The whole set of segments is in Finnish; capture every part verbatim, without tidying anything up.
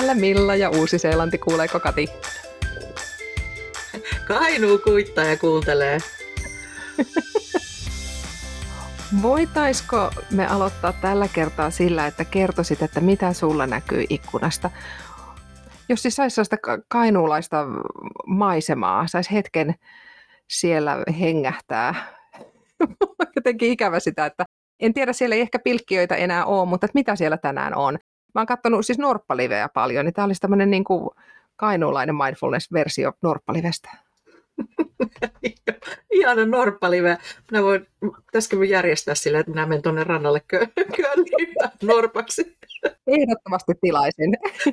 Täällä Milla ja Uusi-Seelanti, kuuleeko Kati? Kainuu kuittaa ja kuuntelee. Voitaisko me aloittaa tällä kertaa sillä, että kertoisit, että mitä sulla näkyy ikkunasta? Jos siis saisi sellaista kainuulaista maisemaa, saisi hetken siellä hengähtää. Jotenkin ikävä sitä, että en tiedä, siellä ei ehkä pilkkiöitä enää ole, mutta että mitä siellä tänään on. Mä oon katsonut siis Norppaliveä paljon, niin tää olisi tämmöinen niin kuin kainuulainen mindfulness-versio Norppalivestä. Ihana Norppalive. Minä voin, pitäisikö minun järjestää sillä, että minä menen tuonne rannalle kööllimään norpaksi. Ehdottomasti tilaisin.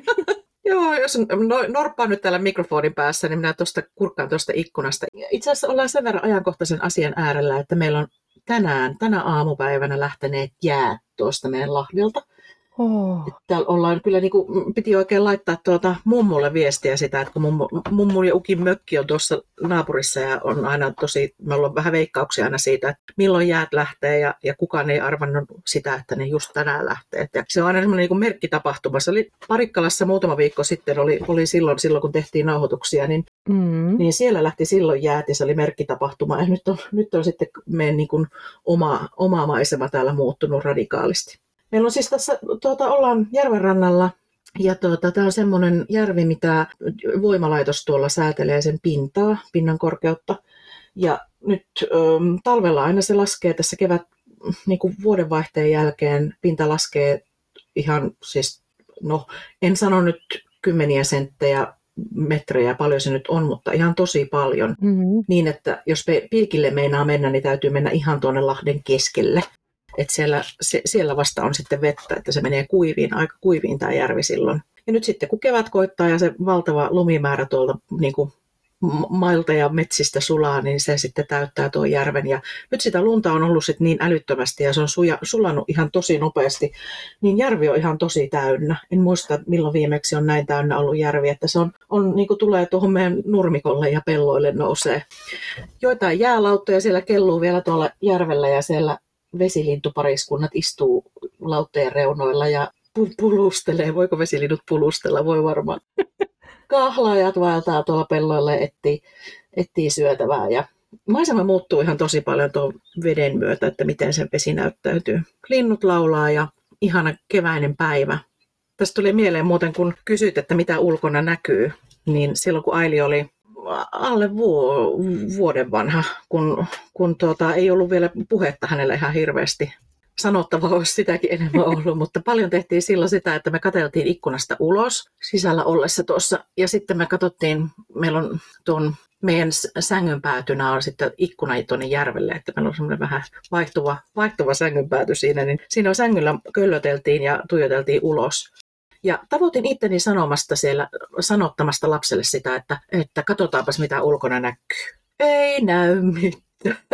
Joo, jos norppa on nyt täällä mikrofonin päässä, niin minä tuosta kurkkaan tuosta ikkunasta. Itse asiassa ollaan sen verran ajankohtaisen asian äärellä, että meillä on tänään, tänä aamupäivänä lähteneet jäät tuosta meidän Lahdelta. Oh. Täällä ollaan kyllä, niin kuin, piti oikein laittaa tuota mummulle viestiä sitä, että kun mummu, mummun ja ukin mökki on tuossa naapurissa ja on aina tosi, me ollaan vähän veikkauksia aina siitä, että milloin jäät lähtee ja, ja kukaan ei arvannut sitä, että ne just tänään lähtee. Ja se on aina semmoinen niin merkkitapahtuma. Se oli Parikkalassa muutama viikko sitten, oli, oli silloin, silloin kun tehtiin nauhoituksia, niin, mm. niin siellä lähti silloin jäät ja se oli merkkitapahtuma. Ja nyt on, nyt on sitten meidän niin kuin oma, oma maisema täällä muuttunut radikaalisti. Meillä on siis tässä, tuota, ollaan järvenrannalla ja tuota, tämä on semmoinen järvi, mitä voimalaitos tuolla säätelee sen pintaa, pinnan korkeutta. Ja nyt ö, talvella aina se laskee tässä kevät, niin kuin vuodenvaihteen jälkeen pinta laskee ihan siis, no en sano nyt kymmeniä senttejä, metrejä, paljon se nyt on, mutta ihan tosi paljon. Mm-hmm. Niin, että jos pilkille meinaa mennä, niin täytyy mennä ihan tuonne Lahden keskelle. Että siellä, se, siellä vasta on sitten vettä, että se menee kuiviin, aika kuiviin tämä järvi silloin. Ja nyt sitten kun kevät koittaa ja se valtava lumimäärä tuolta niin kuin mailta ja metsistä sulaa, niin se sitten täyttää tuon järven. Ja nyt sitä lunta on ollut sitten niin älyttömästi ja se on suja, sulanut ihan tosi nopeasti, niin järvi on ihan tosi täynnä. En muista, milloin viimeksi on näin täynnä ollut järvi, että se on, on niin kuin tulee tuohon meidän nurmikolle ja pelloille nousee. Joitain jäälauttoja siellä kelluu vielä tuolla järvellä ja siellä vesilintupariskunnat istuu lautteen reunoilla ja pulustelee. Voiko vesilinnut pulustella? Voi varmaan. Kahlaajat vaeltaa tuolla pelloilla ja etsii, etsii syötävää. Ja maisema muuttuu ihan tosi paljon tuon veden myötä, että miten se vesi näyttäytyy. Linnut laulaa ja ihana keväinen päivä. Tästä tuli mieleen muuten, kun kysyt, että mitä ulkona näkyy, niin silloin kun Aili oli alle vuoden vanha, kun, kun tuota, ei ollut vielä puhetta hänelle ihan hirveästi. Sanottavaa olisi sitäkin enemmän ollut, mutta paljon tehtiin silloin sitä, että me katseltiin ikkunasta ulos sisällä ollessa tuossa. Ja sitten me katsottiin, meillä on tuon meidän sängyn päätynä on sitten ikkuna tuonne järvelle, että meillä on semmoinen vähän vaihtuva, vaihtuva sängyn pääty siinä. Niin siinä sängyllä köllöteltiin ja tuijoteltiin ulos. Ja tavoitin itteni sanomasta siellä, sanottamasta lapselle sitä, että, että katsotaanpas mitä ulkona näkyy. Ei näy mitään.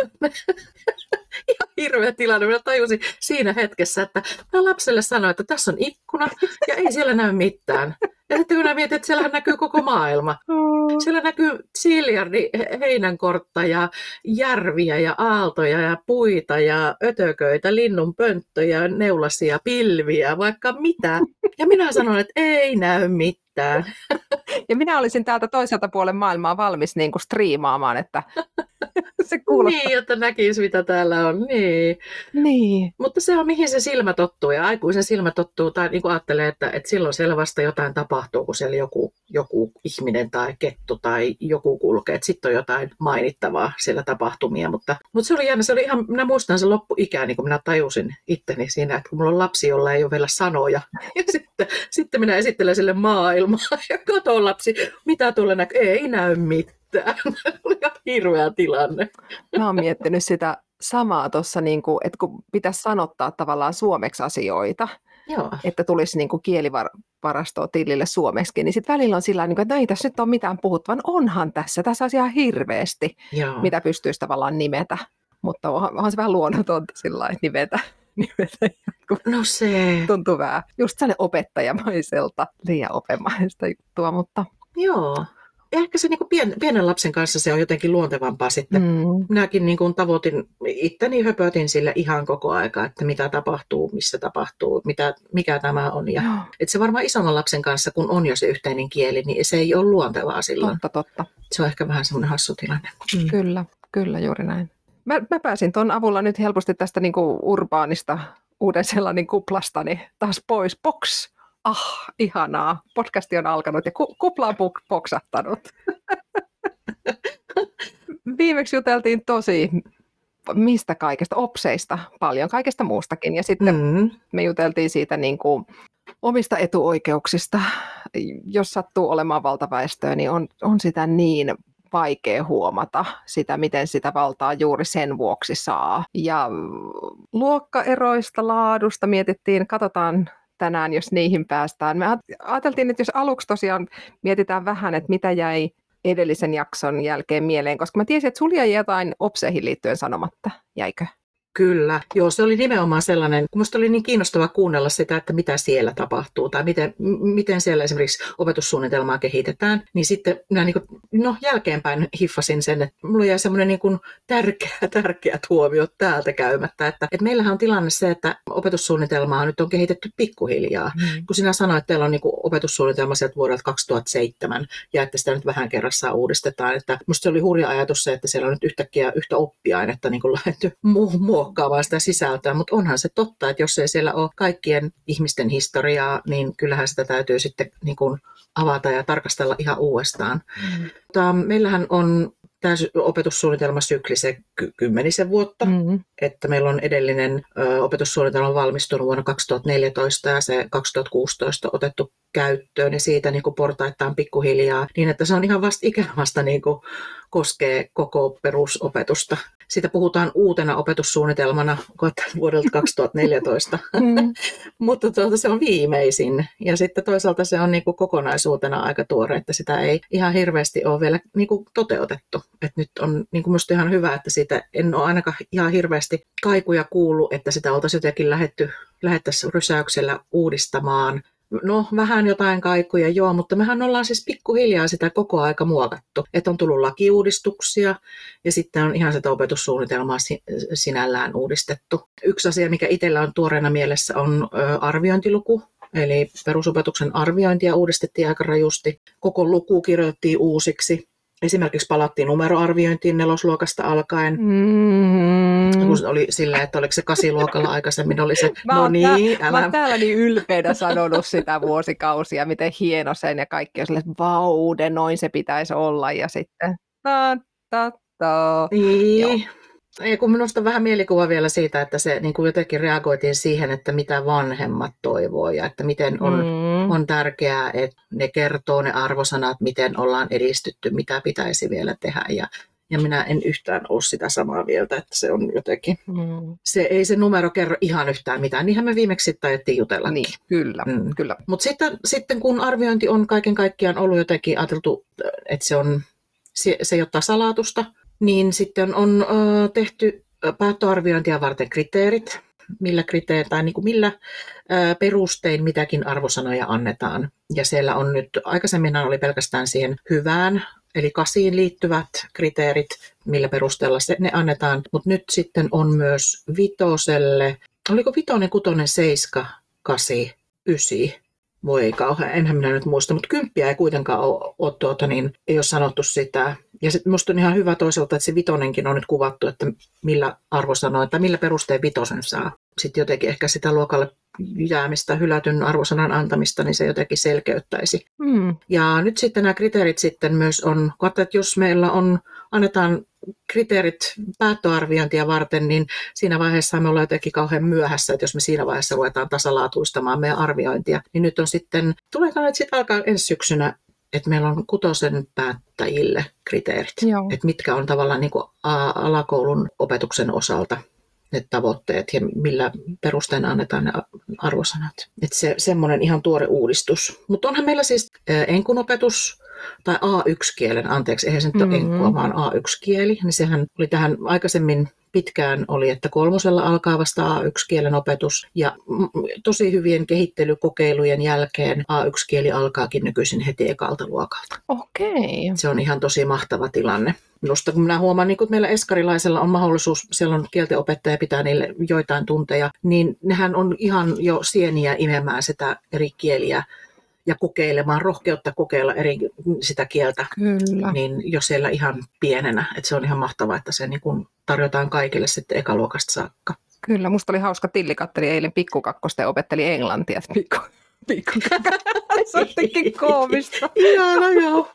Ihan hirveä tilanne. Minä tajusin siinä hetkessä, että mä lapselle sanoin, että tässä on ikkuna ja ei siellä näy mitään. Ja sitten kun mä mietin, että siellähän näkyy koko maailma. Siellä näkyy siljardi heinänkortta ja järviä ja aaltoja ja puita ja ötököitä, linnunpönttöjä, neulasia, pilviä, vaikka mitä. Ja minä sanon, että ei näy mitään. Ja minä olisin täältä toiselta puolen maailmaa valmis niin kuin striimaamaan, että se kuulostaa. Niin, että näkisi mitä täällä on. Niin. Niin. Mutta se on mihin se silmä tottuu ja aikuisen silmä tottuu tai niin kuin ajattelee, että, että silloin siellä vasta jotain tapahtuu, kun siellä joku, joku ihminen tai kettu tai joku kulkee. Sitten on jotain mainittavaa siellä tapahtumia, mutta, mutta se oli jännä. Se oli ihan, minä muistan sen loppuikään, niin kun minä tajusin itteni siinä, että kun mulla on lapsi, jolla ei ole vielä sanoja. Ja sitten, sitten minä esittelen sille maailmaa ja katon lapsi, mitä tuolla näkyy. Ei näy mitään. Oli ihan hirveä tilanne. Mä oon miettinyt sitä samaa tuossa, niin että kun pitäisi sanottaa tavallaan suomeksi asioita, Joo. että tulisi niin kuin kielivarastoa tilille suomeksi, niin sitten välillä on sillä tavalla, että no ei tässä nyt ole mitään puhuttavan, onhan tässä, tässä on ihan hirveästi, Joo. mitä pystyisi tavallaan nimetä, mutta onhan, onhan se vähän luonnotonta sillä lailla, että nimetä. nimetä no se. Tuntuu vähän just sellainen opettajamaiselta, liian opemaista juttua, mutta Joo. ehkä se niin kuin pien, pienen lapsen kanssa se on jotenkin luontevampaa sitten. Mm. Minäkin niin kuin tavoitin, itteni höpötin sille ihan koko aika, että mitä tapahtuu, missä tapahtuu, mitä, mikä tämä on. Ja, että se varmaan isomman lapsen kanssa, kun on jo se yhteinen kieli, niin se ei ole luontevaa silloin. Totta, totta. Se on ehkä vähän semmoinen hassu tilanne. Mm. Kyllä, kyllä juuri näin. Mä, mä pääsin tuon avulla nyt helposti tästä niin kuin urbaanista uuden sellainen kuplastani taas pois. Box! Ah, ihanaa. Podcasti on alkanut ja ku, kupla on poksahtanut. Viimeksi juteltiin tosi mistä kaikesta, opseista paljon, kaikesta muustakin. Ja sitten mm. me juteltiin siitä niin kuin omista etuoikeuksista. Jos sattuu olemaan valtaväestöä, niin on, on sitä niin vaikea huomata sitä, miten sitä valtaa juuri sen vuoksi saa. Ja luokkaeroista, laadusta mietittiin, katsotaan tänään, jos niihin päästään. Me ajateltiin, että jos aluksi tosiaan mietitään vähän, että mitä jäi edellisen jakson jälkeen mieleen, koska mä tiesin, että sulla jäi jotain opseihin liittyen sanomatta. Jäikö? Kyllä. Joo, se oli nimenomaan sellainen, kun musta oli niin kiinnostavaa kuunnella sitä, että mitä siellä tapahtuu tai miten, miten siellä esimerkiksi opetussuunnitelmaa kehitetään, niin sitten minä niin kuin, no, jälkeenpäin hiffasin sen, että mulla jäi semmoinen niin kuin tärkeä, tärkeät huomiot täältä käymättä, että, että meillähän on tilanne se, että opetussuunnitelmaa nyt on kehitetty pikkuhiljaa. Mm. Kun sinä sanoit, että teillä on niin kuin opetussuunnitelma sieltä vuodelta kaksituhattaseitsemän ja että sitä nyt vähän kerrassaan uudistetaan, että musta se oli hurja ajatus se, että siellä on nyt yhtäkkiä yhtä oppiainetta niin kuin lähdetty muu muokkaamaan sitä sisältöä, mutta onhan se totta, että jos ei siellä ole kaikkien ihmisten historiaa, niin kyllähän sitä täytyy sitten niin kuin avata ja tarkastella ihan uudestaan. Mm. Mutta meillähän on tämä opetussuunnitelmasykli se ky- kymmenisen vuotta, mm-hmm. että meillä on edellinen ö, opetussuunnitelma valmistunut vuonna kaksituhattaneljätoista ja se kaksituhattakuusitoista otettu käyttöön ja siitä niin kuin portaittain pikkuhiljaa, niin että se on ihan vasta ikävasta niin kuin koskee koko perusopetusta. Siitä puhutaan uutena opetussuunnitelmana vuodelta kaksituhattaneljätoista, mm. mutta tuota, se on viimeisin. Ja sitten toisaalta se on niin kuin kokonaisuutena aika tuore, että sitä ei ihan hirveästi ole vielä niin kuin toteutettu. Et nyt on niin kuin minusta ihan hyvä, että siitä en ole ainakaan ihan hirveästi kaikuja kuullut, että sitä oltaisiin jotenkin lähdetty, lähdettäisiin rysäyksellä uudistamaan. No, vähän jotain kaikuja, joo, mutta mehän ollaan siis pikkuhiljaa sitä koko aika muokattu. Että on tullut lakiuudistuksia ja sitten on ihan sitä opetussuunnitelmaa sinällään uudistettu. Yksi asia, mikä itsellä on tuoreena mielessä, on arviointiluku. Eli perusopetuksen arviointia uudistettiin aika rajusti. Koko luku kirjoitettiin uusiksi. Esimerkiksi palattiin numeroarviointiin nelosluokasta alkaen. Mm. Kun oli silleen, että oliko se kasiluokalla aikaisemmin, oli se, mä no niin, älä. Mä oon täällä niin ylpeänä sanonut sitä vuosikausia, miten hieno sen ja kaikki on silleen, että vaude, noin se pitäisi olla. Ja sitten, ta, ta, ta. Niin. Ja kun minusta on vähän mielikuva vielä siitä, että se niin kuin jotenkin reagoitiin siihen, että mitä vanhemmat toivoo ja että miten on, mm. on tärkeää, että ne kertoo ne arvosanat, miten ollaan edistytty, mitä pitäisi vielä tehdä. Ja, ja minä en yhtään ole sitä samaa mieltä, että se on jotenkin, mm. se, ei se numero kerro ihan yhtään mitään. Niinhän me viimeksi sitten ajettiin jutellakin. Niin, kyllä, mm. kyllä. Mutta sitten, sitten kun arviointi on kaiken kaikkiaan ollut jotenkin ajateltu, että se, on, se, se ei ole tasalaatusta, niin sitten on ö, tehty päättöarviointia varten kriteerit, millä, kriteer, tai niin kuin millä ö, perustein mitäkin arvosanoja annetaan. Ja siellä on nyt, aikaisemmin oli pelkästään siihen hyvään, eli kasiin liittyvät kriteerit, millä perusteella se, ne annetaan. Mutta nyt sitten on myös vitoselle, oliko vitonen, kutonen, seiska, kasi, ysi. Voi ei kauhean, enhän minä nyt muista, mutta kymppiä ei kuitenkaan ole, ole, tuota, niin, ei ole sanottu sitä. Ja sitten minusta on ihan hyvä toisaalta, että se vitonenkin on nyt kuvattu, että millä arvosanoin tai millä perusteen vitosen saa. Sitten jotenkin ehkä sitä luokalle jäämistä, hylätyn arvosanan antamista, niin se jotenkin selkeyttäisi. Mm. Ja nyt sitten nämä kriteerit sitten myös on, että jos meillä on, annetaan kriteerit päättöarviointia varten, niin siinä vaiheessa me ollaan jotenkin kauhean myöhässä, että jos me siinä vaiheessa ruvetaan tasalaatuistamaan meidän arviointia, niin nyt on sitten, tuleeko nyt sitten alkaa ensi syksynä, että meillä on kutosen päättäjille kriteerit, Joo. että mitkä on tavallaan niin kuin alakoulun opetuksen osalta ne tavoitteet ja millä perusteena annetaan ne arvosanat. Että se, semmoinen ihan tuore uudistus. Mutta onhan meillä siis enkun opetus tai A yksi-kielen, anteeksi, eihän se nyt mm-hmm. ole enkkua, vaan A yksi-kieli, niin sehän oli tähän aikaisemmin pitkään oli, että kolmosella alkaa vasta A yksi kielen opetus ja tosi hyvien kehittelykokeilujen jälkeen A yksi kieli alkaakin nykyisin heti ekalta luokalta. Okei. Se on ihan tosi mahtava tilanne. Minusta kun minä huomaan, niin kun meillä eskarilaisella on mahdollisuus, siellä on kieltenopettaja pitää niille joitain tunteja, niin nehän on ihan jo sieniä imemään sitä eri kieliä ja kokeilemaan, rohkeutta kokeilla eri sitä kieltä. Kyllä. Niin jo siellä ihan pienenä. Että se on ihan mahtavaa, että se niin kun tarjotaan kaikille sitten ekaluokasta saakka. Kyllä, musta oli hauska, Tilli katteli eilen pikkukakkosta ja opetteli englantia. Pikku, se on jotenkin koomista. Ihana, joo.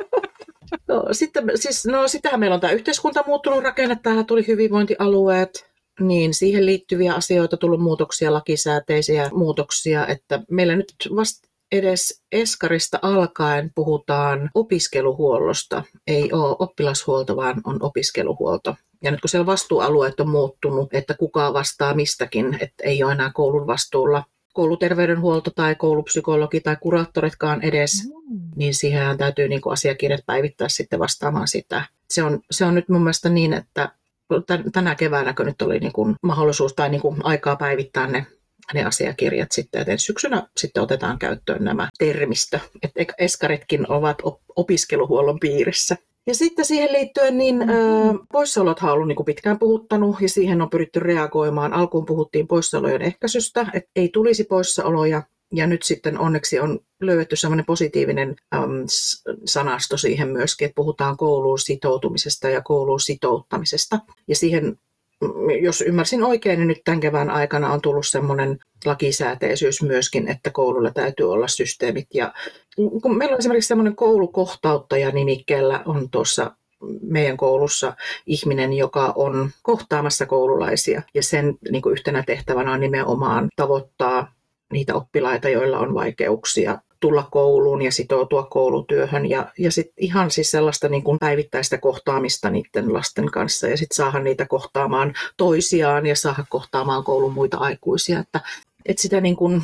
No, sitten, siis, no, sitähän meillä on tämä yhteiskunta muuttunut rakenne. Tähän tuli hyvinvointialueet. Niin siihen liittyviä asioita, tullut muutoksia, lakisääteisiä muutoksia. Että meillä nyt vasta edes eskarista alkaen puhutaan opiskeluhuollosta. Ei ole oppilashuolto, vaan on opiskeluhuolto. Ja nyt kun siellä vastuualueet on muuttunut, että kuka vastaa mistäkin, että ei ole enää koulun vastuulla kouluterveydenhuolto tai koulupsykologi tai kuraattoritkaan edes, mm. niin siihen täytyy niin kuin asiakirjat päivittää sitten vastaamaan sitä. Se on, se on nyt mun mielestä niin, että tänä keväänä, kun nyt oli niin kuin mahdollisuus tai niin kuin aikaa päivittää ne ne asiakirjat sitten, että ensi syksynä sitten otetaan käyttöön nämä termistö, että eskaritkin ovat opiskeluhuollon piirissä. Ja sitten siihen liittyen, niin mm-hmm. poissaolothan on ollut niin kuin pitkään puhuttanut ja siihen on pyritty reagoimaan. Alkuun puhuttiin poissaolojen ehkäisystä, että ei tulisi poissaoloja. Ja nyt sitten onneksi on löydetty sellainen positiivinen äm, sanasto siihen myöskin, että puhutaan kouluun sitoutumisesta ja kouluun sitouttamisesta. Ja siihen, jos ymmärsin oikein, niin nyt tämän kevään aikana on tullut semmoinen lakisääteisyys myöskin, että koululla täytyy olla systeemit. Ja kun meillä on esimerkiksi semmoinen koulukohtauttaja-nimikkeellä on tuossa meidän koulussa ihminen, joka on kohtaamassa koululaisia. Ja sen niin kuin yhtenä tehtävänä on nimenomaan tavoittaa niitä oppilaita, joilla on vaikeuksia tulla kouluun ja sitoutua koulutyöhön. Ja, ja sitten ihan siis sellaista niin kuin päivittäistä kohtaamista niiden lasten kanssa. Ja sitten saada niitä kohtaamaan toisiaan ja saada kohtaamaan koulun muita aikuisia. Että, että sitä niin kuin,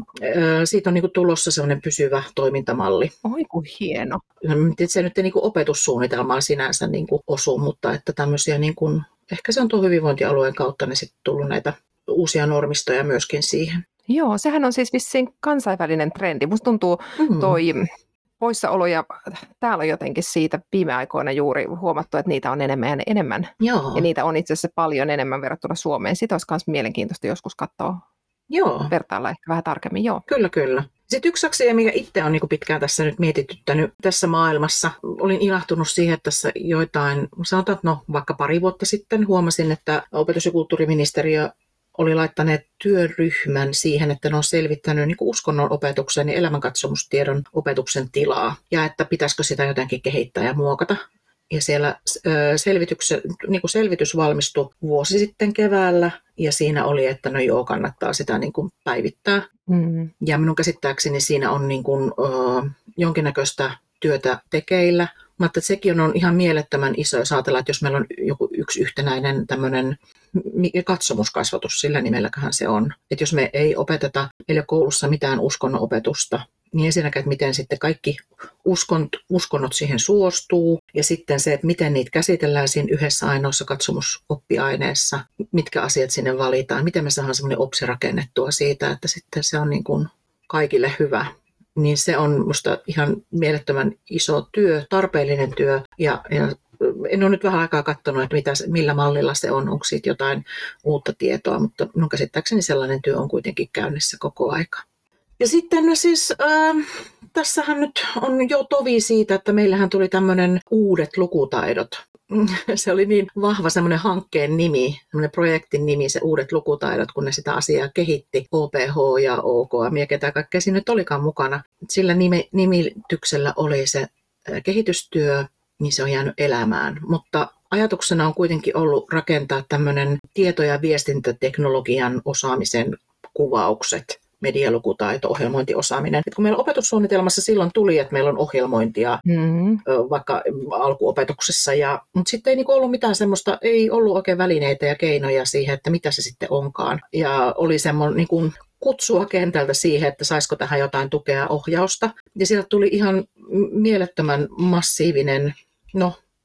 siitä on niin kuin tulossa sellainen pysyvä toimintamalli. Oi kuin hieno. Se nyt ei niin kuin opetussuunnitelmaan sinänsä niin kuin osu, mutta että tämmöisiä, niin kuin, ehkä se on tuon hyvinvointialueen kautta niin sitten tullut näitä uusia normistoja myöskin siihen. Joo, sehän on siis vissiin kansainvälinen trendi. Musta tuntuu toi mm. poissaolo ja täällä on jotenkin siitä viime aikoina juuri huomattu, että niitä on enemmän ja enemmän. Joo. Ja niitä on itse asiassa paljon enemmän verrattuna Suomeen. Sitä olisi myös mielenkiintoista joskus katsoa. Joo. Vertailla ehkä vähän tarkemmin, joo. Kyllä, kyllä. Sitten yksi asia, mikä itse on niin pitkään tässä nyt mietityttänyt tässä maailmassa, olin ilahtunut siihen, että tässä joitain, sanotaan, no vaikka pari vuotta sitten huomasin, että opetus- ja kulttuuriministeriö oli laittaneet työryhmän siihen, että ne on selvittänyt niin kuin uskonnon opetuksen ja elämänkatsomustiedon opetuksen tilaa ja että pitäisikö sitä jotenkin kehittää ja muokata. Ja siellä niin kuin selvitys valmistui vuosi sitten keväällä ja siinä oli, että no joo, kannattaa sitä niin kuin päivittää. Mm. Ja minun käsittääkseni siinä on niin kuin, ö, jonkinnäköistä työtä tekeillä. Mutta sekin on ihan mielettömän iso, jos ajatellaan, että jos meillä on joku yksi yhtenäinen tämmöinen katsomuskasvatus, sillä nimelläköhän se on. Että jos me ei opeteta, ei ole koulussa mitään uskonnon opetusta, niin ensinnäkin, että miten sitten kaikki uskont, uskonnot siihen suostuu, ja sitten se, että miten niitä käsitellään siinä yhdessä ainoassa katsomusoppiaineessa, mitkä asiat sinne valitaan, miten me saadaan semmoinen opsi rakennettua siitä, että sitten se on niin kuin kaikille hyvä. Niin se on musta ihan mielettömän iso työ, tarpeellinen työ, ja, ja en ole nyt vähän aikaa katsonut, että mitä, millä mallilla se on, onko siitä jotain uutta tietoa, mutta minun käsittääkseni sellainen työ on kuitenkin käynnissä koko aika. Ja sitten siis äh, tässähän nyt on jo tovi siitä, että meillähän tuli tämmöinen uudet lukutaidot. Se oli niin vahva semmoinen hankkeen nimi, semmoinen projektin nimi, se uudet lukutaidot, kun ne sitä asiaa kehitti, O P H ja O K M ja ketä kaikkea siinä nyt olikaan mukana. Sillä nimi, nimityksellä oli se kehitystyö, niin se on jäänyt elämään, mutta ajatuksena on kuitenkin ollut rakentaa tämmöinen tieto- ja viestintäteknologian osaamisen kuvaukset. Medialukutaito, ohjelmointiosaaminen. Et kun meillä opetussuunnitelmassa silloin tuli, että meillä on ohjelmointia mm-hmm. vaikka alkuopetuksessa, ja, mutta sitten ei niinku ollut mitään semmoista, ei ollut oikein välineitä ja keinoja siihen, että mitä se sitten onkaan. Ja oli semmoinen niinku kutsua kentältä siihen, että saisiko tähän jotain tukea ohjausta. Ja sieltä tuli ihan mielettömän massiivinen, no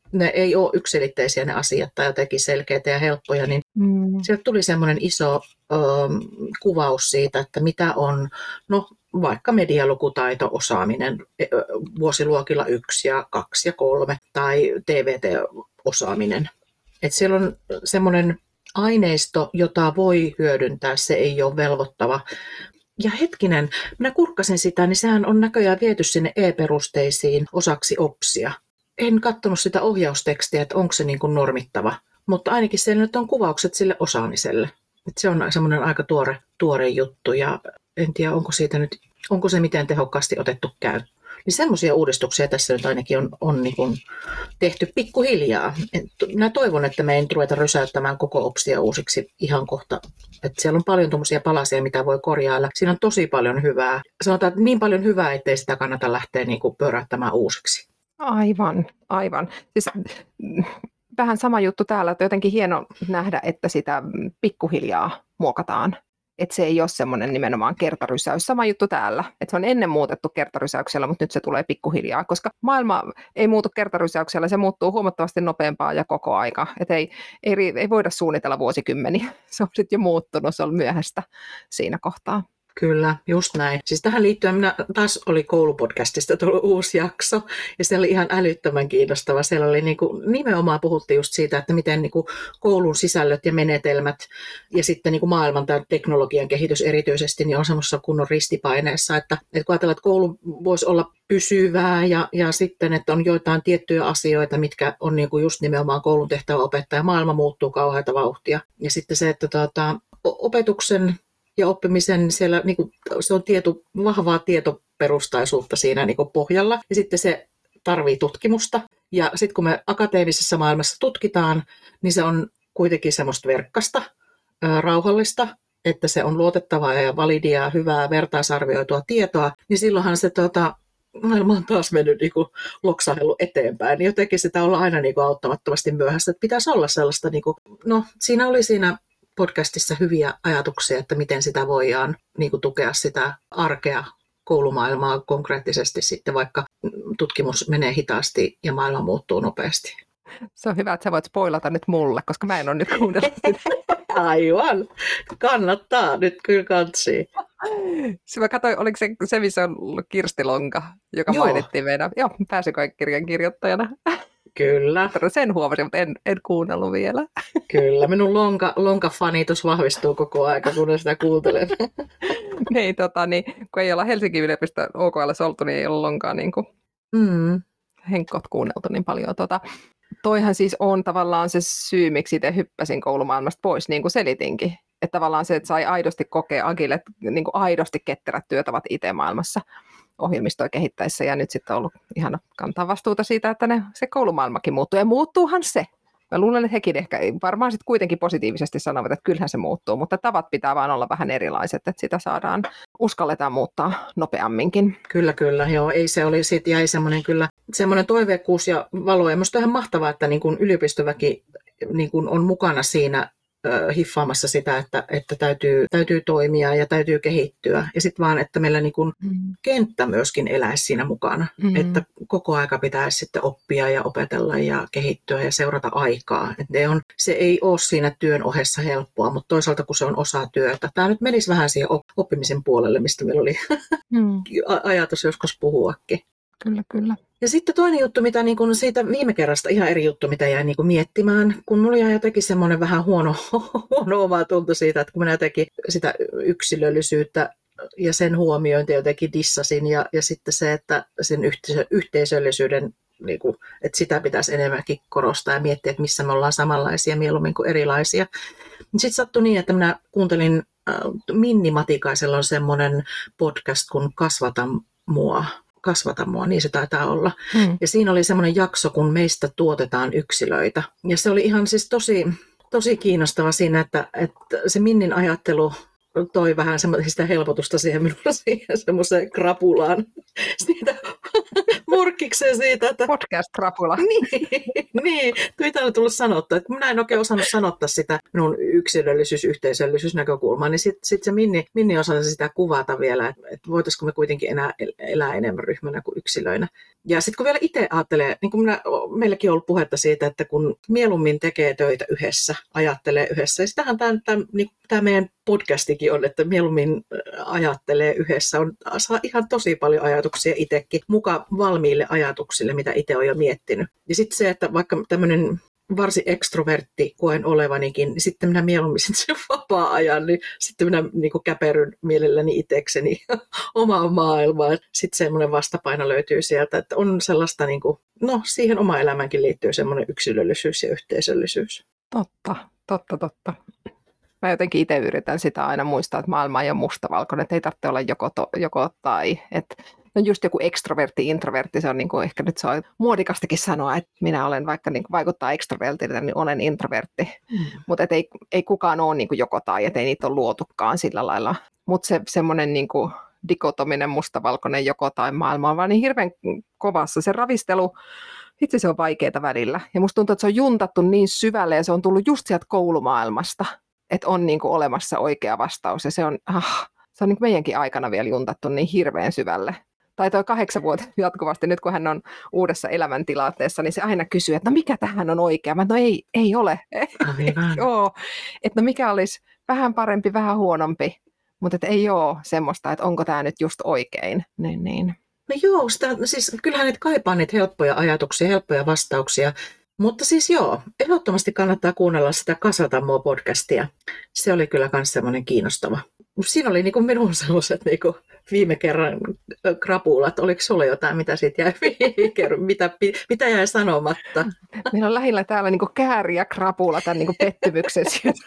ne ei ole yksiselitteisiä ne asiat tai jotenkin selkeitä ja helppoja, niin mm. sieltä tuli semmoinen iso ö, kuvaus siitä, että mitä on, no vaikka medialukutaito, osaaminen vuosiluokilla yksi ja kaksi ja kolme tai T V T-osaaminen. Että siellä on semmoinen aineisto, jota voi hyödyntää, se ei ole velvoittava. Ja hetkinen, minä kurkkasin sitä, niin sehän on näköjään viety sinne e-perusteisiin osaksi opsia. En katsonut sitä ohjaustekstiä, että onko se niin kuin normittava, mutta ainakin siellä nyt on kuvaukset sille osaamiselle. Että se on semmoinen aika tuore, tuore juttu ja en tiedä, onko siitä nyt, onko se miten tehokkaasti otettu käyttöön. Niin semmoisia uudistuksia tässä nyt ainakin on, on niin kuin tehty pikkuhiljaa. Minä toivon, että me ei nyt ruveta rysäyttämään koko opsia uusiksi ihan kohta. Että siellä on paljon tuommoisia palasia, mitä voi korjailla. Siinä on tosi paljon hyvää. Sanotaan, että niin paljon hyvää, ettei sitä kannata lähteä niin kuin pyöräyttämään uusiksi. Aivan, aivan. Siis, vähän sama juttu täällä, että jotenkin hieno nähdä, että sitä pikkuhiljaa muokataan. Että se ei ole semmoinen nimenomaan kertarysäys. Sama juttu täällä, että se on ennen muutettu kertarysäyksellä, mutta nyt se tulee pikkuhiljaa, koska maailma ei muutu kertarysäyksellä, se muuttuu huomattavasti nopeampaa ja koko aika. Että ei, ei, ei voida suunnitella vuosikymmeniä, se on sitten jo muuttunut, se on myöhäistä siinä kohtaa. Kyllä, just näin. Siis tähän liittyen minä taas oli koulupodcastista tullut uusi jakso, ja se oli ihan älyttömän kiinnostava. Siellä oli niin kuin, nimenomaan puhuttiin just siitä, että miten niin kuin koulun sisällöt ja menetelmät ja sitten niin kuin maailman tai teknologian kehitys erityisesti niin on semmoisessa kunnon ristipaineessa, että, että kun ajatellaan, että koulu voisi olla pysyvää ja, ja sitten, että on joitain tiettyjä asioita, mitkä on niin kuin just nimenomaan koulun tehtävä opettaa, ja maailma muuttuu kauheata vauhtia. Ja sitten se, että tuota, opetuksen ja oppimisen siellä niin kuin, se on tieto, vahvaa tietoperustaisuutta siinä niin kuin pohjalla. Ja sitten se tarvii tutkimusta. Ja sitten kun me akateemisessa maailmassa tutkitaan, niin se on kuitenkin semmoista verkkasta, ää, rauhallista, että se on luotettavaa ja validia ja hyvää vertaisarvioitua tietoa. Niin silloinhan se tota, maailma on taas mennyt niin kuin loksahellut eteenpäin. Niin jotenkin sitä ollaan aina niin kuin auttamattomasti myöhässä. Että pitäisi olla sellaista, niin kuin, no siinä oli siinä podcastissa hyviä ajatuksia, että miten sitä voidaan niin kuin tukea sitä arkea koulumaailmaa konkreettisesti sitten, vaikka tutkimus menee hitaasti ja maailma muuttuu nopeasti. Se on hyvä, että sä voit spoilata nyt mulle, koska mä en ole nyt kuunnellut sitä. Aivan. Kannattaa nyt kyllä kantsii. Sitten mä katsoin, oliko se se, missä on Kirsti Lonka, joka Joo. mainittiin meidän joo, pääsykoekirjan kirjoittajana. Kyllä. Sen huomasin, mutta en, en kuunnellut vielä. Kyllä, minun lonka, lonka-fanitus vahvistuu koko aika, kun sitä kuuntelen. niin, tota, niin, kun ei olla Helsingin yliopiston O K L:ssä oltu, niin ei ole lonkaan niin kuin mm. henkot kuunneltu niin paljon. Tota, toihan siis on tavallaan se syy, miksi itse hyppäsin koulumaailmasta pois, niin kuin selitinkin. Että tavallaan se, että sai aidosti kokea Agile, niin kuin aidosti ketterät työtavat I T-maailmassa ohjelmistoa kehittäessä, ja nyt sitten on ollut ihana kantaa vastuuta siitä, että ne, se koulumaailmakin muuttuu, ja muuttuuhan se. Mä luulen, että hekin ehkä varmaan sitten kuitenkin positiivisesti sanovat, että kyllähän se muuttuu, mutta tavat pitää vaan olla vähän erilaiset, että sitä saadaan, uskalletaan muuttaa nopeamminkin. Kyllä, kyllä, joo, ei se oli, siitä jäi semmoinen kyllä, semmoinen toiveikkuus ja valo, ja musta on ihan mahtavaa, että niin kuin yliopistoväki niin kuin on mukana siinä, hiffaamassa sitä, että, että täytyy, täytyy toimia ja täytyy kehittyä. Ja sitten vaan, että meillä niin kun mm. kenttä myöskin eläisi siinä mukana. Mm. Että koko aika pitäisi sitten oppia ja opetella ja kehittyä ja seurata aikaa. Et ne on, se ei ole siinä työn ohessa helppoa, mutta toisaalta kun se on osa työtä. Tämä nyt menisi vähän siihen oppimisen puolelle, mistä meillä oli mm. ajatus joskus puhuakin. Kyllä, kyllä. Ja sitten toinen juttu, mitä niin kuin siitä viime kerrasta, ihan eri juttu, mitä jäin niin kuin miettimään, kun mulla jäi jotenkin semmoinen vähän huono, huono oma tunto siitä, että kun minä jotenkin sitä yksilöllisyyttä ja sen huomiointia jotenkin dissasin, ja, ja sitten se, että sen yhteisö, yhteisöllisyyden, niin kuin, että sitä pitäisi enemmänkin korostaa ja miettiä, että missä me ollaan samanlaisia mieluummin kuin erilaisia. Sitten sattui niin, että minä kuuntelin, äh, Minni Matikaisella on semmoinen podcast kuin Kasvata mua. Kasvata mua, niin se taitaa olla. Hmm. Ja siinä oli semmoinen jakso, kun meistä tuotetaan yksilöitä. Ja se oli ihan siis tosi, tosi kiinnostava siinä, että, että se Minnin ajattelu toi vähän sitä helpotusta siihen minulle siihen semmoiseen krapulaan. Siitä murkikseen siitä, että podcast-krapula. Niin, niin. Mitä on tullut sanottua, että minä en oikein osannut sanottaa sitä minun yksilöllisyys, yhteisöllisyys näkökulmaa, niin sitten sit se Minni, Minni osasi sitä kuvata vielä, että, että voitaisiko me kuitenkin enää elää enemmän ryhmänä kuin yksilöinä. Ja sitten kun vielä itse ajattelee, niin kuin minä, meilläkin on ollut puhetta siitä, että kun mieluummin tekee töitä yhdessä, ajattelee yhdessä, ja sitähän tämä, tämä, niin tämä meidän podcastikin on, että mieluummin ajattelee yhdessä, on, saa ihan tosi paljon ajatuksia itsekin, mukaan valmiille ajatuksille, mitä itse on jo miettinyt. Ja sitten se, että vaikka tämmöinen varsin ekstrovertti koen olevanikin, niin sitten minä mieluummin sen vapaa-ajan, niin sitten minä niin kuin käperyn mielelläni itsekseni omaan maailmaan. Sitten semmoinen vastapaino löytyy sieltä, että on sellaista, niin kuin, no siihen oma elämänkin liittyy semmoinen yksilöllisyys ja yhteisöllisyys. Totta, totta, totta. Mä jotenkin itse yritän sitä aina muistaa, että maailma ei ole mustavalkoinen, että ei tarvitse olla joko, to, joko tai. Että no just joku ekstrovertti, introvertti, se on niin kuin, ehkä nyt se on muodikastakin sanoa, että minä olen vaikka niin kuin vaikuttaa ekstrovertilta, niin olen introvertti. Mm. Mutta ei, ei kukaan ole niin kuin joko tai, että ei niitä ole luotukaan sillä lailla. Mutta se semmoinen niin kuin dikotominen mustavalkoinen joko tai maailma on vaan niin hirveän kovassa. Se ravistelu, itse se on vaikeaa välillä. Ja musta tuntuu, että se on juntattu niin syvälle ja se on tullut just sieltä koulumaailmasta, että on niin kuin olemassa oikea vastaus. Ja se on, ah, se on niin kuin meidänkin aikana vielä juntattu niin hirveän syvälle. Tai tuo kahdeksan vuotta jatkuvasti, nyt kun hän on uudessa elämäntilanteessa, niin se aina kysyy, että no mikä tähän on oikea? Mä no ei, ei ole. Ei ole. Että no mikä olisi vähän parempi, vähän huonompi, mutta ei ole semmoista, että onko tämä nyt just oikein. Niin, niin. No joo, sitä, siis kyllähän nyt kaipaa niitä helppoja ajatuksia, helppoja vastauksia. Mutta siis joo, ehdottomasti kannattaa kuunnella sitä Kasatammoa podcastia. Se oli kyllä myös semmoinen kiinnostava. Siinä oli niinku minun sellaiset niinku viime kerran krapulat. Oliko sulla jotain, mitä siitä jäi, mitä, mitä jäi sanomatta? Meillä on lähinnä täällä niinku kääri ja krapula tämän niinku pettymyksen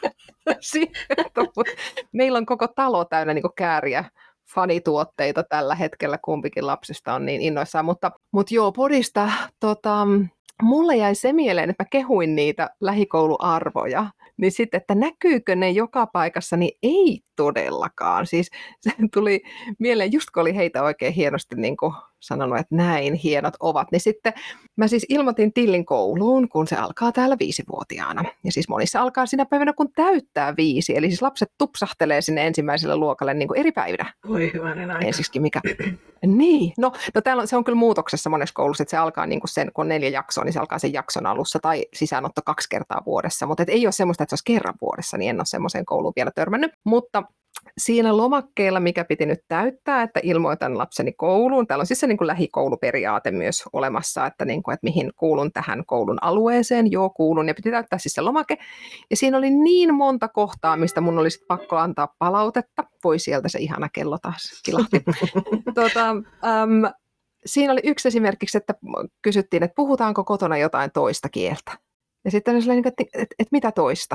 sieltä. Meillä on koko talo täynnä niinku kääriä. Fanituotteita tällä hetkellä, kumpikin lapsista on niin innoissaan. Mutta, mutta joo, podista tota, mulle jäi se mieleen, että mä kehuin niitä lähikouluarvoja, niin sitten, että näkyykö ne joka paikassa, niin ei todellakaan. Siis se tuli mieleen, just kun oli heitä oikein hienosti niin kuin sanonut, että näin hienot ovat, niin sitten mä siis ilmoitin Tillin kouluun, kun se alkaa täällä viisivuotiaana. Ja siis monissa alkaa siinä päivänä, kun täyttää viisi, eli siis lapset tupsahtelee sinne ensimmäiselle luokalle niin kuin eri päivinä. Voi hyvänen aika. Ensiksikin mikä... Niin, no, no täällä on, se on kyllä muutoksessa monessa koulussa, että se alkaa niin kuin sen, kun on neljä jaksoa, niin se alkaa sen jakson alussa tai sisäänotto kaksi kertaa vuodessa, mutta ei ole semmoista, että se olisi kerran vuodessa, niin en ole semmoiseen kouluun vielä törmännyt, mutta siinä lomakkeella, mikä piti nyt täyttää, että ilmoitan lapseni kouluun, täällä on siis se niin kuin lähikouluperiaate myös olemassa, että, niin kuin, että mihin kuulun tähän koulun alueeseen, joo kuulun, ja piti täyttää siis se lomake, ja siinä oli niin monta kohtaa, mistä mun olisi pakko antaa palautetta, voi sieltä se ihana kello taas kilahti. tota, äm, siinä oli yksi esimerkiksi, että kysyttiin, että puhutaanko kotona jotain toista kieltä. Ja sitten on sellainen, että, että, että mitä toista?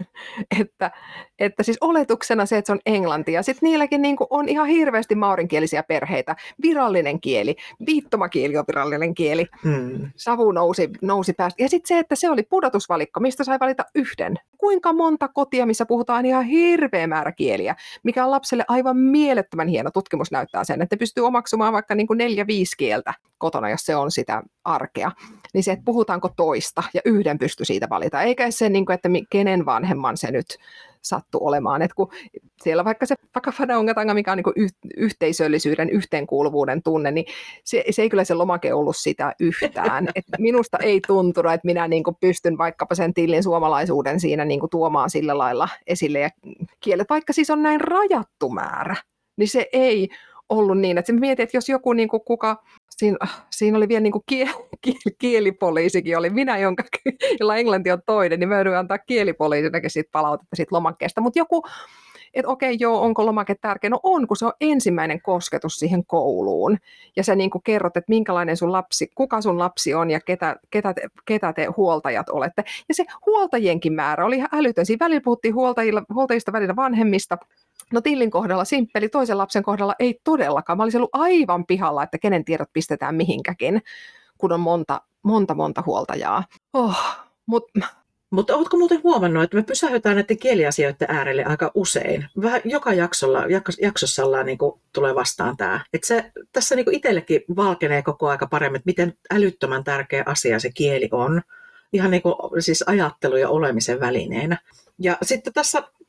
että, että siis oletuksena se, että se on englanti. Ja sitten niilläkin niin kuin on ihan hirveästi maurinkielisiä perheitä. Virallinen kieli, viittomakieli on virallinen kieli. Hmm. Savu nousi, nousi päästä. Ja sitten se, että se oli pudotusvalikko, mistä sai valita yhden. Kuinka monta kotia, missä puhutaan ihan hirveä määrä kieliä, mikä on lapselle aivan mielettömän hieno. Tutkimus näyttää sen, että pystyy omaksumaan vaikka niin kuin neljä, viisi kieltä kotona, jos se on sitä arkea. Niin se, että puhutaanko toista ja yhden pysty siitä valita. Eikä se, että kenen vanhemman se nyt sattuu olemaan. Että kun siellä vaikka se Whakapanaongatanga, mikä on niin yhteisöllisyyden, yhteenkuuluvuuden tunne, niin se, se ei kyllä se lomake ollut sitä yhtään. Et minusta ei tuntunut, että minä niin pystyn vaikkapa sen Tillin suomalaisuuden siinä niin tuomaan sillä lailla esille. Ja kielet, vaikka siis on näin rajattu määrä, niin se ei ollut niin, että mietin, että jos joku niin kuka, siinä, siinä oli vielä niin kie, kie, kielipoliisikin, oli minä, jonka, jolla englanti on toinen, niin mä joudun antaa kielipoliisinakin siitä palautetta siitä lomakkeesta, mutta joku, että okei joo, onko lomake tärkeä? No on, kun se on ensimmäinen kosketus siihen kouluun, ja sä niin kerrot, että minkälainen sun lapsi, kuka sun lapsi on, ja ketä, ketä, te, ketä te huoltajat olette, ja se huoltajienkin määrä oli ihan älytön, siinä välillä puhuttiin huoltajista, välillä vanhemmista. No Tillin kohdalla simppeli, toisen lapsen kohdalla ei todellakaan. Mä olisin ollut aivan pihalla, että kenen tiedot pistetään mihinkäkin, kun on monta, monta, monta huoltajaa. Oh, mut... Mutta oletko muuten huomannut, että me pysähdytään näiden kieliasioiden äärelle aika usein? Vähän joka jaksolla, jaksossa ollaan, niin kuin, tulee vastaan tämä. Että se, tässä niin kuin itsellekin valkenee koko aika paremmin, että miten älyttömän tärkeä asia se kieli on. Ihan niin kuin, siis ajattelu ja olemisen välineenä. Ja sitten tässä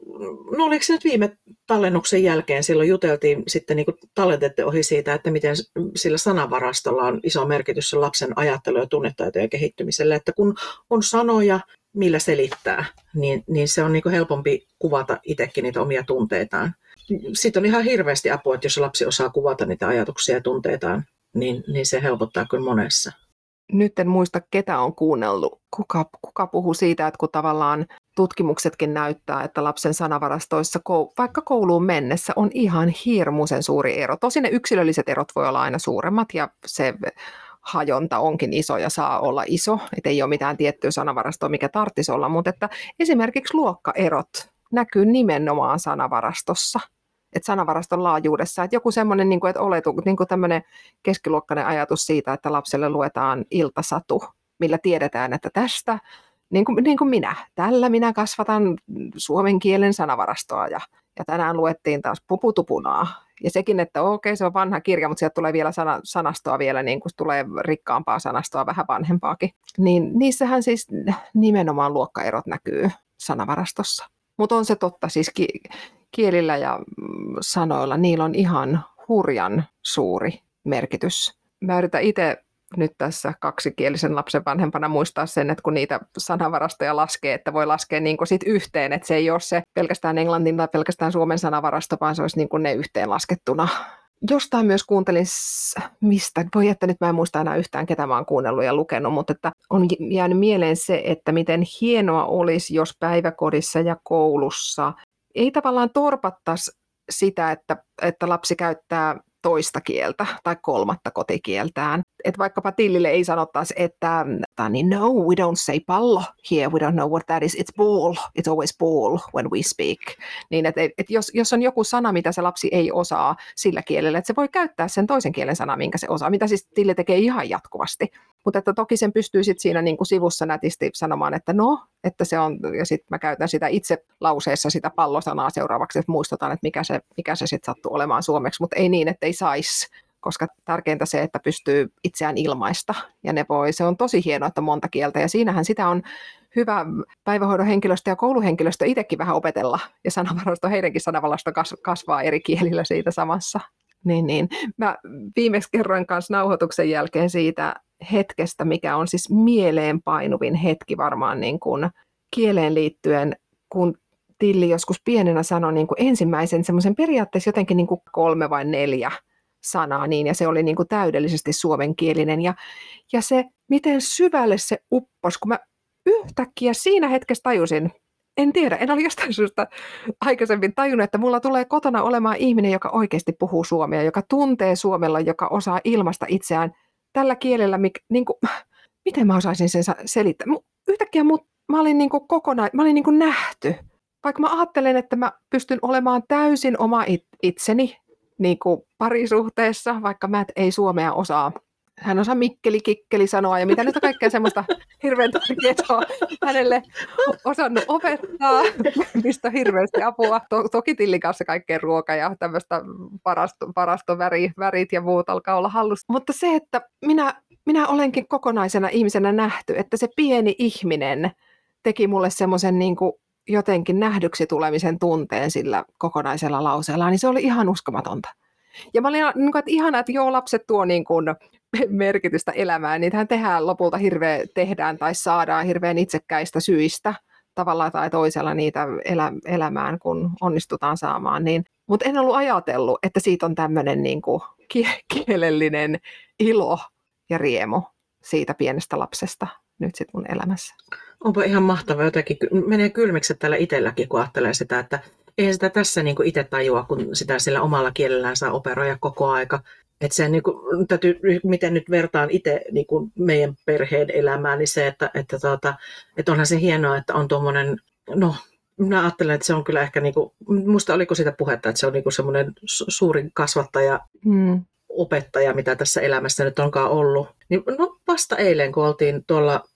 no oliko se nyt viime tallennuksen jälkeen, silloin juteltiin sitten niin kuin tallenteiden ohi siitä, että miten sillä sanavarastolla on iso merkitys sen lapsen ajattelu- ja tunnetaitojen kehittymiselle, että kun on sanoja, millä selittää, niin, niin se on niin kuin helpompi kuvata itsekin niitä omia tunteitaan. Sitten on ihan hirveästi apua, että jos lapsi osaa kuvata niitä ajatuksia ja tunteitaan, niin, niin se helpottaa kyllä monessa. Nyt en muista, ketä on kuunnellut. Kuka, kuka puhuu siitä, että kun tavallaan tutkimuksetkin näyttää, että lapsen sanavarastoissa vaikka kouluun mennessä on ihan hirmuisen suuri ero. Tosin ne yksilölliset erot voi olla aina suuremmat ja se hajonta onkin iso ja saa olla iso. Että ei ole mitään tiettyä sanavarastoa, mikä tarvitsisi olla, mutta että esimerkiksi luokkaerot näkyy nimenomaan sanavarastossa. Että sanavaraston laajuudessa, että joku semmoinen, niin kuin, että oletu, niin kuin tämmöinen keskiluokkainen ajatus siitä, että lapselle luetaan iltasatu, millä tiedetään, että tästä, niin kuin, niin kuin minä, tällä minä kasvatan suomen kielen sanavarastoa ja, ja tänään luettiin taas puputupunaa. Ja sekin, että okei, se on vanha kirja, mutta sieltä tulee vielä sana, sanastoa vielä, niin kuin tulee rikkaampaa sanastoa, vähän vanhempaakin. Niin niissähän siis nimenomaan luokkaerot näkyy sanavarastossa. Mutta on se totta, siis ki- kielillä ja sanoilla, niillä on ihan hurjan suuri merkitys. Mä yritän itse nyt tässä kaksikielisen lapsen vanhempana muistaa sen, että kun niitä sanavarastoja laskee, että voi laskea niin kuin sit yhteen, että se ei ole se pelkästään englantin tai pelkästään suomen sanavarasto, vaan se olisi niin kuin ne yhteen laskettuna. Jostain myös kuuntelin, mistä, voi että nyt mä en muista enää yhtään, ketä mä oon kuunnellut ja lukenut, mutta että on jäänyt mieleen se, että miten hienoa olisi, jos päiväkodissa ja koulussa ei tavallaan torpattaisi sitä, että, että lapsi käyttää toista kieltä tai kolmatta kotikieltään. Että vaikkapa Tillille ei sanottaisi, että niin no, we don't say pallo here, we don't know what that is, it's ball, it's always ball when we speak. Niin että, että jos, jos on joku sana, mitä se lapsi ei osaa sillä kielellä, että se voi käyttää sen toisen kielen sanaa, minkä se osaa, mitä siis Tilli tekee ihan jatkuvasti. Mutta että toki sen pystyy sitten siinä niin kuin sivussa nätisti sanomaan, että no, että se on, ja sitten mä käytän sitä itse lauseessa sitä pallosanaa seuraavaksi, että muistutan, että mikä se, mikä se sitten sattuu olemaan suomeksi, mutta ei niin, että ei saisi, koska tärkeintä se, että pystyy itseään ilmaista, ja ne voi, se on tosi hienoa, että monta kieltä, ja siinähän sitä on hyvä päivähoidon henkilöstö ja kouluhenkilöstö itsekin vähän opetella, ja sanavarasto, heidänkin sanavarasto kasvaa eri kielillä siitä samassa. Niin, niin. Mä viimeksi kerroin kanssa nauhoituksen jälkeen siitä hetkestä, mikä on siis mieleenpainuvin hetki varmaan niin kuin kieleen liittyen, kun Tilli joskus pienenä sanoi niin kuin ensimmäisen semmoisen periaatteessa jotenkin niin kuin kolme vai neljä sanaa, niin, ja se oli niin kuin täydellisesti suomenkielinen. Ja, ja se, miten syvälle se upposi, kun mä yhtäkkiä siinä hetkessä tajusin, en tiedä, en ole jostain syystä aikaisemmin tajunnut, että mulla tulee kotona olemaan ihminen, joka oikeasti puhuu suomea, joka tuntee suomella, joka osaa ilmaista itseään tällä kielellä, mikä, niin kuin, miten mä osaisin sen selittää. Yhtäkkiä mut, mä olin, niin kuin kokona, mä olin niin kuin nähty. Vaikka mä ajattelen, että mä pystyn olemaan täysin oma itseni niin kuin parisuhteessa, vaikka mä et ei suomea osaa. Hän osaa mikkeli, kikkeli sanoa ja mitä nyt on kaikkea semmoista hirveän tärkeää hänelle osannut opettaa, mistä hirveästi apua. To- toki Tillin kanssa kaikkea ruoka ja tämmöistä parasto, parastovärit ja muut alkaa olla hallussa. Mutta se, että minä, minä olenkin kokonaisena ihmisenä nähty, että se pieni ihminen teki mulle semmoisen niin kuin jotenkin nähdyksi tulemisen tunteen sillä kokonaisella lauseella, niin se oli ihan uskomatonta. Ja mä olin, että ihanaa, että joo, lapset tuo niin kuin merkitystä elämään. Niitähän tehdään lopulta hirveän, tehdään tai saadaan hirveän itsekkäistä syistä tavalla tai toisella niitä elä, elämään, kun onnistutaan saamaan. Niin, mutta en ollut ajatellut, että siitä on tämmöinen niin kuin kielellinen ilo ja riemu siitä pienestä lapsesta nyt sitten mun elämässä. Onpa ihan mahtavaa jotenkin. Menee kylmikset täällä itselläkin, kun ajattelee sitä, että eihän sitä tässä niin kuin itse tajua, kun sitä sillä omalla kielellään saa operoida koko aika. Että se, niin kuin, täytyy, miten nyt vertaan itse niin kuin meidän perheen elämään, niin se, että, että, tuota, että onhan se hienoa, että on tuommoinen, no minä ajattelen, että se on kyllä ehkä, niin kuin, musta oliko sitä puhetta, että se on niin kuin semmoinen suurin kasvattaja, hmm. opettaja, mitä tässä elämässä nyt onkaan ollut. Niin, no vasta eilen, kun oltiin tuolla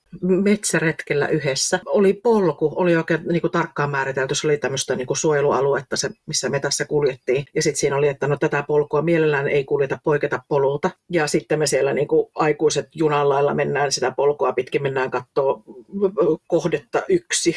metsäretkellä yhdessä. Oli polku, oli oikein niin kuin tarkkaan määritelty, se oli tämmöistä niin kuin suojelualuetta, se, missä me tässä kuljettiin. Ja sitten siinä oli, että no tätä polkua mielellään ei kuljeta poiketa polulta. Ja sitten me siellä niin kuin aikuiset junan lailla mennään sitä polkua pitkin, mennään katsoa kohdetta yksi.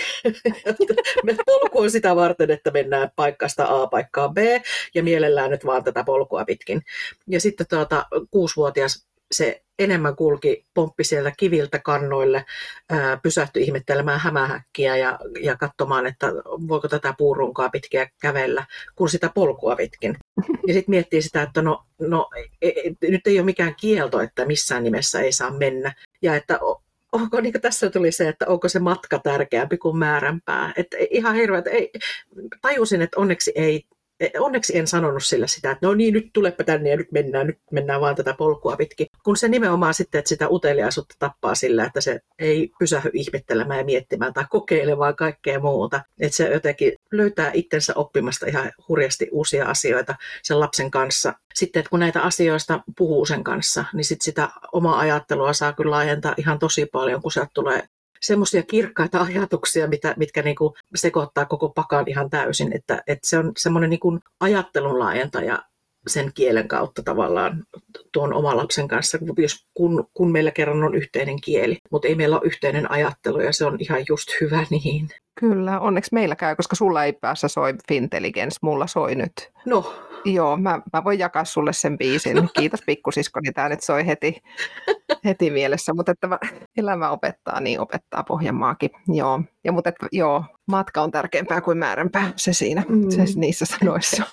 Me polku on sitä varten, että mennään paikasta A paikkaan B ja mielellään nyt vaan tätä polkua pitkin. Ja sitten tuota, kuusivuotias se enemmän kulki, pomppi sieltä kiviltä kannoille, ää, pysähtyi ihmettelemään hämähäkkiä ja, ja katsomaan, että voiko tätä puurunkaa pitkiä kävellä, kun sitä polkua pitkin. Ja sitten miettii sitä, että no, no e, e, nyt ei ole mikään kielto, että missään nimessä ei saa mennä. Ja että onko, niin kuin tässä tuli se, että onko se matka tärkeämpi kuin määränpää. Että ihan hirveä, että ei, tajusin, että onneksi ei, Onneksi en sanonut sillä sitä, että no niin, nyt tulepa tänne ja nyt mennään, nyt mennään vaan tätä polkua pitkin. Kun se nimenomaan sitten, että sitä uteliaisuutta tappaa sillä, että se ei pysähy ihmettelemään ja miettimään tai kokeilemaan kaikkea muuta. Että se jotenkin löytää itsensä oppimasta ihan hurjasti uusia asioita sen lapsen kanssa. Sitten, että kun näitä asioista puhuu sen kanssa, niin sitten sitä omaa ajattelua saa kyllä laajentaa ihan tosi paljon, kun sieltä tulee semmoisia kirkkaita ajatuksia, mitä, mitkä niinku sekoittaa koko pakan ihan täysin, että, että se on semmoinen niinku ajattelun laajentaja sen kielen kautta tavallaan tuon oman lapsen kanssa, jos, kun, kun meillä kerran on yhteinen kieli, mutta ei meillä ole yhteinen ajattelu ja se on ihan just hyvä niin. Kyllä, onneksi meillä käy, koska sulla ei päässä soi Fintelligence, mulla soi nyt. No. Joo, mä, mä voin jakaa sulle sen biisin. Kiitos pikkusiskoni, tää nyt soi heti, heti mielessä, mutta että elämä opettaa, niin opettaa Pohjanmaakin. Joo, ja mutta että, joo, matka on tärkeämpää kuin määränpää, se siinä, mm. se niissä sanoissa.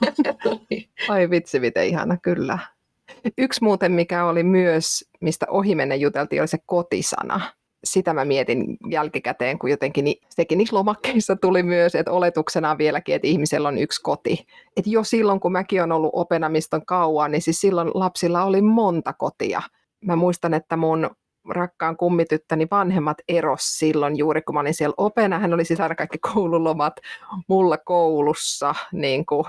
Ai vitsi, miten ihana, kyllä. Yksi muuten, mikä oli myös, mistä ohimennen juteltiin, oli se kotisana. Sitä mä mietin jälkikäteen, kun jotenkin sekin niissä lomakkeissa tuli myös, että oletuksena vieläkin, että ihmisellä on yksi koti. Että jo silloin, kun mäkin olen ollut openamiston kauan, niin siis silloin lapsilla oli monta kotia. Mä muistan, että mun rakkaan kummityttäni vanhemmat eros silloin juuri, kun mä olin siellä opena. Hän oli siis aina kaikki koululomat mulla koulussa, niin kuin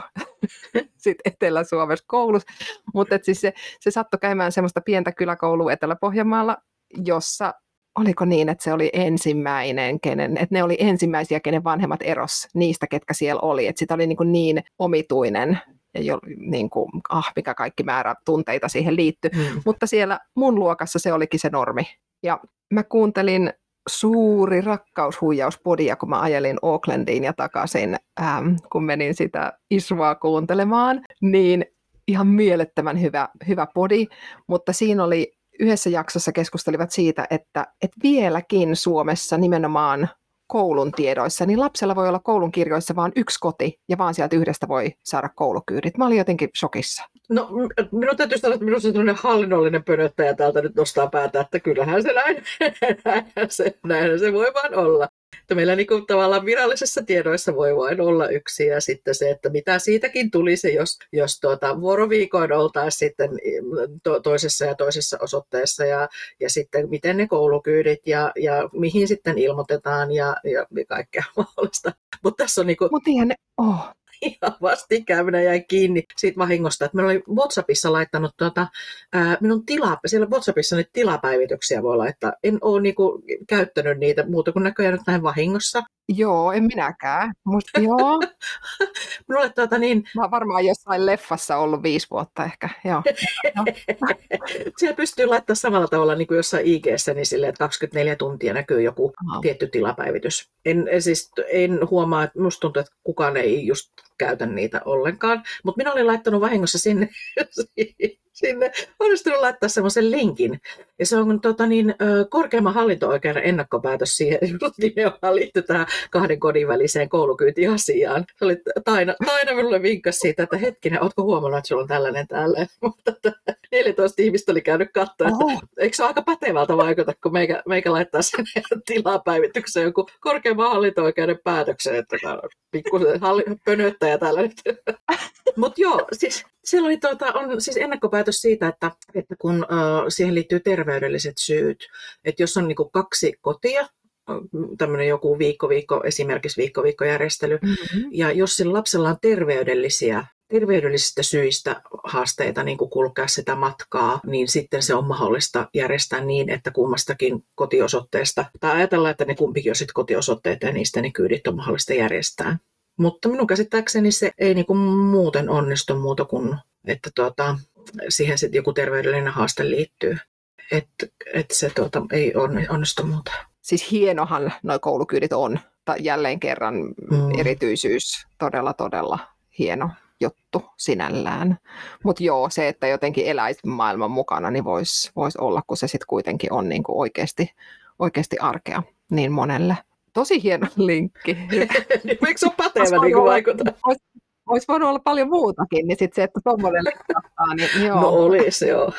sitten Etelä-Suomessa koulussa. Mutta siis se, se sattui käymään semmoista pientä kyläkoulua Etelä-Pohjanmaalla, jossa oliko niin, että se oli ensimmäinen, kenen, että ne oli ensimmäisiä, kenen vanhemmat eros niistä, ketkä siellä oli. Että sitä oli niin, kuin niin omituinen, ja jo, niin kuin, ah, mikä kaikki määrä tunteita siihen liittyi. Mm. Mutta siellä mun luokassa se olikin se normi. Ja mä kuuntelin suuri rakkaushuijauspodia, kun mä ajelin Aucklandiin ja takaisin, ähm, kun menin sitä Isua kuuntelemaan. Niin ihan mielettömän hyvä, hyvä podi, mutta siinä oli yhdessä jaksossa keskustelivat siitä, että, että vieläkin Suomessa nimenomaan koulun tiedoissa, niin lapsella voi olla koulun kirjoissa vain yksi koti ja vaan sieltä yhdestä voi saada koulukyydit. Mä olin jotenkin shokissa. No minun täytyy sanoa, että minusta sellainen hallinnollinen pönöttäjä täältä nyt nostaa päätä, että kyllähän se näin, näinhän se, näinhän se voi vaan olla. Että meillä niin kuin tavallaan virallisissa tiedoissa voi vain olla yksi ja sitten se, että mitä siitäkin tulisi, jos, jos tuota, vuoroviikoin oltaisiin sitten to, toisessa ja toisessa osoitteessa ja, ja sitten miten ne koulukyydit ja, ja mihin sitten ilmoitetaan ja, ja kaikkea mahdollista. Mutta tässä on niin kuin... Mut ihan ne... oh. Ihan vastikään minä jäin kiinni siitä vahingosta, että minä olin WhatsAppissa laittanut tuota, ää, minun tila, siellä WhatsAppissa nyt tilapäivityksiä voi laittaa. En ole niinku käyttänyt niitä muuta kuin näköjään nyt näin vahingossa. Joo, en minäkään. Musta, joo. Minulle tuota niin... Mä oon varmaan jossain leffassa ollut viisi vuotta ehkä. Joo. No. Siellä pystyy laittamaan samalla tavalla niin kuin jossain I G:ssä, niin silleen, että kaksikymmentäneljä tuntia näkyy joku Aha. tietty tilapäivitys. En, siis, en huomaa, että musta tuntuu, että kukaan ei just käytä niitä ollenkaan, mutta minä olin laittanut vahingossa sinne, sinne onnistunut laittaa semmoisen linkin. Ja se on tota, niin, korkeimman hallinto-oikeuden ennakkopäätös siihen, just nimenomaan liittyy tähän kahden kodin väliseen koulukyytiasiaan. Se oli Taina, Taina minulle vinkkasi siitä, että hetkinen, ootko huomannut, että sulla on tällainen täällä? Mutta neljätoista ihmistä oli käynyt katsoa, että eikö se ole aika pätevältä vaikuta, kun meikä, meikä laittaa sen tilapäivitykseen joku korkeimman hallinto-oikeuden päätöksen, että pikkuisen pönöttäjä täällä nyt. Mutta joo, siis siellä oli tuota, on siis ennakkopäätös siitä, että, että kun uh, siihen liittyy terveydelliset syyt, että jos on niinku kaksi kotia tämmöinen joku viikko-viikko, esimerkiksi viikko-viikkojärjestely. Mm-hmm. Ja jos sillä lapsella on terveydellisiä, terveydellisistä syistä haasteita niin kuin kulkea sitä matkaa, niin sitten se on mahdollista järjestää niin, että kummastakin kotiosoitteesta, tai ajatellaan, että ne kumpikin on sitten kotiosoitteita ja niistä ne kyydit on mahdollista järjestää. Mutta minun käsittääkseni se ei niin kuin muuten onnistu muuta kuin, että tuota, siihen sitten joku terveydellinen haaste liittyy. Että et se tuota, ei onnistu muuta. Siis hienohan nuo koulukyydit on. Jälleen kerran mm. erityisyys, todella todella hieno juttu sinällään. Mutta joo, se, että jotenkin eläisi maailman mukana, niin voisi vois olla, kun se sitten kuitenkin on niinku oikeasti, oikeasti arkea niin monelle. Tosi hieno linkki. Eikö se ole pätevä niin vaikuttaa? Olisi, olisi voinut olla paljon muutakin, niin sitten se, että tuommoinen linkattaa, niin joo. No olisi, joo.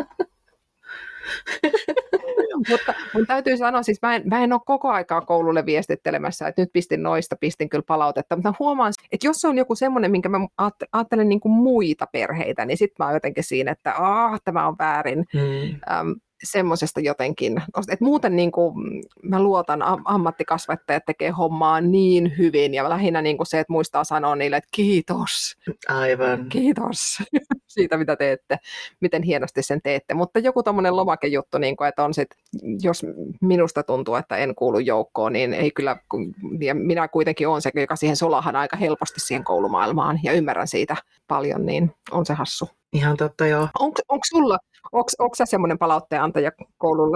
Mutta mun täytyy sanoa, siis mä en, mä en ole koko aikaa koululle viestittelemässä, että nyt pistin noista, pistin kyllä palautetta, mutta huomaan, että jos se on joku semmoinen, minkä mä ajattelen niin kuin muita perheitä, niin sitten mä oon jotenkin siinä, että aah, tämä on väärin. Hmm. Ähm, semmoisesta jotenkin, että muuten niin kuin, mä luotan, ammattikasvattajat tekee hommaa niin hyvin ja lähinnä niin kuin se, että muistaa sanoa niille, että kiitos. Aivan. Kiitos siitä, mitä teette, miten hienosti sen teette, mutta joku tommoinen lomakejuttu, niin kuin, että on sit, jos minusta tuntuu, että en kuulu joukkoon, niin ei kyllä, ja minä kuitenkin olen se, joka siihen solahan aika helposti siihen koulumaailmaan ja ymmärrän siitä paljon, niin on se hassu. Ihan totta, joo. Onko sulla, onko sä semmoinen palautteen antaja koululle?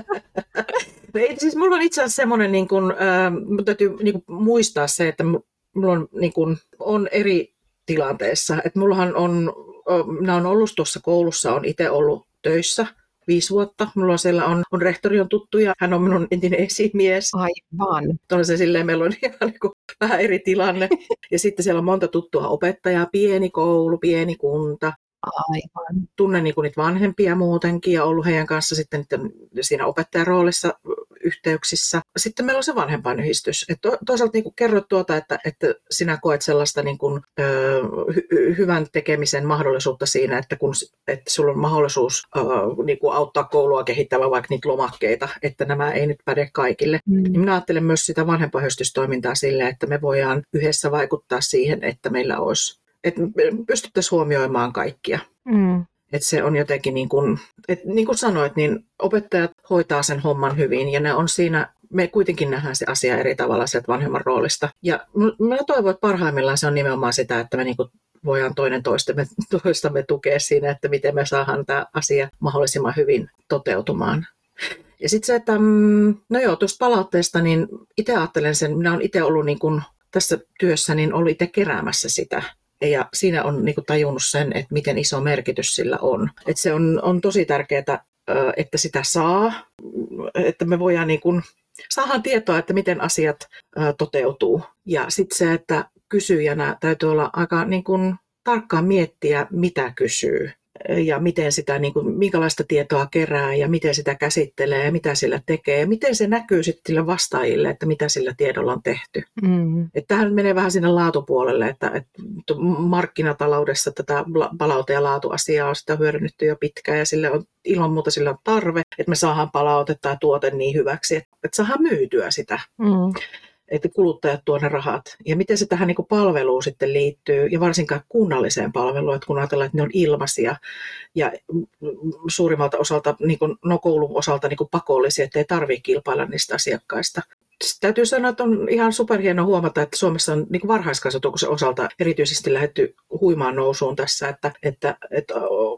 Ei, siis mulla on itse asiassa semmoinen, niin kun, äh, täytyy niin kun muistaa se, että mulla on, niin kun, on eri tilanteessa. Että mullahan on, minä olen ollut tuossa koulussa, olen itse ollut töissä viisi vuotta. Mulla on siellä on, on rehtori on tuttu ja hän on minun entinen esimies. Aivan. Tuolla se silleen, meillä on ihan niin kuin vähän eri tilanne. Ja sitten siellä on monta tuttua opettajaa, pieni koulu, pieni kunta. Aivan. Tunnen niin kuin niitä vanhempia muutenkin ja ollut heidän kanssa sitten siinä opettajan roolissa yhteyksissä. Sitten meillä on se vanhempainyhdistys. Et to, toisaalta niin kuin kerroit tuota, että, että sinä koet sellaista niin kuin, ö, hy, hyvän tekemisen mahdollisuutta siinä, että kun että sulla on mahdollisuus ö, niin kuin auttaa koulua kehittämään vaikka niitä lomakkeita, että nämä ei nyt päde kaikille. Mm. Niin minä ajattelen myös sitä vanhempainyhdistystoimintaa silleen, että me voidaan yhdessä vaikuttaa siihen, että meillä olisi että pystyttäisiin huomioimaan kaikkia. Mm. Että se on jotenkin niin kuin, että niin kuin sanoit, niin opettajat hoitaa sen homman hyvin ja ne on siinä, me kuitenkin nähdään se asia eri tavalla sieltä vanhemman roolista. Ja mä toivon, että parhaimmillaan se on nimenomaan sitä, että me niin kuin voidaan toinen toistamme, toistamme tukea siinä, että miten me saadaan tämä asia mahdollisimman hyvin toteutumaan. Ja sitten se, että no joo, tuosta palautteesta, niin itse ajattelen sen, minä olen itse ollut niin kuin tässä työssä, niin ollut itse keräämässä sitä. Ja siinä on niin kuin tajunnut sen, että miten iso merkitys sillä on. Että se on, on tosi tärkeää, että sitä saa, että me voidaan niin kuin, saadaan tietoa, että miten asiat toteutuu. Ja sitten se, että kysyjänä täytyy olla aika niin kuin, tarkkaan miettiä, mitä kysyy. Ja miten sitä, niin kuin, minkälaista tietoa kerää ja miten sitä käsittelee ja mitä sillä tekee. Ja miten se näkyy sitten sille vastaajille, että mitä sillä tiedolla on tehty. Mm. Että tämähän menee vähän sinne laatupuolelle, että, että markkinataloudessa tätä palaute- ja laatuasiaa on sitä hyödynnetty jo pitkään ja sille on, ilman muuta sillä on tarve, että me saadaan palautetta ja tuote niin hyväksi, että, että saadaan myytyä sitä. Mm. Että kuluttajat tuo ne rahat. Ja miten se tähän niin kuin palveluun sitten liittyy, ja varsinkaan kunnalliseen palveluun, että kun ajatellaan, että ne on ilmaisia ja suurimmalta osalta, niin kuin, no koulun osalta niin kuin pakollisia, että ei tarvitse kilpailla niistä asiakkaista. Sitten täytyy sanoa, että on ihan superhieno huomata, että Suomessa on niin kuin varhaiskasvatuksen osalta erityisesti lähdetty huimaan nousuun tässä, että, että, että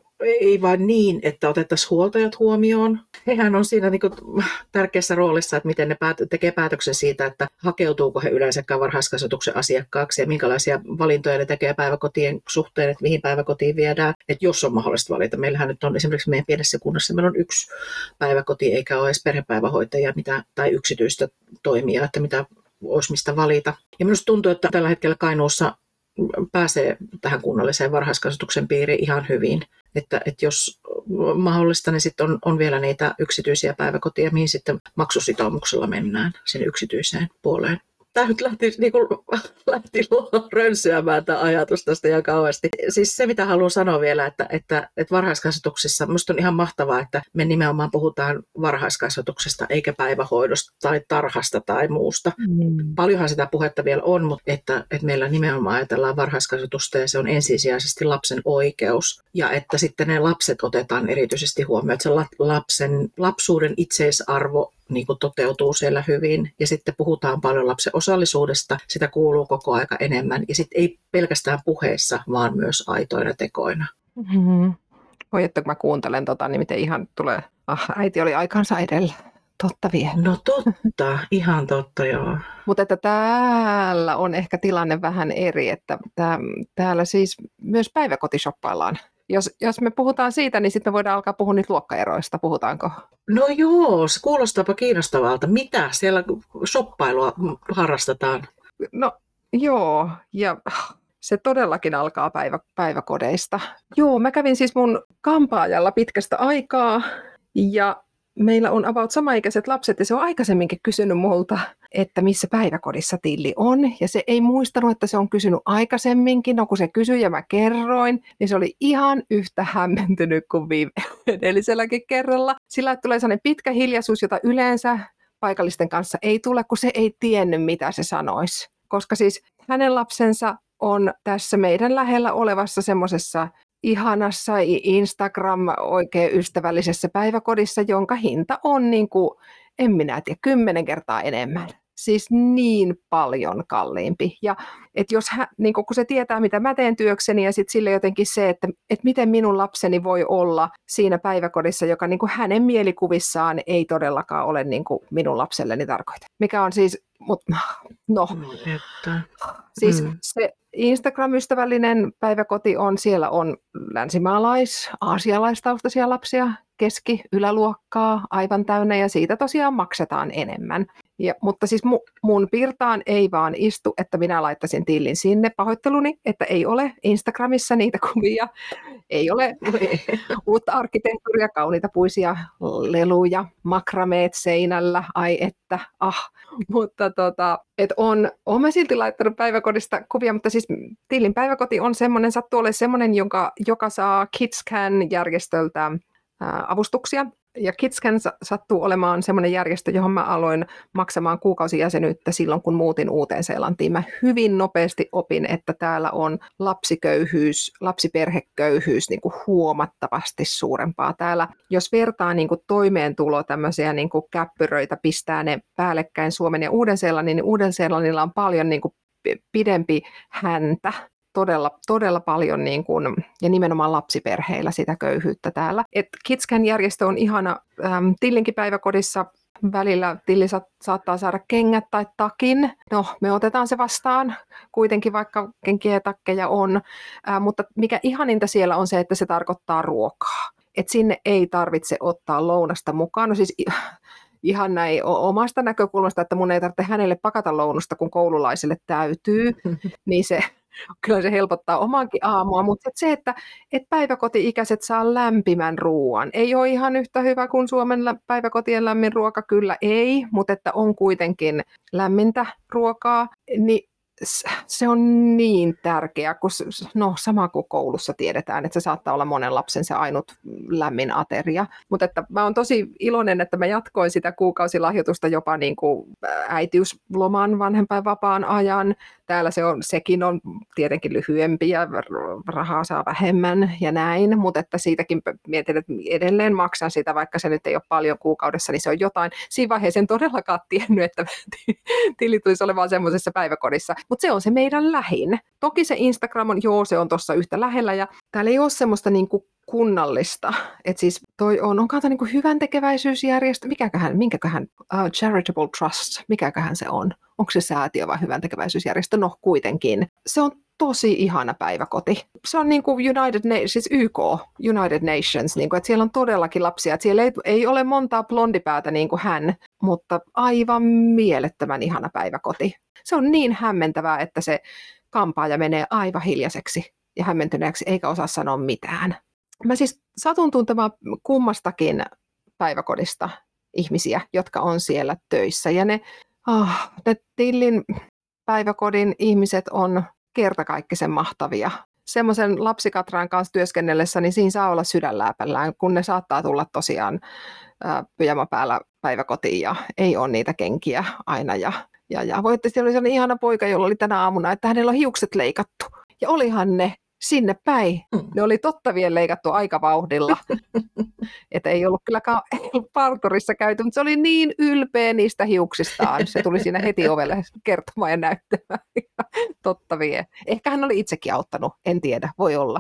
ei vain niin, että otettaisiin huoltajat huomioon. Hehän on siinä niin kuin tärkeässä roolissa, että miten ne päät- tekee päätöksen siitä, että hakeutuuko he yleensäkään varhaiskasvatuksen asiakkaaksi ja minkälaisia valintoja ne tekee päiväkotien suhteen, että mihin päiväkotiin viedään. Että jos on mahdollista valita. Meillähän nyt on esimerkiksi meidän pienessä kunnassa, meillä on yksi päiväkoti eikä ole edes perhepäivähoitajia mitä, tai yksityistä toimijaa, että mitä olisi mistä valita. Ja minusta tuntuu, että tällä hetkellä Kainuussa pääsee tähän kunnalliseen varhaiskasvatuksen piiriin ihan hyvin. Että, että jos mahdollista, niin sitten on, on vielä niitä yksityisiä päiväkotia, mihin sitten maksusitoumuksella mennään sinne yksityiseen puoleen. Tämä nyt lähti, niin kuin, lähti rönsyämään tämä ajatus tästä ihan kauheasti. Siis se, mitä haluan sanoa vielä, että, että, että varhaiskasvatuksessa minusta on ihan mahtavaa, että me nimenomaan puhutaan varhaiskasvatuksesta eikä päivähoidosta tai tarhasta tai muusta. Mm. Paljonhan sitä puhetta vielä on, mutta että, että meillä nimenomaan ajatellaan varhaiskasvatusta ja se on ensisijaisesti lapsen oikeus. Ja että sitten ne lapset otetaan erityisesti huomioon, että se lapsen, lapsuuden itseisarvo niin kuin toteutuu siellä hyvin. Ja sitten puhutaan paljon lapsen osallisuudesta, sitä kuuluu koko aika enemmän. Ja sitten ei pelkästään puheessa, vaan myös aitoina tekoina. Mm-hmm. Voi, että kun mä kuuntelen tota, niin miten ihan tulee, ah, äiti oli aikansa edellä. Totta vie. No totta, ihan totta joo. Mutta että täällä on ehkä tilanne vähän eri, että tää, täällä siis myös päiväkotishoppaillaan. Jos, jos me puhutaan siitä, niin sitten me voidaan alkaa puhua niitä luokkaeroista, puhutaanko? No joo, se kuulostaapa kiinnostavalta. Mitä siellä shoppailua harrastetaan? No joo, ja se todellakin alkaa päivä, päiväkodeista. Joo, mä kävin siis mun kampaajalla pitkästä aikaa, ja meillä on about samaikäiset lapset, ja se on aikaisemminkin kysynyt multa, että missä päiväkodissa Tilli on. Ja se ei muistanut, että se on kysynyt aikaisemminkin. No kun se kysyi ja mä kerroin, niin se oli ihan yhtä hämmentynyt kuin viime edelliselläkin kerralla. Sillä tulee sellainen pitkä hiljaisuus, jota yleensä paikallisten kanssa ei tule, kun se ei tiennyt, mitä se sanoisi. Koska siis hänen lapsensa on tässä meidän lähellä olevassa semmoisessa ihanassa Instagram oikein ystävällisessä päiväkodissa, jonka hinta on niin kuin, en minä tiedä, kymmenen kertaa enemmän. Siis niin paljon kalliimpi. Ja et jos hän, niin kun se tietää, mitä mä teen työkseni, ja sitten sille jotenkin se, että et miten minun lapseni voi olla siinä päiväkodissa, joka niin hänen mielikuvissaan ei todellakaan ole niin minun lapselleni tarkoita. Mikä on siis, mut, no, että. Siis mm. se Instagram-ystävällinen päiväkoti on, siellä on länsimaalais-, aasialaistaustaisia lapsia, keski-, yläluokkaa aivan täynnä, ja siitä tosiaan maksetaan enemmän. Ja, mutta siis mu, mun pirtaan ei vaan istu, että minä laittaisin Tillin sinne. Pahoitteluni, että ei ole Instagramissa niitä kuvia, ei ole uutta arkkitehtuuria, kauniita puisia leluja, makrameet seinällä, ai että, ah. Mutta tota, et on, on mä silti laittanut päiväkodista kuvia, mutta siis Tillin päiväkoti on semmoinen, sattuu olemaan semmoinen, joka, joka saa KidsCan-järjestöltä ää, avustuksia. Ja KidsCan sattuu olemaan semmoinen järjestö, johon mä aloin maksamaan kuukausijäsenyyttä silloin, kun muutin Uuteen-Seelantiin. Mä hyvin nopeasti opin, että täällä on lapsiköyhyys, lapsiperheköyhyys niin kuin huomattavasti suurempaa. Täällä, jos vertaa niin kuin toimeentulo, tämmöisiä niin kuin käppyröitä, pistää ne päällekkäin Suomen ja Uuden-Seelannin, niin Uuden-Seelannilla on paljon niin kuin pidempi häntä. Todella, todella paljon niin kuin, ja nimenomaan lapsiperheillä sitä köyhyyttä täällä. Et KidsCan-järjestö on ihana. Ähm, Tillinkin päiväkodissa välillä Tilli sa- saattaa saada kengät tai takin. No, me otetaan se vastaan kuitenkin, vaikka kenkiä ja takkeja on. Äh, mutta mikä ihaninta siellä on se, että se tarkoittaa ruokaa. Et sinne ei tarvitse ottaa lounasta mukaan. No siis ihan näin omasta näkökulmasta, että mun ei tarvitse hänelle pakata lounusta, kun koululaiselle täytyy, niin se kyllä se helpottaa omaankin aamua, mutta se, että et päiväkoti-ikäiset saa lämpimän ruoan. Ei ole ihan yhtä hyvä kuin Suomen päiväkotien lämmin ruoka, kyllä ei, mutta että on kuitenkin lämmintä ruokaa, niin se on niin tärkeää, kun no, sama kuin koulussa tiedetään, että se saattaa olla monen lapsen se ainut lämmin ateria. Mutta että mä oon tosi iloinen, että mä jatkoin sitä kuukausilahjoitusta jopa niin kuin äitiysloman vanhempainvapaan ajan. Täällä se on, sekin on tietenkin lyhyempi ja rahaa saa vähemmän ja näin, mutta että siitäkin mietin, että edelleen maksan sitä, vaikka se nyt ei ole paljon kuukaudessa, niin se on jotain. Siinä vaiheessa en todellakaan tiennyt, että Tilli tulisi olemaan semmoisessa päiväkodissa. Mutta se on se meidän lähin. Toki se Instagram on, joo, se on tuossa yhtä lähellä ja täällä ei ole semmoista niinku kunnallista. Että siis toi on, onkaan tämä niinku hyväntekeväisyysjärjestö, mikäköhän, minkäköhän, uh, Charitable Trust, mikäköhän se on? Onko se säätiö vai hyväntekeväisyysjärjestö? No kuitenkin. Se on tosi ihana päiväkoti. Se on niin kuin United Nations, siis Y K, United Nations, niin kuin, että siellä on todellakin lapsia. Että siellä ei, ei ole montaa blondipäätä niin kuin hän, mutta aivan mielettömän ihana päiväkoti. Se on niin hämmentävää, että se kampaaja menee aivan hiljaiseksi ja hämmentyneeksi eikä osaa sanoa mitään. Mä siis satun tuntemaan kummastakin päiväkodista ihmisiä, jotka on siellä töissä ja ne Oh, ne Tillin päiväkodin ihmiset on kertakaikkisen mahtavia. Semmoisen lapsikatraan kanssa työskennellessä, niin siinä saa olla sydänlääpällään, kun ne saattaa tulla tosiaan ää, pyjama päällä päiväkotiin ja ei ole niitä kenkiä aina. Ja, ja, ja voitte, siellä oli sellainen ihana poika, jolla oli tänä aamuna, että hänellä on hiukset leikattu. Ja olihan ne sinne päin. Ne oli totta vielä leikattu aika vauhdilla. Että ei ollut kylläkään parturissa käyty, mutta se oli niin ylpeä niistä hiuksistaan. Se tuli siinä heti ovelle kertomaan ja näyttämään. Totta vie. Ehkä hän oli itsekin auttanut, en tiedä, voi olla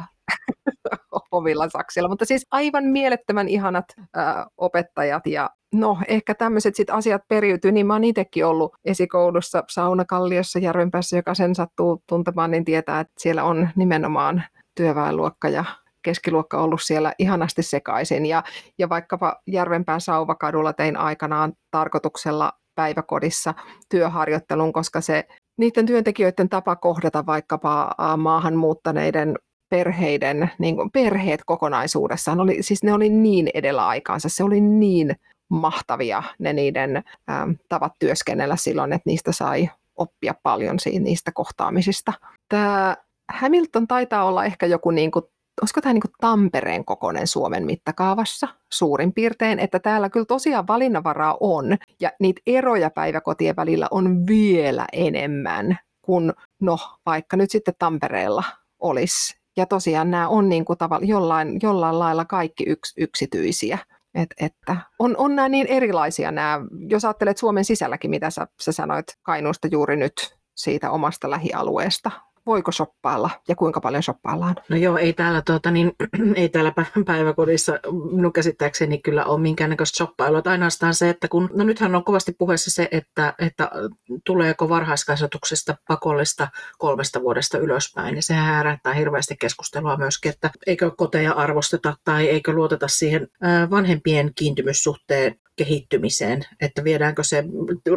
ovilla saksilla. Mutta siis aivan mielettömän ihanat ää, opettajat ja no ehkä tämmöiset sit asiat periytyy, niin mä oon itsekin ollut esikoulussa Saunakalliossa Järvenpäässä, joka sen sattuu tuntemaan, niin tietää, että siellä on nimenomaan työväenluokka ja keskiluokka ollut siellä ihanasti sekaisin. Ja, ja vaikkapa Järvenpään Sauvakadulla tein aikanaan tarkoituksella päiväkodissa työharjoittelun, koska se niiden työntekijöiden tapa kohdata vaikkapa maahanmuuttaneiden perheiden, niin kuin perheet kokonaisuudessaan, oli, siis ne oli niin edellä aikaansa, se oli niin mahtavia ne niiden ä, tavat työskennellä silloin, että niistä sai oppia paljon siitä, niistä kohtaamisista. Tämä Hamilton taitaa olla ehkä joku, niin kuin, olisiko tämä niin kuin Tampereen kokoinen Suomen mittakaavassa suurin piirtein, että täällä kyllä tosiaan valinnanvaraa on, ja niitä eroja päiväkotien välillä on vielä enemmän kuin no, vaikka nyt sitten Tampereella olisi. Ja tosiaan nämä on niin kuin tavalla, jollain, jollain lailla kaikki yks, yksityisiä. Et, että on, on nämä niin erilaisia nämä, jos ajattelet Suomen sisälläkin, mitä sä, sä sanoit Kainuusta juuri nyt siitä omasta lähialueesta. Voiko shoppailla ja kuinka paljon shoppaillaan? No joo, ei täällä, tuota, niin, ei täällä päiväkodissa minun käsittääkseni kyllä ole minkäännäköistä shoppailua. Ainoastaan se, että kun, no nythän on kovasti puheessa se, että, että tuleeko varhaiskasvatuksesta pakollista kolmesta vuodesta ylöspäin. Ja sehän herättää hirveästi keskustelua myöskin, että eikö koteja arvosteta tai eikö luoteta siihen vanhempien kiintymyssuhteen kehittymiseen, että viedäänkö se,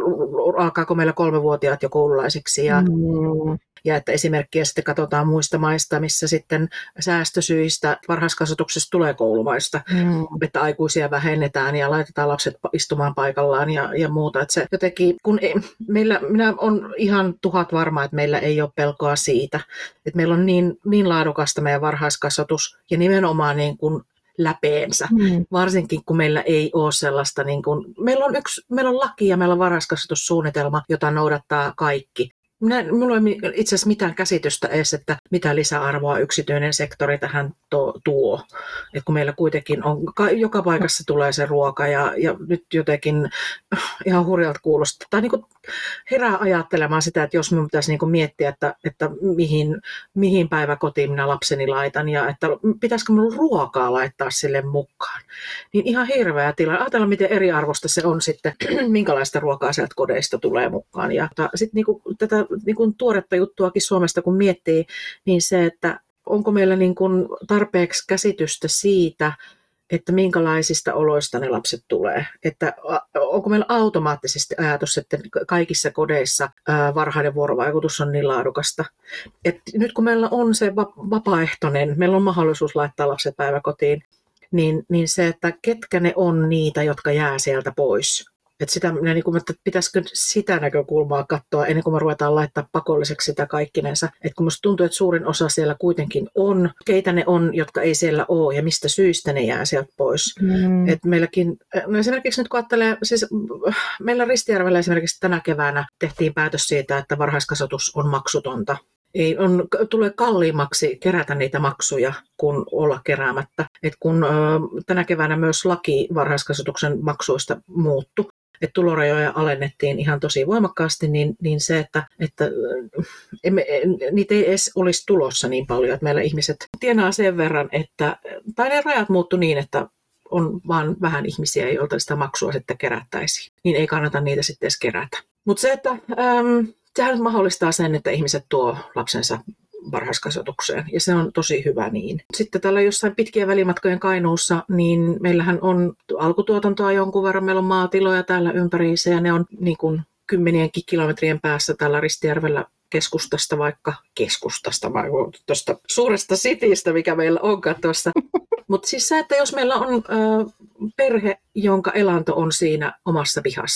alkaako meillä kolmevuotiaat jo koululaisiksi ja, mm. ja että esimerkkiä sitten katsotaan muista maista, missä sitten säästösyistä varhaiskasvatuksessa tulee koulumaista, mm. että aikuisia vähennetään ja laitetaan lapset istumaan paikallaan ja, ja muuta. Että se jotenkin, kun ei, meillä, minä on ihan tuhat varma, että meillä ei ole pelkoa siitä, että meillä on niin, niin laadukasta meidän varhaiskasvatus ja nimenomaan niin kuin läpeensä, mm. varsinkin kun meillä ei ole sellaista, niin kuin, meillä on yksi, meillä on laki ja meillä on varhaiskasvatussuunnitelma, jota noudattaa kaikki. Minä, minulla ei ole itse asiassa mitään käsitystä edes, että mitä lisäarvoa yksityinen sektori tähän to, tuo. Et kun meillä kuitenkin on, joka paikassa tulee se ruoka ja, ja nyt jotenkin ihan hurjalta kuulostaa. Tai niin kuin herää ajattelemaan sitä, että jos minun pitäisi niin kuin miettiä, että, että mihin, mihin päiväkotiin minä lapseni laitan ja että pitäisikö minun ruokaa laittaa sille mukaan. Niin ihan hirveä tila. Ajatella, miten eriarvoista se on sitten, minkälaista ruokaa sieltä kodeista tulee mukaan. Ja sitten niin kuin tätä niin kuin tuoretta juttuakin Suomesta kun miettii, niin se, että onko meillä niin kuin tarpeeksi käsitystä siitä, että minkälaisista oloista ne lapset tulee. Että onko meillä automaattisesti ajatus, että kaikissa kodeissa varhainen vuorovaikutus on niin laadukasta. Et nyt kun meillä on se vapaaehtoinen, meillä on mahdollisuus laittaa lapset päiväkotiin, niin, niin se, että ketkä ne on niitä, jotka jää sieltä pois. Että sitä, niin kuin, että pitäisikö sitä näkökulmaa katsoa ennen kuin me ruvetaan laittaa pakolliseksi sitä kaikkinensa. Että kun musta tuntuu, että suurin osa siellä kuitenkin on, keitä ne on, jotka ei siellä ole ja mistä syistä ne jää sieltä pois. Mm. Että meilläkin, no esimerkiksi nyt kun ajattelee, siis meillä Ristijärvellä esimerkiksi tänä keväänä tehtiin päätös siitä, että varhaiskasvatus on maksutonta. Ei, on, tulee kalliimmaksi kerätä niitä maksuja kuin olla keräämättä. Et kun ö, tänä keväänä myös laki varhaiskasvatuksen maksuista muuttui, että tulorajoja alennettiin ihan tosi voimakkaasti, niin, niin se, että, että emme, niitä ei edes olisi tulossa niin paljon, että meillä ihmiset tienaa sen verran, että, tai ne rajat muuttu niin, että on vaan vähän ihmisiä, joilta sitä maksua sitten kerättäisiin, niin ei kannata niitä sitten edes kerätä. Mutta se, että äm, sehän mahdollistaa sen, että ihmiset tuo lapsensa varhaiskasvatukseen, ja se on tosi hyvä niin. Sitten täällä jossain pitkien välimatkojen Kainuussa, niin meillähän on alkutuotantoa jonkun verran, meillä on maatiloja täällä ympäriinsä, ja ne on niin kuin kymmenienkin kilometrien päässä täällä Ristijärvellä keskustasta, vaikka keskustasta, vai tuosta suuresta citystä, mikä meillä onkaan tuossa. Mutta siis se, että jos meillä on ö, perhe, jonka elanto on siinä omassa pihassa,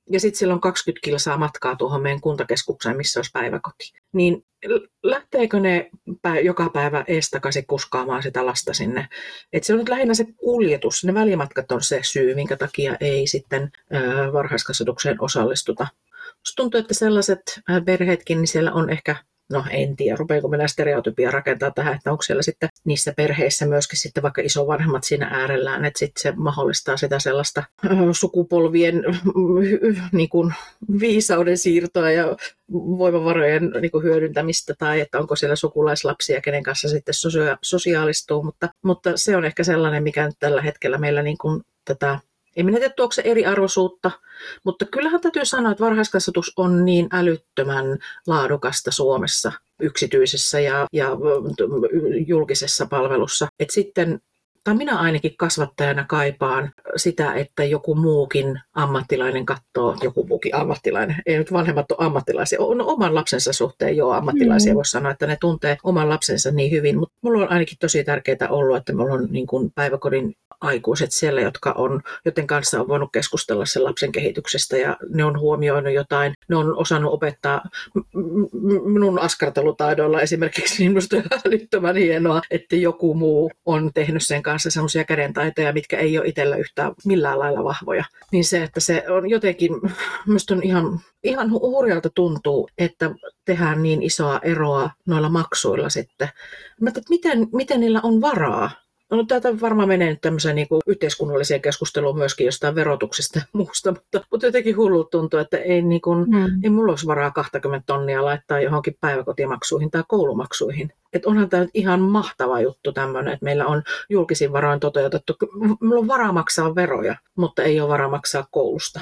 ja sitten siellä on kaksikymmentä kilsaa matkaa tuohon meidän kuntakeskukseen, missä olisi päiväkoti. Niin lähteekö ne joka päivä eestakaisin kuskaamaan sitä lasta sinne? Et se on nyt lähinnä se kuljetus, ne välimatkat on se syy, minkä takia ei sitten ää, varhaiskasvatukseen osallistuta. Musta tuntuu, että sellaiset perheetkin, niin siellä on ehkä, no en tiedä, rupeako mennä stereotypia rakentaa tähän, että onko siellä sitten niissä perheissä myöskin sitten vaikka isovanhemmat siinä äärellään, että sitten se mahdollistaa sitä sellaista sukupolvien niin kuin viisauden siirtoa ja voimavarojen niin kuin hyödyntämistä, tai että onko siellä sukulaislapsia, kenen kanssa sitten sosia- sosiaalistuu, mutta, mutta se on ehkä sellainen, mikä nyt tällä hetkellä meillä niin kuin tätä, en minä tiedä, tuoko se eriarvoisuutta, mutta kyllähän täytyy sanoa, että varhaiskasvatus on niin älyttömän laadukasta Suomessa yksityisessä ja, ja julkisessa palvelussa, että sitten, tai minä ainakin kasvattajana kaipaan sitä, että joku muukin ammattilainen katsoo, joku muukin ammattilainen, ei nyt vanhemmat ole ammattilaisia, on oman lapsensa suhteen jo ammattilaisia, mm. voisi sanoa, että ne tuntee oman lapsensa niin hyvin, mutta minulla on ainakin tosi tärkeää ollut, että minulla on niin kuin päiväkodin aikuiset siellä, jotka on, joten kanssa on voinut keskustella sen lapsen kehityksestä ja ne on huomioinut jotain, ne on osannut opettaa minun askartelutaidoilla esimerkiksi, niin minusta on älyttömän hienoa, että joku muu on tehnyt sen kanssa sellaisia kädentaitoja, mitkä ei ole itsellä yhtään millään lailla vahvoja. Niin se, että se on jotenkin, minusta on ihan, ihan hurjalta tuntuu, että tehdään niin isoa eroa noilla maksuilla sitten. Mä että miten, miten niillä on varaa? No, tätä varmaan menee nyt tämmöiseen niin kuin yhteiskunnalliseen keskusteluun myöskin jostain verotuksesta ja muusta, mutta, mutta jotenkin hullut tuntuu, että ei, niin kuin, mm. ei mulla olisi varaa kaksikymmentä tonnia laittaa johonkin päiväkotimaksuihin tai koulumaksuihin. Että onhan tämä ihan mahtava juttu tämmöinen, että meillä on julkisin varoin toteutettu. Mulla on varaa maksaa veroja, mutta ei ole varaa maksaa koulusta.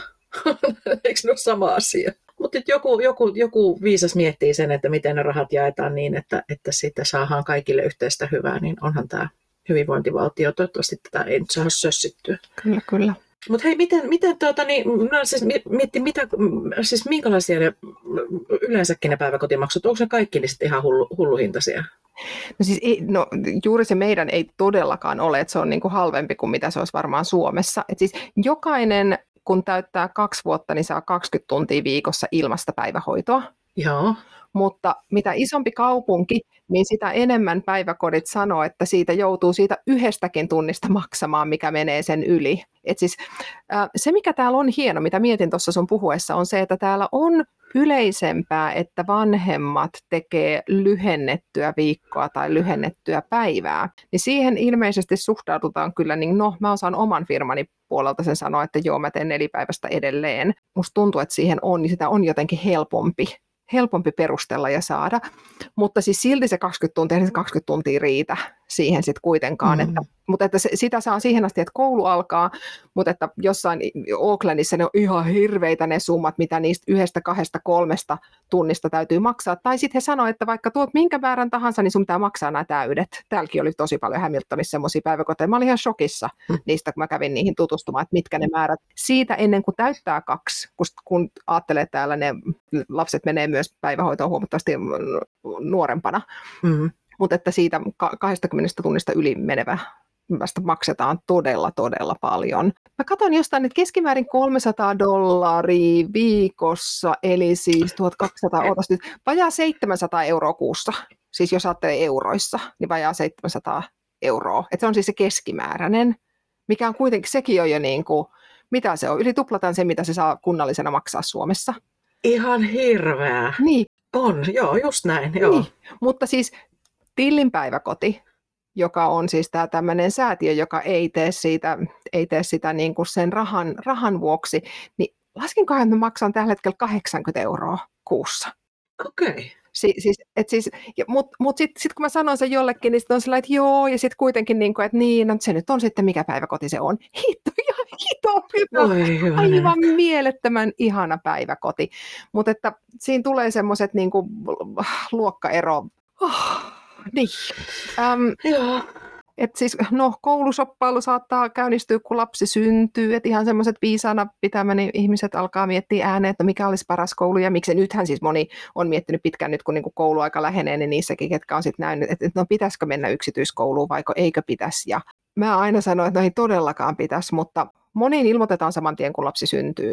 Eikö ne ole sama asia? Mutta joku, joku, joku viisas miettii sen, että miten ne rahat jaetaan niin, että, että siitä saadaan kaikille yhteistä hyvää, niin onhan tämä hyvinvointivaltio. Toivottavasti tätä ei nyt saada sössittyä. Kyllä, kyllä. Mutta hei, miten, miten tuota, niin, no siis, mietti, mitä, siis minkälaisia ne yleensäkin ne päiväkotimaksut, onko ne kaikki niin sitten ihan hullu, hulluhintaisia? No siis no, juuri se meidän ei todellakaan ole, että se on niinku halvempi kuin mitä se olisi varmaan Suomessa. Et siis jokainen, kun täyttää kaksi vuotta, niin saa kaksikymmentä tuntia viikossa ilmasta päivähoitoa. Joo. Mutta mitä isompi kaupunki, niin sitä enemmän päiväkodit sanoo, että siitä joutuu siitä yhdestäkin tunnista maksamaan, mikä menee sen yli. Et siis, äh, se, mikä täällä on hieno, mitä mietin tuossa sun puhuessa, on se, että täällä on yleisempää, että vanhemmat tekee lyhennettyä viikkoa tai lyhennettyä päivää. Niin siihen ilmeisesti suhtaudutaan kyllä, niin no, mä osaan oman firmani puolelta sen sanoa, että joo, mä teen nelipäiväistä edelleen. Musta tuntuu, että siihen on, niin sitä on jotenkin helpompi. helpompi perustella ja saada, mutta siis silti se kaksikymmentä tuntia, niin se kaksikymmentä tuntia riitä siihen sitten kuitenkaan, mm. että, mutta että se, sitä saa siihen asti, että koulu alkaa, mutta että jossain Aucklandissa ne on ihan hirveitä ne summat, mitä niistä yhdestä, kahdesta, kolmesta tunnista täytyy maksaa, tai sitten he sanoo, että vaikka tuot minkä määrän tahansa, niin sun pitää maksaa nämä täydet. Täälläkin oli tosi paljon Hamiltonissa semmoisia päiväkoteja, mä olin ihan shokissa mm. niistä, kun mä kävin niihin tutustumaan, että mitkä ne määrät. Siitä ennen kuin täyttää kaksi, kun, kun ajattelee, että täällä ne lapset menee myös päivähoitoon huomattavasti nuorempana, mm. mutta että siitä kaksikymmentä tunnista yli menevä maksetaan todella, todella paljon. Mä katson jostain, että keskimäärin kolmesataa dollaria viikossa, eli siis tuhatkaksisataa, ootas nyt, vajaa seitsemänsataa euroa kuussa. Siis jos ajattelee euroissa, niin vajaa seitsemänsataa euroa. Et se on siis se keskimääräinen, mikä on kuitenkin, sekin on jo niin kuin, mitä se on, yli tuplataan se, mitä se saa kunnallisena maksaa Suomessa. Ihan hirveä. Niin. On, joo, just näin. Joo. Niin. Mutta siis Tillin päiväkoti, joka on siis tämä tämmöinen säätiö, joka ei tee, siitä, ei tee sitä niin kuin sen rahan, rahan vuoksi, niin laskinkohan, että mä maksan tällä hetkellä kahdeksankymmentä euroa kuussa. Okei. Okay. Si, siis, siis, mutta mut sitten sit kun mä sanon sen jollekin, niin sitten on sellainen, että joo, ja sitten kuitenkin, niin kuin, että niin, no, se nyt on sitten mikä päiväkoti se on. Hitto, ihan hito, hito. Aivan mielettömän ihana päiväkoti. Mutta että siinä tulee semmoiset niin kuin luokkaero. Oh, niin. Ähm, joo. Et siis, no, koulusoppailu saattaa käynnistyä, kun lapsi syntyy, että ihan semmoiset viisaana pitämäni ihmiset alkaa miettiä ääneen, että mikä olisi paras koulu, ja miksi nythän siis moni on miettinyt pitkään nyt, kun niinku kouluaika lähenee, niin niissäkin, ketkä on sitten nähnyt, että no pitäisikö mennä yksityiskouluun, vaiko eikö pitäisi, ja mä aina sanon, että no ei todellakaan pitäisi, mutta moniin ilmoitetaan saman tien, kun lapsi syntyy.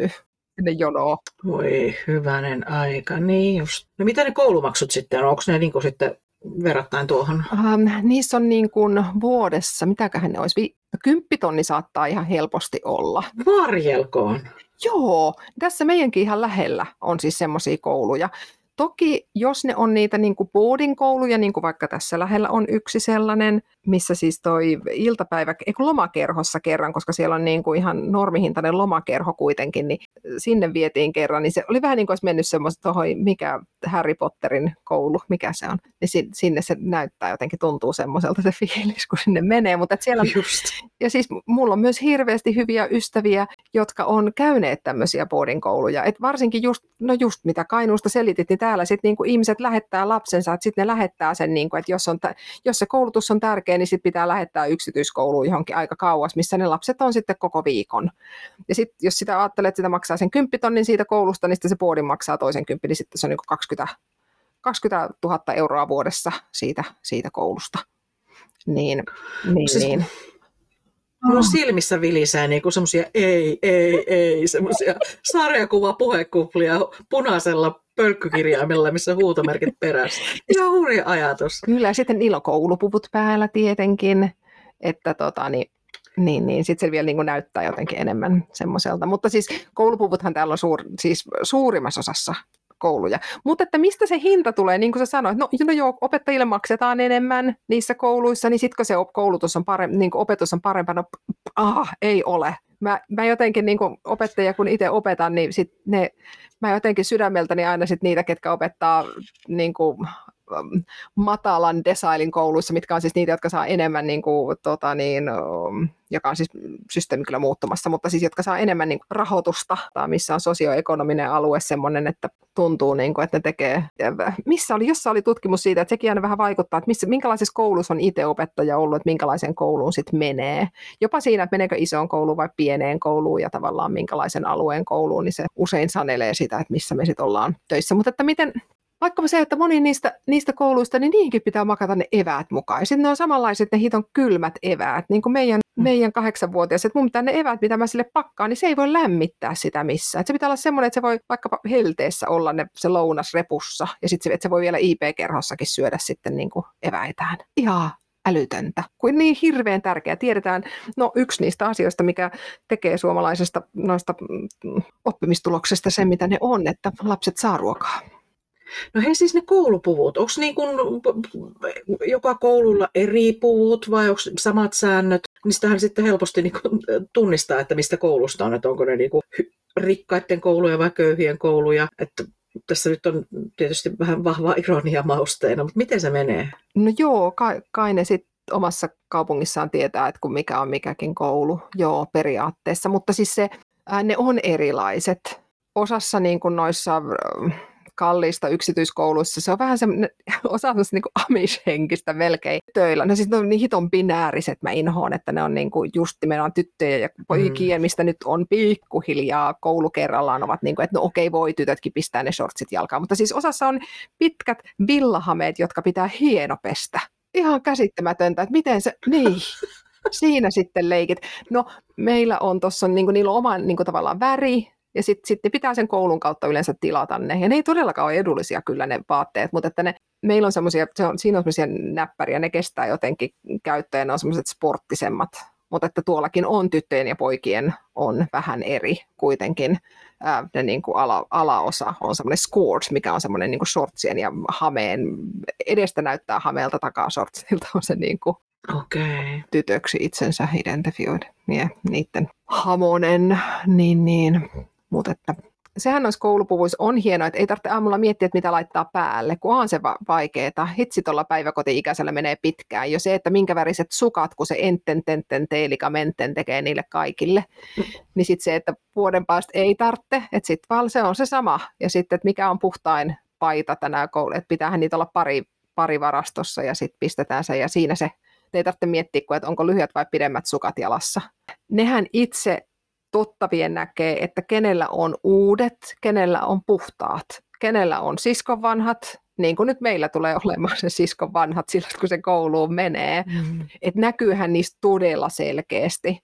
sinne jonoon. Voi hyvänen aika, niin just. No mitä ne koulumaksut sitten on? Onko ne niin kuin sitten verrattain tuohon? Ähm, niissä on niin kuin vuodessa, mitäköhän ne olisi, vi- kymppitonni saattaa ihan helposti olla. Varjelkoon. Joo, tässä meidänkin ihan lähellä on siis semmoisia kouluja. Toki jos ne on niitä niin kuin boarding kouluja, niin kuin vaikka tässä lähellä on yksi sellainen, missä siis toi iltapäivä, ei kun lomakerhossa kerran, koska siellä on niin kuin ihan normihintainen lomakerho kuitenkin, niin sinne vietiin kerran, niin se oli vähän niin kuin olisi mennyt semmoista tuohon, mikä Harry Potterin koulu, mikä se on, niin sinne se näyttää jotenkin, tuntuu semmoiselta se fiilis, kun sinne menee, mutta siellä Just. ja siis mulla on myös hirveästi hyviä ystäviä, jotka on käyneet tämmöisiä boarding-kouluja. Et varsinkin just, no just mitä Kainuusta selitit, niin täällä sit niinku ihmiset lähettää lapsensa, että sitten ne lähettää sen, niinku, että jos, on, jos se koulutus on tärkeä, niin sitten pitää lähettää yksityiskouluun johonkin aika kauas, missä ne lapset on sitten koko viikon. Ja sitten jos sitä ajattelee, että sitä maksaa sen kymppitonnin siitä koulusta, niin sitten se boarding maksaa toisen kymppi, niin sitten se on niinku kaksikymmentä tuhatta euroa vuodessa siitä, siitä koulusta. Niin, niin, siis, niin. Mun silmissä vilisää niinku semmoisia ei, ei, ei, semmoisia sarjakuva-puhekuplia punaisella pölkkykirjaimella, missä huutomerkit perässä. Ihan hurja ajatus. Kyllä, ja sitten niillä on koulupuvut päällä tietenkin, että tota, niin, niin, niin sitten se vielä niin kuin näyttää jotenkin enemmän semmoiselta. Mutta siis koulupuvuthan täällä on suur, siis suurimmassa osassa kouluja. Mutta että mistä se hinta tulee, niin kuin sä sanoit, no, no joo, opettajille maksetaan enemmän niissä kouluissa, niin sitten kun se koulutus on parempi, niin kuin opetus on parempaa, no ah, ei ole. Mä, mä jotenkin niin kuin opettaja, kun itse opetan, niin sit ne, mä jotenkin sydämeltäni aina sit niitä, ketkä opettaa niin kuin matalan desailin kouluissa, mitkä on siis niitä, jotka saa enemmän, niin kuin, tota niin, joka on siis systeemi kyllä muuttumassa, mutta siis jotka saa enemmän niin kuin rahoitusta, tai missä on sosioekonominen alue semmoinen, että tuntuu, niin kuin, että ne tekee. Missä oli, jossa oli tutkimus siitä, että sekin aina vähän vaikuttaa, että missä, minkälaisessa koulussa on itse opettaja ollut, että minkälaiseen kouluun sitten menee. Jopa siinä, että meneekö isoon kouluun vai pieneen kouluun ja tavallaan minkälaisen alueen kouluun, niin se usein sanelee sitä, että missä me sitten ollaan töissä. Mutta että miten... Vaikka se, että moni niistä, niistä kouluista, niin niihinkin pitää makata ne eväät mukaan. Ja sitten ne on samanlaiset ne hiton kylmät eväät, niin kuin meidän, mm. meidän kahdeksanvuotias. Että mun pitää ne eväät, mitä mä sille pakkaan, niin se ei voi lämmittää sitä missään. Et se pitää olla semmoinen, että se voi vaikkapa helteessä olla ne, se lounas repussa. Ja sitten se, että se voi vielä I P-kerhossakin syödä sitten niin kuin eväitään. Ihan älytöntä. Kuin niin hirveän tärkeää. Tiedetään, no yksi niistä asioista, mikä tekee suomalaisesta noista oppimistuloksesta se, mitä ne on, että lapset saa ruokaa. No hei, siis ne koulupuvut, onko niin kuin joka koululla eri puvut vai onko samat säännöt? Niistähän sitten helposti niin kuin tunnistaa, että mistä koulusta on, että onko ne niin kuin rikkaiden kouluja vai köyhien kouluja. Että tässä nyt on tietysti vähän vahvaa ironia mausteena, mutta miten se menee? No joo, kai, kai ne sitten omassa kaupungissaan tietää, että kun mikä on mikäkin koulu, joo, periaatteessa. Mutta siis se, ää, ne on erilaiset. Osassa niin kuin noissa... kalliista yksityiskouluissa. Se on vähän semmoinen, osa niin kuin amish-henkistä melkein töillä. No siis ne on niin hiton binääriset, mä inhoon, että ne on niin kuin just nimenomaan tyttöjä ja poikia, mm. mistä nyt on pikkuhiljaa koulu kerrallaan ovat niin kuin, että no okei, voi tytötkin pistää ne shortsit jalkaan. Mutta siis osassa on pitkät villahameet, jotka pitää hienopestä. Ihan käsittämätöntä, että miten se, niin. Siinä sitten leikit. No meillä on tuossa, niin kuin, niillä on oma niin kuin, tavallaan väri, ja sitten sit pitää sen koulun kautta yleensä tilata ne. Ja ne ei todellakaan ole edullisia kyllä ne vaatteet, mutta että ne, meillä on semmoisia, se on, siinä on semmoisia näppäriä, ne kestää jotenkin käyttöön, ne on semmoiset sporttisemmat. Mutta että tuollakin on tyttöjen ja poikien on vähän eri kuitenkin. Ää, ne niin kuin ala, alaosa on semmoinen skort, mikä on semmoinen niin kuin shortsien ja hameen. Edestä näyttää hameelta, takaa shortsilta on se niin kuin okay. tytöksi itsensä identifioida. Ja niiden hamonen, niin niin. Mutta että sehän noissa koulupuvuissa on hienoa, että ei tarvitse aamulla miettiä, että mitä laittaa päälle, kun on se va- vaikeeta. Hitsi tuolla päiväkoti-ikäisellä menee pitkään. Jo se, että minkä väriset sukat, kun se enten, tenten, teelika, menten tekee niille kaikille. Mm. Niin sitten se, että vuoden päästä ei tarvitse, että sitten vaan se on se sama. Ja sitten, että mikä on puhtain paita tänään koulussa, että pitäähän niitä olla pari, pari varastossa ja sitten pistetään se ja siinä se. Ei tarvitse miettiä, että onko lyhyet vai pidemmät sukat jalassa. Nehän itse tuttavien näkee, että kenellä on uudet, kenellä on puhtaat, kenellä on siskon vanhat, niin kuin nyt meillä tulee olemaan se siskon vanhat silloin, kun se kouluun menee. Mm. Että näkyyhän niistä todella selkeästi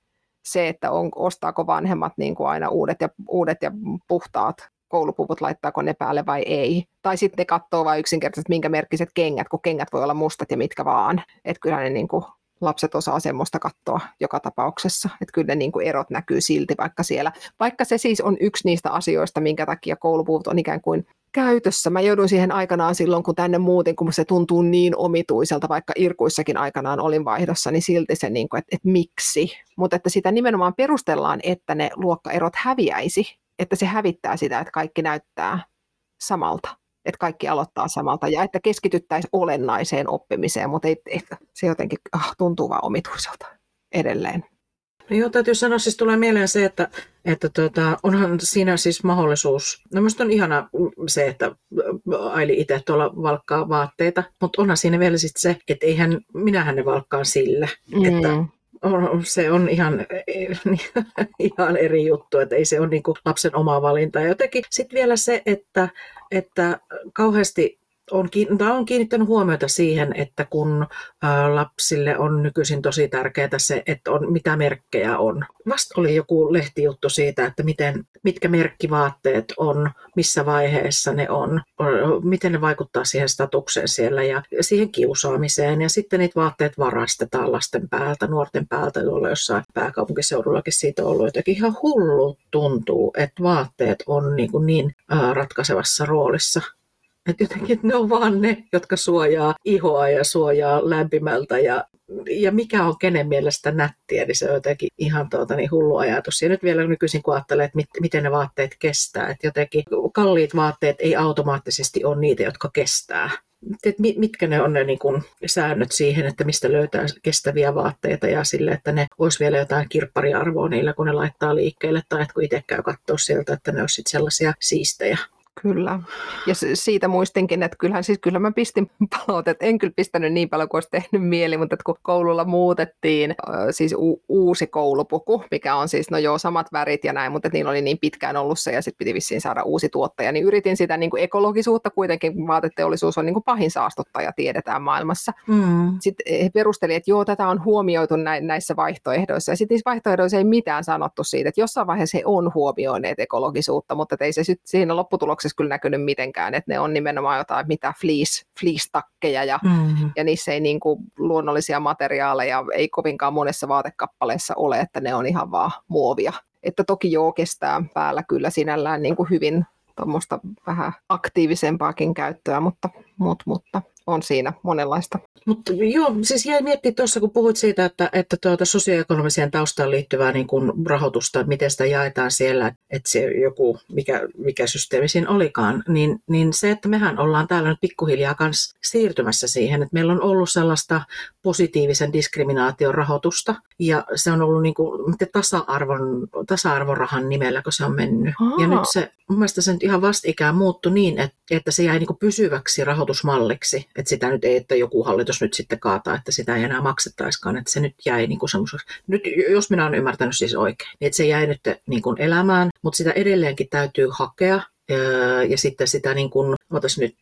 se, että on, ostaako vanhemmat niin kuin aina uudet ja, uudet ja puhtaat koulupuvut, laittaako ne päälle vai ei. Tai sitten ne katsoo vain yksinkertaisesti, minkä merkkiset kengät, kun kengät voi olla mustat ja mitkä vaan. Että kyllä ne niin kuin lapset osaa semmoista katsoa joka tapauksessa. Että kyllä ne niin kuin erot näkyy silti vaikka siellä. Vaikka se siis on yksi niistä asioista, minkä takia koulupuvut on ikään kuin käytössä. Mä jouduin siihen aikanaan silloin, kun tänne muutin, kun se tuntuu niin omituiselta, vaikka Irkuissakin aikanaan olin vaihdossa, niin silti se, niin kuin, että, että miksi. Mutta että sitä nimenomaan perustellaan, että ne luokkaerot häviäisi. Että se hävittää sitä, että kaikki näyttää samalta. Että kaikki aloittaa samalta ja että keskityttäisiin olennaiseen oppimiseen, mutta ei, ei, se jotenkin ah, tuntuu vaan omituiselta edelleen. No joo, täytyy sanoa, siis tulee mieleen se, että, että tuota, onhan siinä siis mahdollisuus, no minusta on ihana se, että Aili itse tuolla valkkaa vaatteita, mutta onhan siinä vielä sitten se, että eihän, minähän ne valkkaan sillä, mm. että on, se on ihan, ihan eri juttu, että ei se ole niin kuin lapsen oma valinta. Ja jotenkin sitten vielä se, että, että kauheasti on, on kiinnittänyt huomiota siihen, että kun lapsille on nykyisin tosi tärkeää se, että on, mitä merkkejä on. Vasta oli joku lehtijuttu siitä, että miten, mitkä merkkivaatteet on, missä vaiheessa ne on, miten ne vaikuttaa siihen statukseen siellä ja siihen kiusaamiseen. Ja sitten niitä vaatteet varastetaan lasten päältä, nuorten päältä, jolla jossain pääkaupunkiseudullakin siitä on ollut jotenkin ihan hullu tuntuu, että vaatteet on niin, kuin niin ratkaisevassa roolissa. Että jotenkin ne on vaan ne, jotka suojaa ihoa ja suojaa lämpimältä ja, ja mikä on kenen mielestä nättiä, niin se on jotenkin ihan tuota, niin hullu ajatus. Ja nyt vielä nykyisin kun ajattelee, että mit, miten ne vaatteet kestää, että jotenkin kalliit vaatteet ei automaattisesti ole niitä, jotka kestää. Että mitkä ne on ne niin kuin säännöt siihen, että mistä löytää kestäviä vaatteita ja sille, että ne olisi vielä jotain kirppariarvoa niillä, kun ne laittaa liikkeelle tai että kun itse käy katsoa sieltä, että ne olisi sellaisia siistejä. Kyllä. Ja siitä muistinkin, että kyllähän siis kyllä mä pistin palautetta. En kyllä pistänyt niin paljon kuin olisi tehnyt mieli, mutta että kun koululla muutettiin siis u- uusi koulupuku, mikä on siis, no joo, samat värit ja näin, mutta niillä oli niin pitkään ollut se ja sitten piti vissiin saada uusi tuottaja, niin yritin sitä niin kuin ekologisuutta kuitenkin, vaateteollisuus on niin kuin pahin saastuttaja, tiedetään maailmassa. Mm. Sitten he perusteli, että joo, tätä on huomioitu näissä vaihtoehdoissa ja sitten niissä vaihtoehdoissa ei mitään sanottu siitä, että jossain vaiheessa he on huomioineet ekologisuutta, mutta ei se sitten siinä lopputuloksessa kyllä näkynyt mitenkään, että ne on nimenomaan jotain mitä fleece, fleece-takkeja ja, mm-hmm. ja niissä ei niin kuin luonnollisia materiaaleja, ei kovinkaan monessa vaatekappaleessa ole, että ne on ihan vaan muovia. Että toki joo kestää päällä kyllä sinällään niin kuin hyvin tuommoista vähän aktiivisempaakin käyttöä, mutta, mutta, mutta on siinä monenlaista. Mutta joo, siis jäi miettiä tuossa, kun puhuit siitä, että, että tuota sosioekonomiseen taustaan liittyvää niin kuin rahoitusta, miten sitä jaetaan siellä, että se joku, mikä, mikä systeemi siinä olikaan, niin, niin se, että mehän ollaan täällä nyt pikkuhiljaa kanssa siirtymässä siihen, että meillä on ollut sellaista positiivisen diskriminaation rahoitusta, ja se on ollut niin kuin tasa-arvon, tasa-arvorahan nimellä, kun se on mennyt. Aha. Ja nyt se, mun mielestä se nyt ihan vastikään muuttui niin, että, että se jäi niin kuin pysyväksi rahoitusmalliksi, että sitä nyt ei, että joku hallitus nyt sitten kaataa, että sitä ei enää maksettaisikaan, että se nyt jäi niin kuin semmoiseksi, nyt jos minä olen ymmärtänyt siis oikein, niin että se jäi nyt niin kuin elämään, mutta sitä edelleenkin täytyy hakea. Ja sitten sitä niin kuin, otas nyt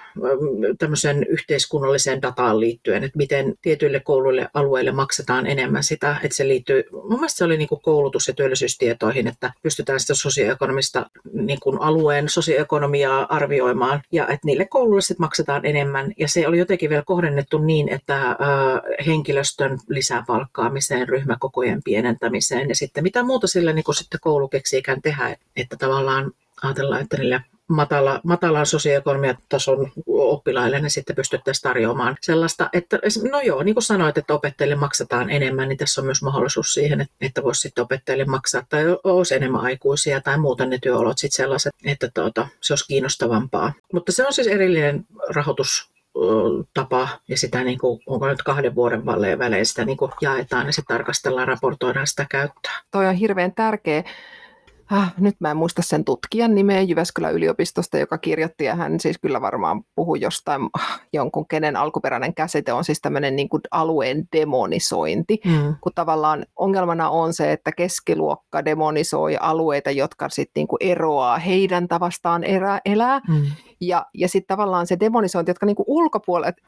tämmöisen yhteiskunnalliseen dataan liittyen, että miten tietyille kouluille alueille maksetaan enemmän sitä, että se liittyy, mun mielestä se oli niin kuin koulutus- ja työllisyystietoihin, että pystytään sitä sosioekonomista niin kuin alueen sosioekonomiaa arvioimaan ja että niille kouluille sitten maksetaan enemmän ja se oli jotenkin vielä kohdennettu niin, että henkilöstön lisäpalkkaamiseen, ryhmäkokojen pienentämiseen ja sitten mitä muuta sillä niin kuin sitten koulu keksiikään tehdä, että tavallaan ajatellaan, että niille matala, matalan sosioekonomiatason oppilaille ne sitten pystyttäisiin tarjoamaan sellaista, että no joo, niin kuin sanoit, että opettajille maksetaan enemmän, niin tässä on myös mahdollisuus siihen, että, että voisi sitten opettajille maksaa tai olisi enemmän aikuisia tai muuten ne työolot sitten sellaiset, että tuota, se olisi kiinnostavampaa. Mutta se on siis erillinen rahoitus tapa ja sitä niin kuin, onko nyt kahden vuoden välein sitä niin kuin jaetaan ja sitten tarkastellaan, raportoidaan sitä käyttöä. Toi on hirveän tärkeä. Ah, nyt mä en muista sen tutkijan nimeä Jyväskylän yliopistosta, joka kirjoitti, ja hän siis kyllä varmaan puhui jostain jonkun, kenen alkuperäinen käsite on siis tämmöinen niin kuin alueen demonisointi, mm. kun tavallaan ongelmana on se, että keskiluokka demonisoi alueita, jotka sitten niin kuin eroaa heidän tavastaan erä, elää, mm. ja, ja sitten tavallaan se demonisointi, jotka niin kuin ulkopuolella, ei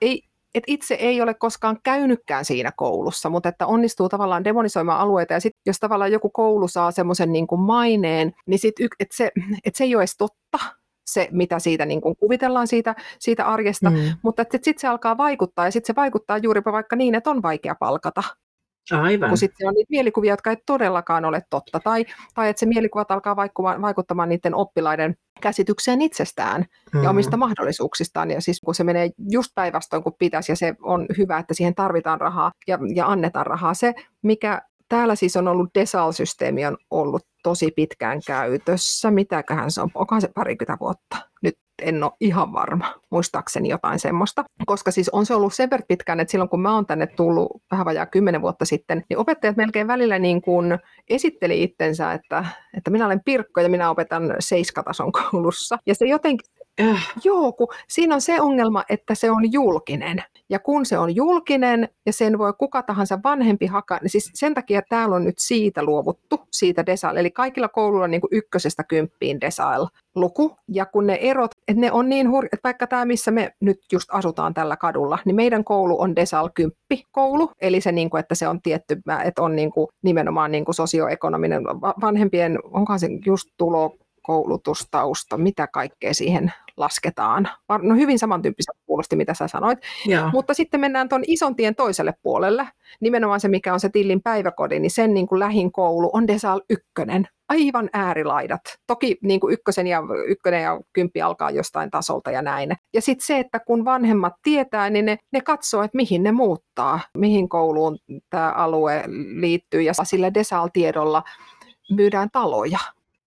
että itse ei ole koskaan käynytkään siinä koulussa, mutta että onnistuu tavallaan demonisoimaan alueita, ja sitten jos tavallaan joku koulu saa semmoisen niin kuin maineen, niin sit, että se, et se ei ole edes totta, se mitä siitä niin kuin kuvitellaan siitä, siitä arjesta, mm. mutta sitten se alkaa vaikuttaa, ja sitten se vaikuttaa juuripa vaikka niin, että on vaikea palkata. Aivan. Kun sitten on niitä mielikuvia, jotka ei todellakaan ole totta, tai, tai että se mielikuvat alkaa vaikuttamaan niiden oppilaiden käsitykseen itsestään mm. ja omista mahdollisuuksistaan. Ja siis kun se menee just päinvastoin kuin pitäisi, ja se on hyvä, että siihen tarvitaan rahaa ja, ja annetaan rahaa. Se, mikä täällä siis on ollut DESAL-systeemi, on ollut tosi pitkään käytössä. Mitäköhän se on? Onkohan se parikymmentä vuotta? Nyt en ole ihan varma, muistaakseni jotain semmoista. Koska siis on se ollut sen verran pitkään, että silloin kun mä oon tänne tullut vähän vajaa kymmenen vuotta sitten, niin opettajat melkein välillä niin kuin esitteli itsensä, että, että minä olen Pirkko ja minä opetan seiskatason koulussa. Ja se jotenkin, äh. joo, kun siinä on se ongelma, että se on julkinen. Ja kun se on julkinen ja sen voi kuka tahansa vanhempi hakea, niin siis sen takia täällä on nyt siitä luovuttu, siitä DESAIL. Eli kaikilla kouluilla on niin kuin ykkösestä kymppiin DESAIL-luku. Ja kun ne erot, että ne on niin hurja, että vaikka tämä, missä me nyt just asutaan tällä kadulla, niin meidän koulu on DESAIL kymmenen koulu. Eli se, niin kuin, että se on tietty, että on niin kuin nimenomaan niin kuin sosioekonominen vanhempien, onkohan se just tulo, koulutustausta, mitä kaikkea siihen lasketaan. No hyvin samantyyppistä kuulosti, mitä sä sanoit. Ja. Mutta sitten mennään tuon ison tien toiselle puolelle. Nimenomaan se, mikä on se Tillin päiväkoti, niin sen niin kuin lähin koulu on DESAIL ykkönen. Aivan äärilaidat. Toki niin kuin ykkösen ja, ykkönen ja kymppi alkaa jostain tasolta ja näin. Ja sitten se, että kun vanhemmat tietää, niin ne, ne katsoo, että mihin ne muuttaa, mihin kouluun tämä alue liittyy. Ja sillä DESAIL-tiedolla myydään taloja.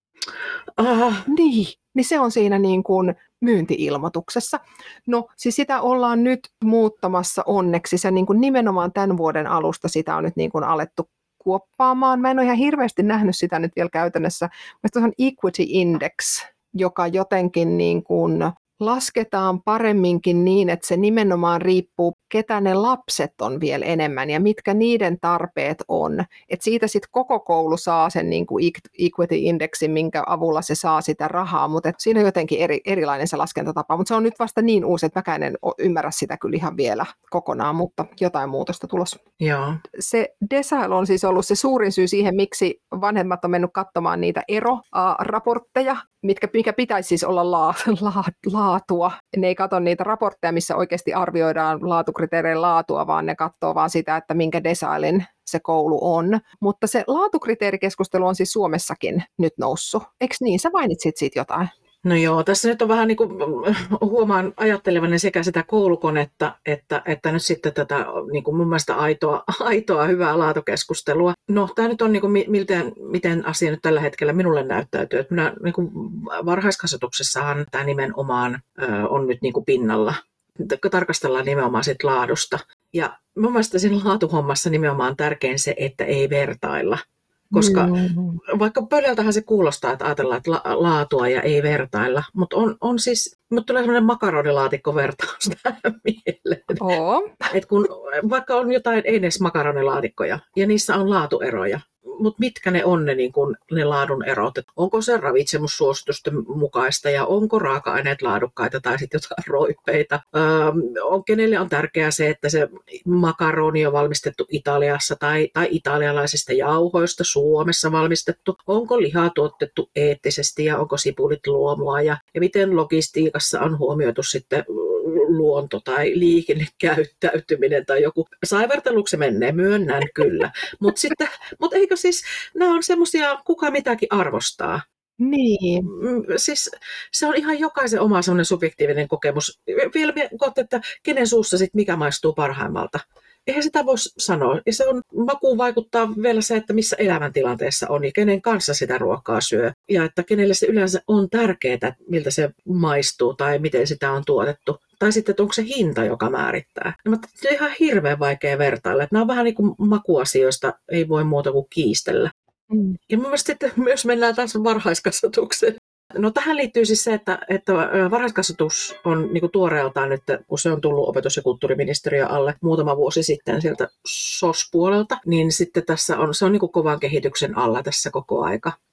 Aha. Niin, niin se on siinä niin kuin myynti-ilmoituksessa. No siis sitä ollaan nyt muuttamassa onneksi. Se niin kuin nimenomaan tämän vuoden alusta sitä on nyt niin kuin alettu kuoppaamaan. Mä en ole ihan hirveästi nähnyt sitä nyt vielä käytännössä. Mielestäni se on Equity Index, joka jotenkin niin kuin lasketaan paremminkin niin, että se nimenomaan riippuu, ketä ne lapset on vielä enemmän ja mitkä niiden tarpeet on. Et siitä sitten koko koulu saa sen niin kuin equity-indeksin, minkä avulla se saa sitä rahaa, mutta siinä on jotenkin eri, erilainen se laskentatapa. Mutta se on nyt vasta niin uusi, että mäkään en ymmärrä sitä kyllä ihan vielä kokonaan, mutta jotain muutosta tulossa. Joo. Se DESAIL on siis ollut se suurin syy siihen, miksi vanhemmat on mennyt katsomaan niitä eroraportteja, mitkä, mikä pitäisi siis olla la, la, laatua. Ne ei katso niitä raportteja, missä oikeasti arvioidaan laatukriteereiden laatua, vaan ne katsoo vaan sitä, että minkä DESAILin se koulu on. Mutta se laatukriteerikeskustelu on siis Suomessakin nyt noussut. Eikö niin? Sä mainitsit siitä jotain. No joo, tässä nyt on vähän niin kuin huomaan ajattelevanne sekä sitä koulukonetta, että, että nyt sitten tätä niin kuin mun mielestä aitoa, aitoa hyvää laatukeskustelua. No tämä nyt on niin kuin miten, miten asia nyt tällä hetkellä minulle näyttäytyy. Että minä, niin kuin varhaiskasvatuksessahan tämä nimenomaan ö, on nyt niin kuin pinnalla. Tarkastellaan nimenomaan sit laadusta. Ja mun mielestä siinä laatuhommassa nimenomaan tärkein se, että ei vertailla. Koska mm. vaikka pöydältähän se kuulostaa, että ajatellaan, että la- laatua ja ei vertailla, mutta on, on siis, mutta tulee sellainen makaronilaatikkovertaus tähän mieleen. Oh. Et kun vaikka on jotain ei edes makaronilaatikkoja ja niissä on laatueroja, mutta mitkä ne on ne, niin kun, ne laadun erot? Et onko se ravitsemussuositusten mukaista ja onko raaka-aineet laadukkaita tai sitten jotain roippeita? Öö, on, kenelle on tärkeää se, että se makaroni on valmistettu Italiassa tai, tai italialaisista jauhoista Suomessa valmistettu? Onko lihaa tuotettu eettisesti ja onko sipulit luomua? Ja, ja miten logistiikassa on huomioitu sitten luonto tai liikennekäyttäytyminen tai joku. Saivarteluksi menee, myönnän kyllä. Mutta sitten, mut eikö siis, nämä on semmoisia, kuka mitäkin arvostaa. Niin. Siis se on ihan jokaisen oma semmoinen subjektiivinen kokemus. Vielä kohta, että kenen suussa sit mikä maistuu parhaimmalta. Eihän sitä voi sanoa. Ja se on, makuun vaikuttaa vielä se, että missä elämäntilanteessa on ja kenen kanssa sitä ruokaa syö. Ja että kenelle se yleensä on tärkeää, miltä se maistuu tai miten sitä on tuotettu. Tai sitten, että onko se hinta, joka määrittää. Ja se on ihan hirveän vaikea vertailla. Että nämä on vähän niin kuin makuasioista, ei voi muuta kuin kiistellä. Mm. Ja mun mielestä sitten myös mennään taas varhaiskasvatukseen. No tähän liittyy siis se, että, että varhaiskasvatus on niin kuin tuoreeltaan nyt, kun se on tullut opetus- ja kulttuuriministeriön alle muutama vuosi sitten sieltä S O S-puolelta, niin sitten tässä on, se on niin kuin kovan kehityksen alla tässä koko aika.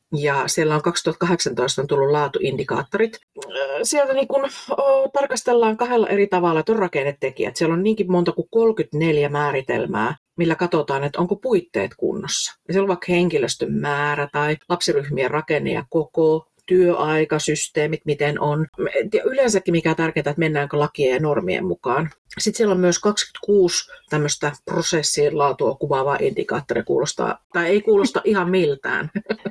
ja siellä on kaksituhattakahdeksantoista on tullut laatuindikaattorit. Sieltä niin kun, oh, tarkastellaan kahdella eri tavalla, että on rakennetekijät. Siellä on niinkin monta kuin kolmekymmentäneljä määritelmää, millä katsotaan, että onko puitteet kunnossa. Ja siellä on vaikka henkilöstön määrä tai lapsiryhmien rakenne ja koko, työaikasysteemit, miten on. Ja yleensäkin mikä on tärkeää, että mennäänkö lakien ja normien mukaan. Sitten siellä on myös kaksikymmentäkuusi tämmöistä prosessin laatua kuvaavaa indikaattoria, kuulostaa, tai ei kuulosta ihan miltään.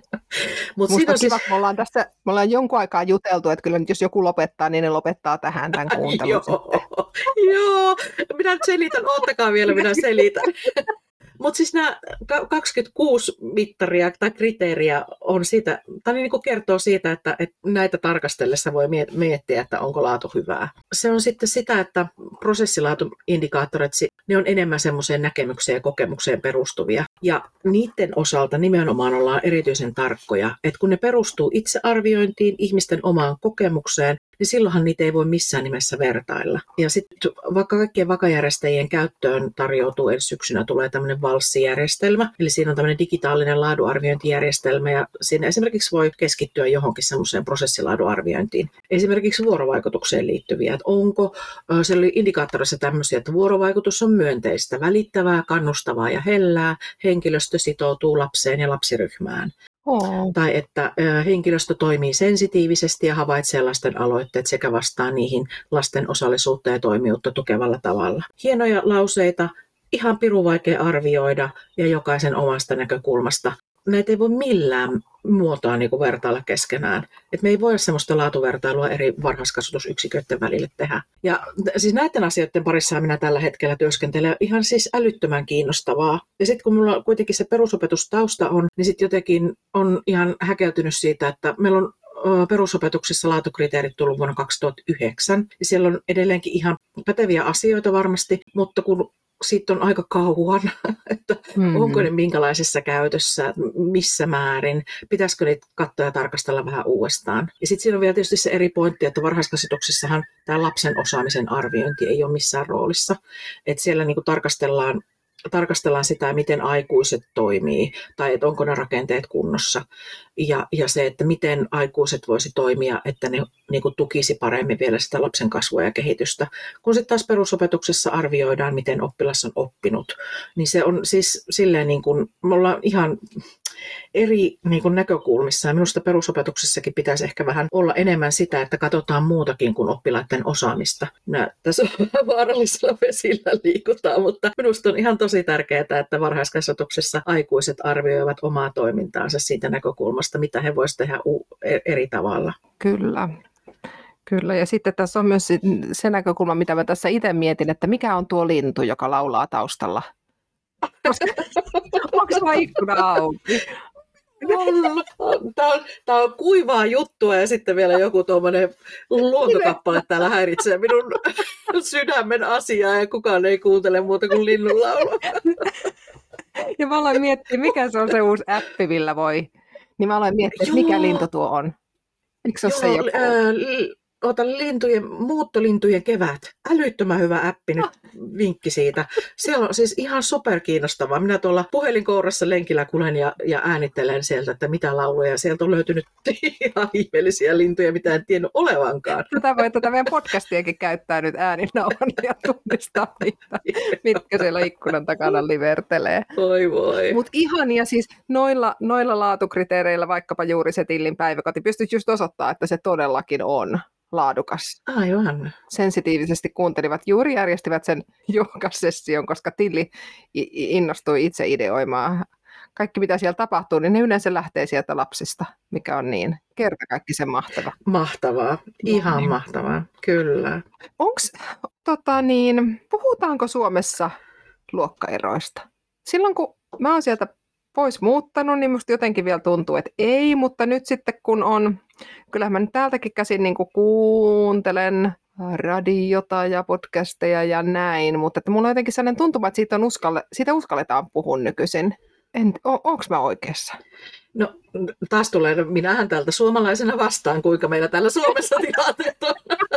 Mut Musta on kiva, siis... me ollaan tässä me ollaan jonkun aikaa juteltu, että kyllä nyt jos joku lopettaa, niin ne lopettaa tähän tämän kuuntelun. Joo, joo, minä nyt selitän, oottakaa vielä, minä selitän. Mutta siis nämä kaksikymmentäkuusi mittaria tai kriteeriä on siitä, tai niin kuin kertoo siitä, että, että näitä tarkastellessa voi miettiä, että onko laatu hyvää. Se on sitten sitä, että prosessilaatuindikaattorit, ne on enemmän semmoiseen näkemykseen ja kokemukseen perustuvia. Ja niiden osalta nimenomaan ollaan erityisen tarkkoja, että kun ne perustuu itsearviointiin, ihmisten omaan kokemukseen, niin silloinhan niitä ei voi missään nimessä vertailla. Ja sitten vaikka kaikkien vakajärjestäjien käyttöön tarjoutuu ensi syksynä, tulee tämmöinen valssijärjestelmä, eli siinä on tämmöinen digitaalinen laadunarviointijärjestelmä, ja siinä esimerkiksi voi keskittyä johonkin semmoiseen prosessilaaduarviointiin. Esimerkiksi vuorovaikutukseen liittyviä, että onko, siellä oli indikaattorissa tämmöisiä, että vuorovaikutus on myönteistä, välittävää, kannustavaa ja hellää, henkilöstö sitoutuu lapseen ja lapsiryhmään. Oh. Tai että henkilöstö toimii sensitiivisesti ja havaitsee lasten aloitteet sekä vastaa niihin lasten osallisuutta ja toimijuutta tukevalla tavalla. Hienoja lauseita, ihan pirun vaikea arvioida ja jokaisen omasta näkökulmasta. Näitä ei voi millään muotoa niin kuin vertailla keskenään. Et me ei voi sellaista laatuvertailua eri varhaiskasvatusyksiköiden välille tehdä. Ja siis näiden asioiden parissa minä tällä hetkellä työskentelen ihan siis älyttömän kiinnostavaa. Ja sitten kun minulla kuitenkin se perusopetustausta on, niin sitten jotenkin on ihan häkeltynyt siitä, että meillä on perusopetuksessa laatukriteerit tullut vuonna kaksituhattayhdeksän. Ja siellä on edelleenkin ihan päteviä asioita varmasti, mutta kun siitä on aika kauan, että mm-hmm. onko ne minkälaisessa käytössä, missä määrin, pitäisikö niitä katsoa ja tarkastella vähän uudestaan. Ja sitten siinä on vielä tietysti se eri pointti, että varhaiskasvatuksessahan tämä lapsen osaamisen arviointi ei ole missään roolissa. Että siellä niinku tarkastellaan, tarkastellaan sitä, miten aikuiset toimii tai että onko ne rakenteet kunnossa. Ja, ja se, että miten aikuiset voisi toimia, että ne niin kuin tukisi paremmin vielä sitä lapsen kasvua ja kehitystä. Kun sitten taas perusopetuksessa arvioidaan, miten oppilas on oppinut, niin se on siis silleen niin kuin, me ollaan ihan eri niin kuin näkökulmissa. Ja minusta perusopetuksessakin pitäisi ehkä vähän olla enemmän sitä, että katsotaan muutakin kuin oppilaiden osaamista. Nää, tässä on vaarallisella vesillä liikutaan, mutta minusta on ihan tosi tärkeää, että varhaiskasvatuksessa aikuiset arvioivat omaa toimintaansa siitä näkökulmasta, mitä he voisivat tehdä eri tavalla. Kyllä. Kyllä, ja sitten tässä on myös se näkökulma, mitä mä tässä itse mietin, että mikä on tuo lintu, joka laulaa taustalla? Onko vaan ikkuna auki? Tämä on, tämä on kuivaa juttua ja sitten vielä joku tuommoinen luontokappale täällä häiritsee minun sydämen asiaa ja kukaan ei kuuntele muuta kuin linnun laulua. Ja mä aloin miettiä, mikä se on se uusi appi, millä voi. Niin mä aloin miettiä, mikä Joo. lintu tuo on. Eikö se ole se joku? Ää, Ota lintujen, muuttolintujen kevät. Älyttömän hyvä appi nyt, vinkki siitä. Siellä on siis ihan superkiinnostavaa. Minä tuolla puhelinkourassa lenkillä kulen ja, ja äänittelen sieltä, että mitä lauluja. Sieltä on löytynyt ihan ihmeellisiä lintuja, mitä en tiennyt olevankaan. Tätä voi tätä meidän podcastiakin käyttää nyt ääninauhan ja tunnistaa niitä, mitkä siellä ikkunan takana livertelee. Voi voi. Mutta ihania siis noilla, noilla laatukriteereillä, vaikkapa juuri se Tillin päiväkoti, pystyt just osoittamaan, että se todellakin on laadukas. Aivan. Sensitiivisesti kuuntelivat, juuri järjestivät sen joogasession, koska Tilli innostui itse ideoimaan. Kaikki mitä siellä tapahtuu, niin ne yleensä lähtee sieltä lapsista, mikä on niin kertakaikkisen mahtava. Mahtavaa, ihan no, niin. mahtavaa, kyllä. Onks, tota niin, puhutaanko Suomessa luokkaeroista? Silloin kun mä oon sieltä pois muuttanut, niin musta jotenkin vielä tuntuu, että ei, mutta nyt sitten kun on, kyllähän mä nyt täältäkin käsin niin kuin kuuntelen radiota ja podcasteja ja näin, mutta että mulla on jotenkin sellainen tuntuma, että siitä, on uskalle, siitä uskalletaan puhua nykyisin. En, on, onko mä oikeassa? No taas tulee, minähän täältä suomalaisena vastaan, kuinka meillä täällä Suomessa tilanteet on.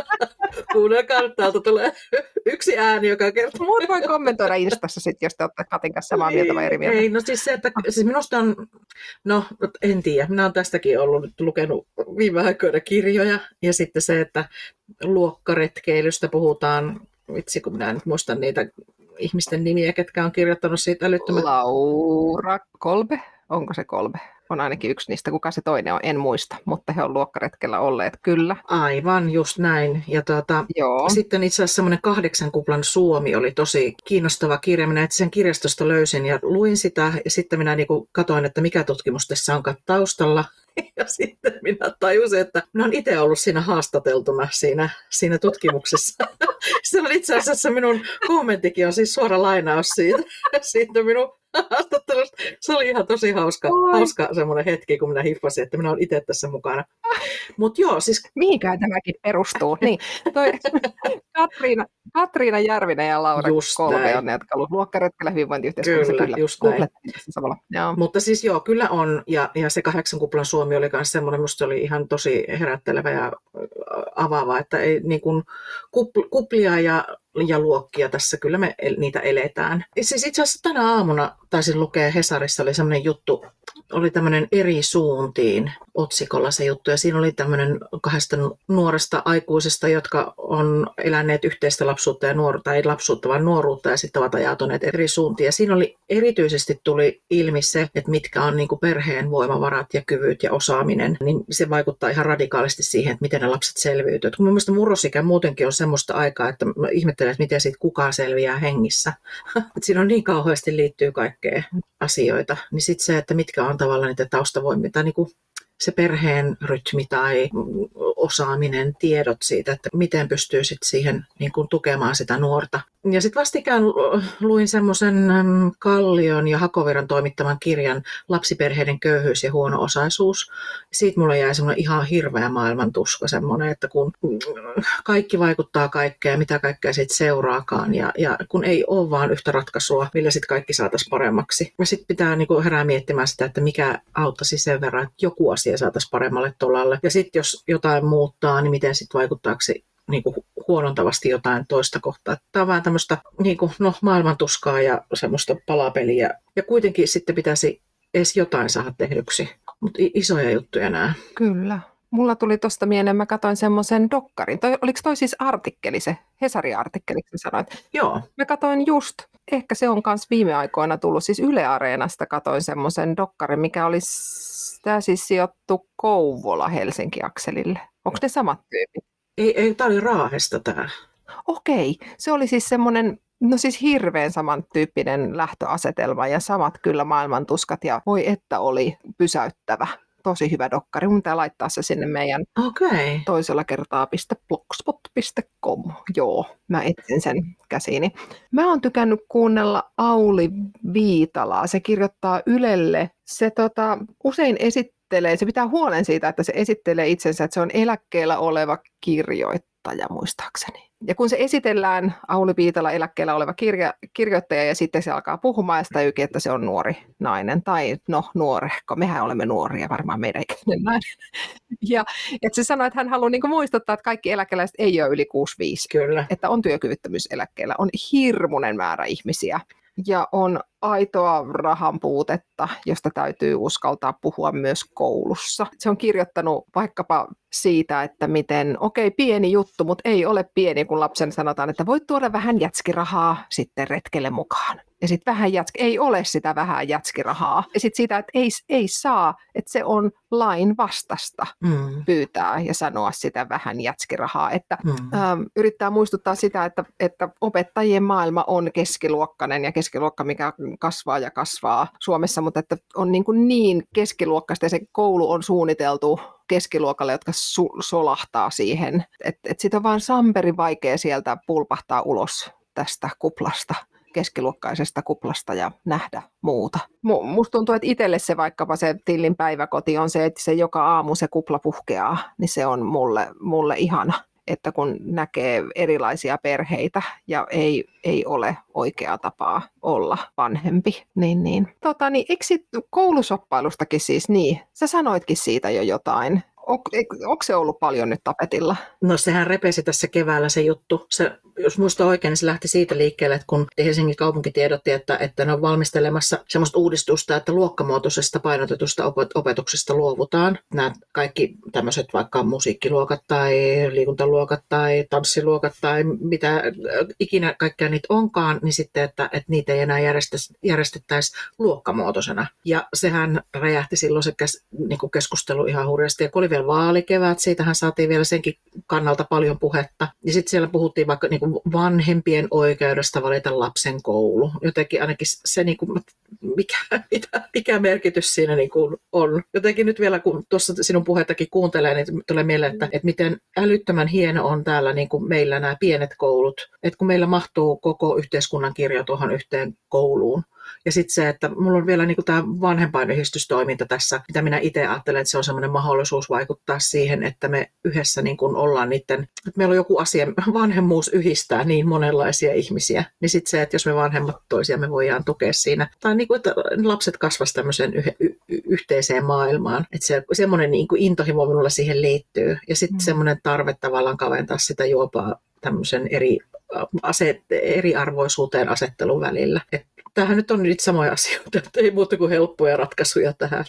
Kuunnelkaa, täältä tulee yksi ääni, joka kertoo. Muut voi kommentoida Instassa sitten, jos te olette Katin kanssa samaa mieltä vai eri mieltä. Ei, no siis se, että siis minusta on, no en tiedä, minä olen tästäkin ollut nyt lukenut viime aikoina kirjoja, ja sitten se, että luokkaretkeilystä puhutaan, vitsi kun minä nyt muistan niitä ihmisten nimiä, ketkä on kirjoittanut siitä älyttömän. Laura Kolbe, onko se Kolbe? On ainakin yksi niistä, kuka se toinen on, en muista, mutta he on luokkaretkellä olleet, kyllä. Aivan, just näin. Ja tuota, sitten itse asiassa semmoinen Kahdeksan kuplan Suomi oli tosi kiinnostava kirja. Minä sen kirjastosta löysin ja luin sitä, ja sitten minä niinku katsoin, että mikä tutkimus tässä onkaan taustalla. Ja sitten minä tajusin, että minä olen itse ollut siinä haastateltuna siinä, siinä tutkimuksessa. Se on itse asiassa minun kommenttikin on siis suora lainaus siitä, siitä minun haastattelusta. Se oli ihan tosi hauska, hauska semmoinen hetki, kun minä hiffasin, että minä olen itse tässä mukana. Mut joo, siis... Mihinkään tämäkin perustuu? Niin, toi Katriina, Katriina Järvinen ja Laura Kolbe on ne, jotka ovat luokkaretkellä hyvinvointiyhteiskunnassa. Kyllä, kyllä, just näin. Mutta siis joo, kyllä on. Ja, ja se Kahdeksan kuplan Suomi oli myös semmoinen, musta oli ihan tosi herättelevä ja avaava, että ei niin kuin kupl, kuplia ja ja luokkia tässä, kyllä me niitä eletään. Siis itse asiassa tänä aamuna taisin lukea Hesarissa, oli semmoinen juttu, oli tämmöinen eri suuntiin otsikolla se juttu, ja siinä oli tämmöinen kahdesta nuoresta aikuisesta, jotka on eläneet yhteistä lapsuutta ja nuoruutta, ei lapsuutta, vaan nuoruutta, ja sitten ovat ajatuneet eri suuntiin. Ja siinä oli erityisesti tuli ilmi se, että mitkä on niin kuin perheen voimavarat ja kyvyt ja osaaminen, niin se vaikuttaa ihan radikaalisti siihen, että miten ne lapset selviytyvät. Mun mielestä murrosikä muutenkin on semmoista aikaa, että mä ihmettelen, että miten siitä kukaan selviää hengissä. Siinä on niin kauheasti liittyy kaikkea asioita, niin sitten se, että mitkä on tavallaan niitä taustavoimia, tai niin kuin se perheen rytmi tai osaaminen, tiedot siitä, että miten pystyy sit siihen niin kuin tukemaan sitä nuorta. Ja sitten vastikään luin semmoisen Kallion ja Hakoviran toimittaman kirjan Lapsiperheiden köyhyys ja huono-osaisuus. Siitä mulle jäi semmoinen ihan hirveä maailmantuska semmoinen, että kun kaikki vaikuttaa kaikkeen, mitä kaikkea siitä seuraakaan, ja, ja kun ei ole vaan yhtä ratkaisua, millä sitten kaikki saataisiin paremmaksi. Ja sitten pitää niin kuin herää miettimään sitä, että mikä auttaisi sen verran, että joku asia saataisiin paremmalle tolalle. Ja sitten jos jotain muuttaa, niin miten sitten vaikuttaako se niin kuin huonontavasti jotain toista kohtaa. Tämä on vähän tämmöistä niin kuin, no, maailmantuskaa ja semmoista palapeliä. Ja kuitenkin sitten pitäisi edes jotain saada tehdyksi. Mutta isoja juttuja nämä. Kyllä. Mulla tuli tuosta mieleen, mä katsoin semmoisen dokkarin. Toi, oliko toi siis artikkeli se? Hesari-artikkeli, kun sanoit? Joo. Mä katsoin just, ehkä se on myös viime aikoina tullut, siis Yle Areenasta katsoin semmoisen dokkarin, mikä olisi, tämä siis sijoittu Kouvola-Helsinki-akselille. Onko ne samat tyypit? Ei, ei, tämä oli Raahesta tämä. Okei, se oli siis semmoinen, no siis hirveän samantyyppinen lähtöasetelma ja samat kyllä maailmantuskat ja voi että oli pysäyttävä. Tosi hyvä dokkari, mun pitää laittaa se sinne meidän okay. toisella kertaa .blogspot piste com. Joo, mä etsin sen käsiini. Mä oon tykännyt kuunnella Auli Viitalaa, se kirjoittaa Ylelle. Se tota, usein esittelee, se pitää huolen siitä, että se esittelee itsensä, että se on eläkkeellä oleva kirjoittaja muistaakseni. Ja kun se esitellään, Auli Viitala eläkkeellä oleva kirja, kirjoittaja, ja sitten se alkaa puhumaan ja sitä yki, että se on nuori nainen, tai no nuorehko, mehän olemme nuoria, varmaan meidän ikäinen nainen. Ja että se sanoi, että hän haluaa niin kuin muistuttaa, että kaikki eläkeläiset ei ole yli kuusikymmentäviisi. Kyllä. Että on työkyvyttömyyseläkkeellä, on hirmuinen määrä ihmisiä. Ja on aitoa rahan puutetta, josta täytyy uskaltaa puhua myös koulussa. Se on kirjoittanut vaikkapa siitä, että miten, okei, okay, pieni juttu, mutta ei ole pieni, kun lapsen sanotaan, että voit tuoda vähän jätskirahaa sitten retkelle mukaan. Ja sitten vähän jätski, ei ole sitä vähän jätskirahaa. Ja sitten siitä, että ei, ei saa, että se on lain vastasta mm. pyytää ja sanoa sitä vähän jätskirahaa. Että mm. ähm, yrittää muistuttaa sitä, että, että opettajien maailma on keskiluokkainen ja keskiluokka, mikä kasvaa ja kasvaa Suomessa, mutta että on niin, kuin niin keskiluokkaista ja se koulu on suunniteltu keskiluokalle, jotka su- solahtaa siihen. Että et sitä on vaan samperi vaikea sieltä pulpahtaa ulos tästä kuplasta, keskiluokkaisesta kuplasta ja nähdä muuta. Musta tuntuu, että itselle se vaikkapa se Tillin päiväkoti on se, että se joka aamu se kupla puhkeaa, niin se on mulle, mulle ihana. Että kun näkee erilaisia perheitä ja ei, ei ole oikea tapaa olla vanhempi, niin, niin. Tota, niin eikö sit koulusoppailustakin siis niin? Sä sanoitkin siitä jo jotain. Onko se ollut paljon nyt tapetilla? No sehän repesi tässä keväällä se juttu. Se, jos muistan oikein, niin se lähti siitä liikkeelle, että kun Helsingin kaupunki tiedotti, että, että ne on valmistelemassa semmoista uudistusta, että luokkamuotoisesta painotetusta opetuksesta luovutaan. Nämä kaikki tämmöiset vaikka musiikkiluokat tai liikuntaluokat tai tanssiluokat tai mitä ikinä kaikkea niitä onkaan, niin sitten, että, että niitä ei enää järjestettäisi luokkamuotoisena. Ja sehän räjähti silloin se kes, niin kuin keskustelu ihan hurjasti. Ja kun oli vielä vaalikevät, siitähän saatiin vielä senkin kannalta paljon puhetta. Ja sitten siellä puhuttiin vaikka niin kuin vanhempien oikeudesta valita lapsen koulu. Jotenkin ainakin se, niin kuin, mikä, mikä, mikä merkitys siinä niin kuin on. Jotenkin nyt vielä, kun tuossa sinun puhettakin kuuntelee, niin tulee mieleen, että, että miten älyttömän hieno on täällä niin kuin meillä nämä pienet koulut. Että kun meillä mahtuu koko yhteiskunnan kirjo tuohon yhteen kouluun. Ja sitten se, että mulla on vielä niinku tämä vanhempainyhdistystoiminta tässä, mitä minä itse ajattelen, että se on semmoinen mahdollisuus vaikuttaa siihen, että me yhdessä niinku ollaan niiden, että meillä on joku asia, vanhemmuus yhdistää niin monenlaisia ihmisiä. Niin sitten se, että jos me vanhemmat toisiamme voidaan tukea siinä, tai niinku, että lapset kasvaisivat tämmöiseen y- y- yhteiseen maailmaan. Että se, semmoinen niinku intohimo minulla siihen liittyy. Ja sitten mm. semmoinen tarve tavallaan kaventaa sitä juopaa tämmöisen eri, ase, eriarvoisuuteen asettelun välillä. Et tämähän nyt on niitä samoja asioita, että ei muuta kuin helppoja ratkaisuja tähän.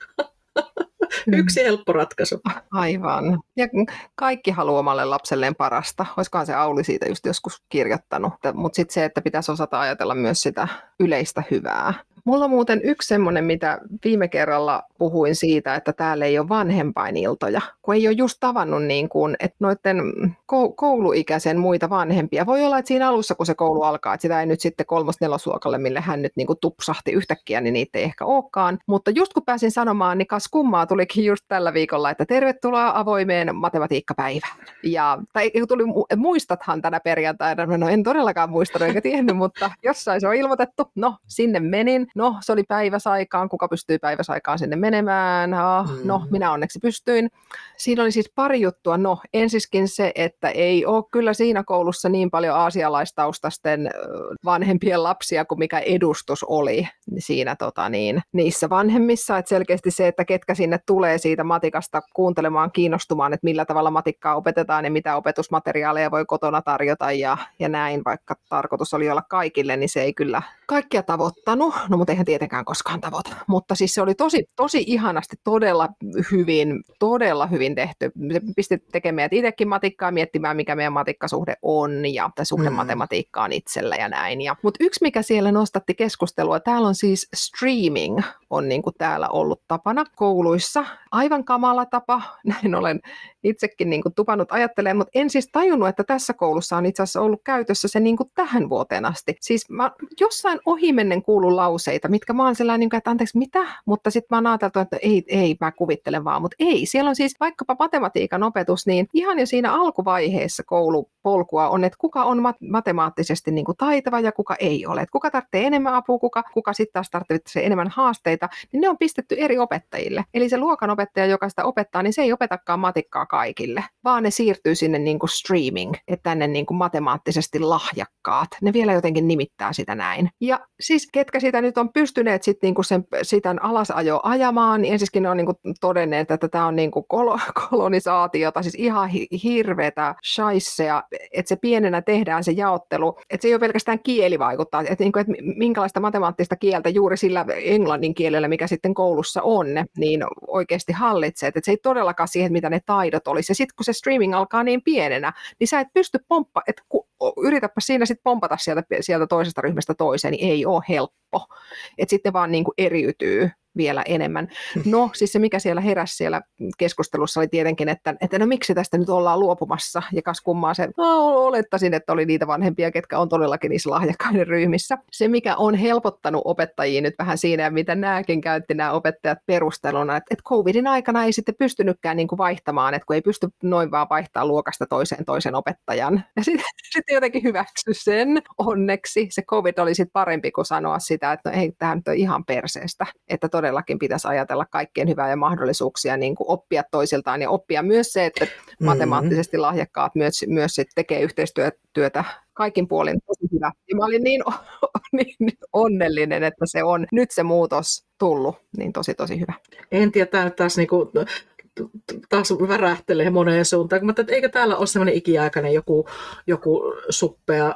Yksi helppo ratkaisu. Aivan. Ja kaikki haluaa omalle lapselleen parasta. Olisikohan se Auli siitä just joskus kirjoittanut. Mutta sitten se, että pitäisi osata ajatella myös sitä yleistä hyvää. Mulla on muuten yksi semmoinen, mitä viime kerralla puhuin siitä, että täällä ei ole vanhempainiltoja, kun ei ole just tavannut niin kuin, että noiden kouluikäisen muita vanhempia. Voi olla, että siinä alussa, kun se koulu alkaa, että sitä ei nyt sitten kolmos-nelosluokalle, mille hän nyt niin kuin tupsahti yhtäkkiä, niin niitä ei ehkä olekaan. Mutta just kun pääsin sanomaan, niin kas kummaa tulikin just tällä viikolla, että tervetuloa avoimeen matematiikkapäivään. Ja, tai tuli, muistathan tänä perjantaina, no en todellakaan muistanut eikä tiennyt, mutta jossain se on ilmoitettu, no sinne menin. No, se oli päiväsaikaan. Kuka pystyy päiväsaikaan sinne menemään? Ah, mm. No, minä onneksi pystyin. Siinä oli siis pari juttua. No, ensiskin se, että ei ole kyllä siinä koulussa niin paljon aasialaistaustaisten vanhempien lapsia kuin mikä edustus oli siinä tota niin, niissä vanhemmissa. Et selkeästi se, että ketkä sinne tulee siitä matikasta kuuntelemaan, kiinnostumaan, että millä tavalla matikkaa opetetaan ja mitä opetusmateriaaleja voi kotona tarjota ja, ja näin, vaikka tarkoitus oli olla kaikille, niin se ei kyllä kaikkia tavoittanut. No, mutta eihän tietenkään koskaan tavoita. Mutta siis se oli tosi, tosi ihanasti, todella hyvin, todella hyvin tehty. Se pisti tekemään itsekin matikkaa, miettimään, mikä meidän matikkasuhde on ja suhde mm. matematiikkaan itsellä ja näin. Ja, mutta yksi, mikä siellä nostatti keskustelua, täällä on siis streaming, on niin kuin täällä ollut tapana kouluissa. Aivan kamala tapa, näin olen itsekin niin kuin tupannut ajattelemaan, mutta en siis tajunnut, että tässä koulussa on itse asiassa ollut käytössä se niin kuin tähän vuoteen asti. Siis mä jossain ohimennen kuulun lauseita, mitkä mä oon sellainen, että anteeksi, mitä? Mutta sitten mä oon ajateltu, että ei, ei, mä kuvittelen vaan, mutta ei. Siellä on siis vaikkapa matematiikan opetus, niin ihan jo siinä alkuvaiheessa koulupolkua on, että kuka on mat- matemaattisesti niin kuin taitava ja kuka ei ole. Että kuka tarvitsee enemmän apua, kuka, kuka sitten taas tarvitsee enemmän haasteita, niin ne on pistetty eri opettajille. Eli se luokanopettaja, joka sitä opettaa, niin se ei opetakaan matikkaa kaikille, vaan ne siirtyy sinne niin kuin streaming, että tänne niin kuin matemaattisesti lahjakkaat. Ne vielä jotenkin nimittää sitä näin. Ja siis ketkä sitä nyt on pystyneet sit niinku sen, sitä alasajoa ajamaan, niin ensiskin ne on niinku todenneet, että tämä on niinku kol- kolonisaatiota, siis ihan hi- hirveätä shaissea, että se pienenä tehdään se jaottelu, että se ei ole pelkästään kieli vaikuttaa, että niinku, et minkälaista matemaattista kieltä juuri sillä englannin kielellä, mikä sitten koulussa on, niin oikeasti hallitsee, että se ei todellakaan siihen, mitä ne taidot olisi. Ja sitten kun se streaming alkaa niin pienenä, niin sä et pysty pomppa, että yritäpä siinä sitten pompata sieltä, sieltä toisesta ryhmästä toiseen, niin ei ole helppo. Että sitten vaan niin kuin eriytyy vielä enemmän. No siis se, mikä siellä heräsi siellä keskustelussa oli tietenkin, että, että no miksi tästä nyt ollaan luopumassa, ja kas kummaa se, no, olettaisin, että oli niitä vanhempia, ketkä on todellakin niissä lahjakkaiden ryhmissä. Se, mikä on helpottanut opettajia nyt vähän siinä, ja mitä nämäkin käytti nämä opettajat perusteluna, että, että covidin aikana ei sitten pystynytkään niin kuin vaihtamaan, että kun ei pysty noin vaan vaihtaa luokasta toiseen toisen opettajan. Ja sitten sit jotenkin hyväksy sen, onneksi. Se covid oli sitten parempi kuin sanoa sitä, että no ei, tämä nyt on ihan perseestä, että todellakin pitäisi ajatella kaikkien hyvää ja mahdollisuuksia niin kuin oppia toisiltaan ja oppia myös se, että matemaattisesti lahjakkaat myös, myös sit tekee yhteistyötä kaikin puolin tosi hyvä. Ja mä olin niin, niin onnellinen, että se on nyt se muutos tullut, niin tosi tosi hyvä. En tiedä, tämä taas niinku taas värähtelee moneen suuntaan. Mä ajattelin, että eikö täällä ole semmoinen ikiaikainen joku, joku suppea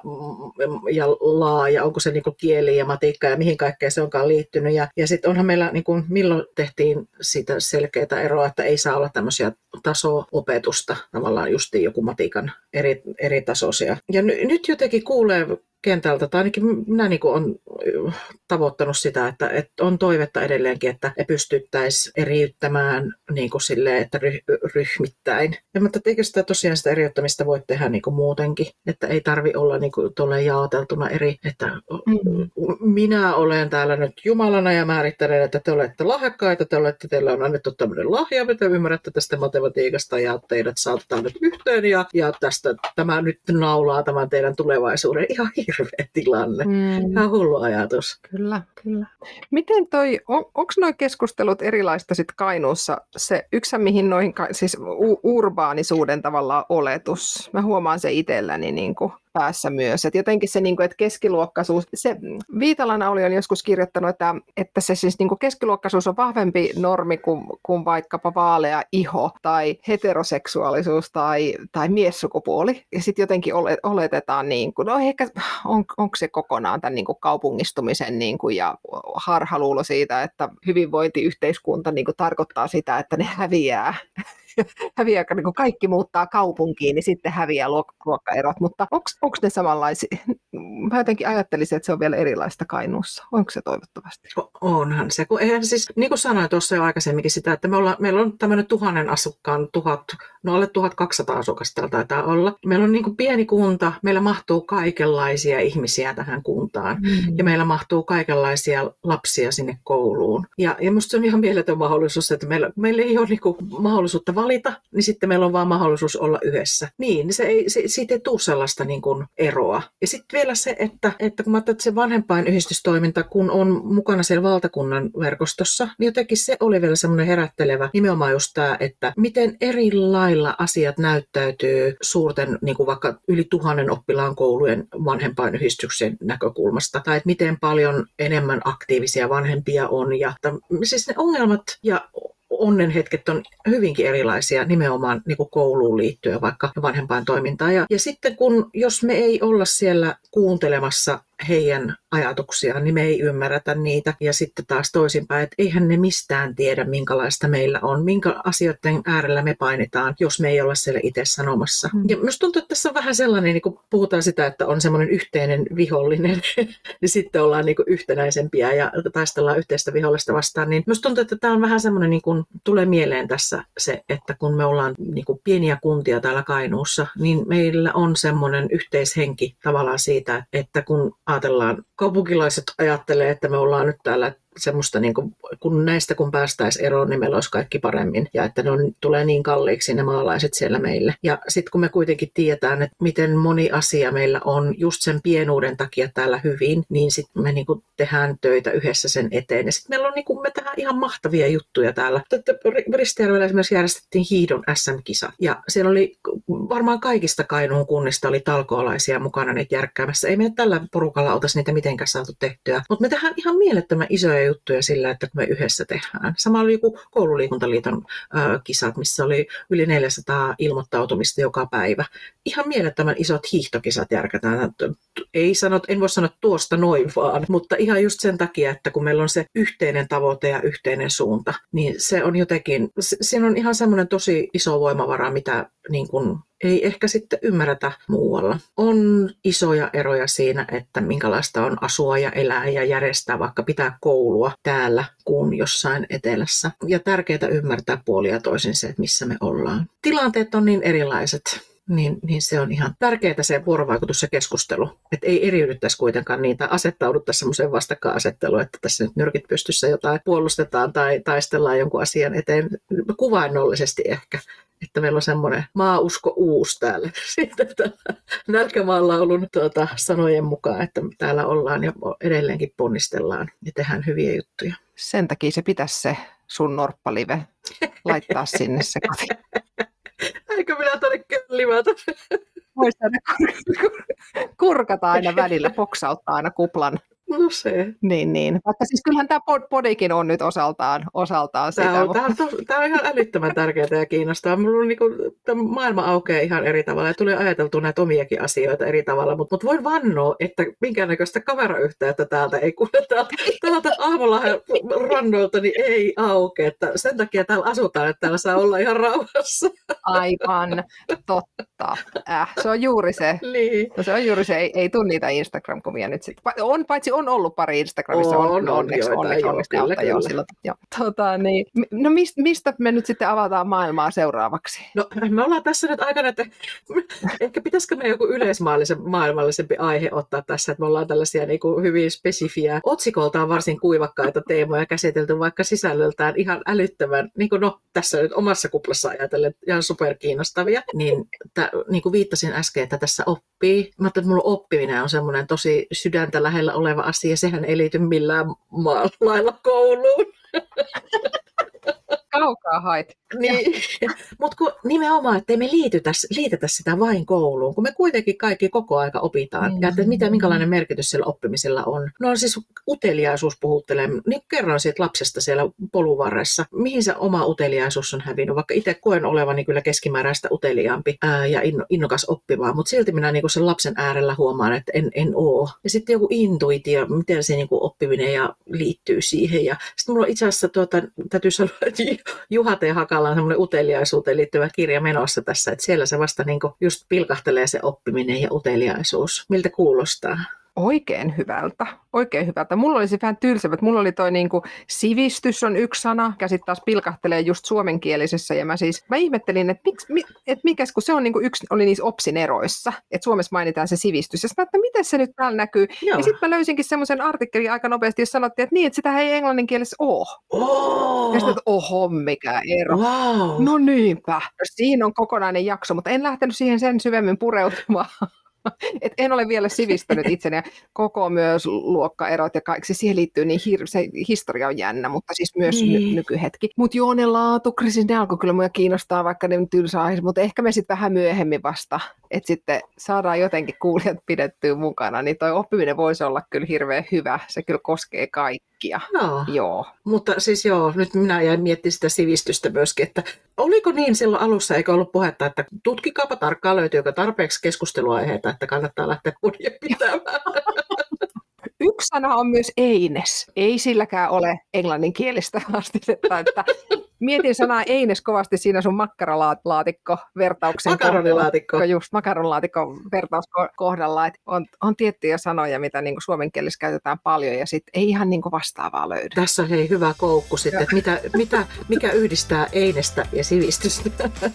ja laaja, onko se niinku kieli ja matikka ja mihin kaikkeen se onkaan liittynyt. Ja, ja sitten onhan meillä, niinku, milloin tehtiin siitä selkeää eroa, että ei saa olla tämmöisiä taso-opetusta, tavallaan justiin joku matikan eri, eri tasoisia. Ja n- nyt jotenkin kuulee kentältä, tai ainakin minä niin kuin olen tavoittanut sitä, että, että on toivetta edelleenkin, että pystyttäisiin eriyttämään niin kuin silleen, että ryhmittäin. Ja mutta eikö sitä tosiaan sitä eriyttämistä voi tehdä niin kuin muutenkin, että ei tarvi olla niin kuin tuolle jaoteltuna eri, että mm-hmm. minä olen täällä nyt Jumalana ja määrittelen, että te olette lahjakkaita, te olette, teillä on annettu tämmöinen lahja, mitä ymmärrätte tästä matematiikasta ja teidät saatetaan nyt yhteen ja, ja tästä tämä nyt naulaa tämän teidän tulevaisuuden. Ihan hirveä tilanne. Mm. Ihan hullu ajatus. Kyllä, kyllä. Miten toi, on, onko nuo keskustelut erilaista sit Kainuussa? Se yksi, mihin noihin, siis u- urbaanisuuden tavallaan oletus. Mä huomaan se itselläni niin kuin päässä myös. Et jotenkin se, niin kuin, että keskiluokkaisuus, se Viitalan Auli on joskus kirjoittanut, että, että se siis niin kuin keskiluokkaisuus on vahvempi normi kuin, kuin vaikkapa vaalea iho tai heteroseksuaalisuus tai, tai miessukupuoli. Ja sitten jotenkin oletetaan, niin kuin, no ehkä on, onko se kokonaan tämän niin kuin kaupungistumisen niin kuin, ja harhaluulo siitä, että hyvinvointiyhteiskunta niin kuin tarkoittaa sitä, että ne häviää. häviää, kun kaikki muuttaa kaupunkiin, niin sitten häviää luokkaerot, mutta onko ne samanlaisia? Mä jotenkin ajattelisin, että se on vielä erilaista Kainuussa. Onko se toivottavasti? Onhan se. Kun eihän siis, niin kuin sanoin tuossa jo aikaisemminkin sitä, että me ollaan, meillä on tämmöinen tuhannen asukkaan, tuhat, no alle tuhatkaksisataa asukasta taitaa olla. Meillä on niin kuin pieni kunta, meillä mahtuu kaikenlaisia ihmisiä tähän kuntaan mm. ja meillä mahtuu kaikenlaisia lapsia sinne kouluun. Ja, ja musta se on ihan mieletön mahdollisuus, että meillä, meillä ei ole niin kuin mahdollisuutta valita, niin sitten meillä on vaan mahdollisuus olla yhdessä. Niin, niin se ei, se, siitä ei tule sellaista niin kuin eroa. Ja sitten vielä se, että, että kun mä ajattelin, että se vanhempainyhdistystoiminta, kun on mukana siellä valtakunnan verkostossa, niin jotenkin se oli vielä semmoinen herättelevä nimenomaan just tämä, että miten eri lailla asiat näyttäytyy suurten, niin kuin vaikka yli tuhannen oppilaan koulujen vanhempainyhdistyksen näkökulmasta, tai että miten paljon enemmän aktiivisia vanhempia on. Ja, siis ne ongelmat ja onnenhetket on hyvinkin erilaisia nimenomaan niin kuin kouluun liittyen vaikka vanhempain toimintaan. Ja, ja sitten kun, jos me ei olla siellä kuuntelemassa heidän ajatuksiaan, niin me ei ymmärretä niitä. Ja sitten taas toisinpäin, että eihän ne mistään tiedä, minkälaista meillä on, minkä asioiden äärellä me painitaan, jos me ei olla siellä itse sanomassa. Mm. Ja myös tuntuu, että tässä on vähän sellainen, niin kun puhutaan sitä, että on semmoinen yhteinen vihollinen, niin sitten ollaan niin kuin yhtenäisempiä ja taistellaan yhteistä vihollista vastaan. Niin myös tuntuu, että tämä on vähän semmoinen, niin kuin tulee mieleen tässä se, että kun me ollaan niin kuin pieniä kuntia täällä Kainuussa, niin meillä on semmoinen yhteishenki tavallaan siitä, että kun ajatellaan, kaupunkilaiset ajattelee, että me ollaan nyt täällä semmoista, niin kuin, kun näistä kun päästäisiin eroon, niin meillä olisi kaikki paremmin. Ja että ne on, tulee niin kalliiksi ne maalaiset siellä meille. Ja sitten kun me kuitenkin tiedetään, että miten moni asia meillä on just sen pienuuden takia täällä hyvin, niin sitten me niin kuin tehdään töitä yhdessä sen eteen. Ja sitten meillä on, niin kuin, me tehdään ihan mahtavia juttuja täällä. Ristijärvellä esimerkiksi järjestettiin hiidon äs äm-kisa. Ja siellä oli varmaan kaikista Kainuun kunnista oli talkoolaisia mukana niitä järkkäämässä. Ei me tällä porukalla oltaisi niitä mitenkään saatu tehtyä. Mutta me tehdään ihan mielettömän isoja juttuja sillä, että me yhdessä tehdään. Sama oli joku koululiikuntaliiton äh, kisat, missä oli yli neljäsataa ilmoittautumista joka päivä. Ihan mielettömän isot hiihtokisat järkätään. Ei sanot, en voi sanoa tuosta noin vaan, mutta ihan just sen takia, että kun meillä on se yhteinen tavoite ja yhteinen suunta, niin se on jotenkin, siinä on ihan semmoinen tosi iso voimavara, mitä niin kuin ei ehkä sitten ymmärretä muualla. On isoja eroja siinä, että minkälaista on asua ja elää ja järjestää vaikka pitää koulua täällä kuin jossain etelässä. Ja tärkeää ymmärtää puolia toisin se, että missä me ollaan. Tilanteet on niin erilaiset. Niin, niin se on ihan tärkeää se vuorovaikutus ja keskustelu. Että ei eriydyttäisi kuitenkaan niin, tai asettauduttaisi semmoiseen vastakkainasetteluun, että tässä nyt nyrkit pystyssä jotain puolustetaan tai taistellaan jonkun asian eteen kuvainnollisesti ehkä. Että meillä on semmoinen maausko uusi täällä. Sitten nälkämaan laulun tuota, sanojen mukaan, että täällä ollaan ja edelleenkin ponnistellaan ja tehdään hyviä juttuja. Sen takia se pitäisi se sun norppalive laittaa sinne se koti. Eikö minä tuonne köllimätä? Voisi aina kurkata aina välillä, poksauttaa aina kuplan. No se. Niin, niin. Vaikka siis kyllähän tämä podikin on nyt osaltaan, osaltaan sitä. Tämä on, mutta... tämä, on tos, tämä on ihan älyttömän tärkeää ja kiinnostaa. Minulla on niin kuin, tämä maailma aukeaa ihan eri tavalla ja tuli ajateltua näitä omiakin asioita eri tavalla, mutta, mutta voin vannoa, että minkäännäköistä kamerayhteyttä täältä ei kuule. Täältä, täältä Aamolahden rannoilta niin ei aukea. Että sen takia täällä asutaan, että täällä saa olla ihan rauhassa. Aivan, totta. Äh, se on juuri se. Niin. No se on juuri se, ei, ei tule niitä Instagram-kuvia nyt sitten. On, paitsi on ollut pari Instagramissa, on, on, on onneksi, joita, onneksi, joo, onneksi kyllä, kautta, kyllä. joo, silloin, joo. Tota, niin. No mist, mistä me nyt sitten avataan maailmaa seuraavaksi? No me ollaan tässä nyt aikana, että ehkä pitäisikö me joku yleismaailmallisempi aihe ottaa tässä, että me ollaan tällaisia niin kuin hyvin spesifiä, otsikoltaan varsin kuivakkaita teemoja käsitelty, vaikka sisällöltään ihan älyttömän, niin kuin no tässä nyt omassa kuplassa ajatellen ihan superkiinnostavia, niin, tä, niin kuin viittasin äsken, että tässä oppii. Mä ajattelin, että mulla oppiminen on semmoinen tosi sydäntä lähellä oleva asia, sehän ei liity millään lailla kouluun. Kaukaa hait. Niin. Mutta nimenomaan, ettei me liitytä, liitetä sitä vain kouluun, kun me kuitenkin kaikki koko aika opitaan. Mm-hmm. Ja että mitä, minkälainen merkitys sillä oppimisella on. No siis uteliaisuus puhuttelee. Niin kerroin siitä lapsesta siellä polun varressa. Mihin se oma uteliaisuus on hävinnyt? Vaikka itse koen olevani kyllä keskimääräistä uteliaampi ää, ja innokas oppimaan. Mutta silti minä niin sen lapsen äärellä huomaan, että en, en oo. Ja sitten joku intuitio, miten se niin oppiminen ja liittyy siihen. Ja sitten mulla on itse asiassa, tuota, täytyy sanoa, että Juha T. Hakala on semmoinen uteliaisuuteen liittyvä kirja menossa tässä, että siellä se vasta niinku just pilkahtelee se oppiminen ja uteliaisuus. Miltä kuulostaa? Oikein hyvältä, oikein hyvältä. Mulla oli se vähän tylsä, että mulla oli toi niinku sivistys on yksi sana, ja sitten taas pilkahtelee just suomenkielisessä, ja mä siis, mä ihmettelin, että miksi, mi, et mikäs, kun se on niinku yksi, oli niissä opsin eroissa, että Suomessa mainitaan se sivistys, ja sitten että miten se nyt täällä näkyy, Joo. ja sitten mä löysinkin semmoisen artikkelin aika nopeasti, jos sanottiin, että niin, että sitä ei englannin kielessä ole. Oh. Ja sitten, että oho, mikä ero. Wow. No niinpä. Siinä on kokonainen jakso, mutta en lähtenyt siihen sen syvemmin pureutumaan. Et en ole vielä sivistänyt itseni ja koko myös luokkaerot ja kaikki. Siihen liittyy niin hir- se historia on jännä, mutta siis myös niin. ny- nykyhetki. Mutta joo, ne laatukriisit, ne alkoi kyllä mua kiinnostaa, vaikka ne tylsä aihe, mutta ehkä me sitten vähän myöhemmin vasta, että sitten saadaan jotenkin kuulijat pidettyä mukana, niin toi oppiminen voisi olla kyllä hirveän hyvä. Se kyllä koskee kaikkia. Joo. joo. Mutta siis joo, nyt minä jäin miettimään sitä sivistystä myöskin, että oliko niin silloin alussa, eikä ollut puhetta, että tutkikaapa tarkkaan, löytyykö tarpeeksi keskusteluaiheita, että kannattaa lähteä pudia pitämään. Yksi sana on myös eines. Ei silläkään ole englanninkielistä vastinetta, että mietin sanaa eines kovasti siinä sun makkaralaatikko-vertauksen Makaronilaatikko. kohdalla. Just makaronilaatikko-vertauskohdalla, että on, on tiettyjä sanoja, mitä niin kuin suomen kielessä käytetään paljon ja sitten ei ihan niin kuin vastaavaa löydy. Tässä on hei hyvä koukku sitten, että mitä, mitä, mikä yhdistää einestä ja sivistystä.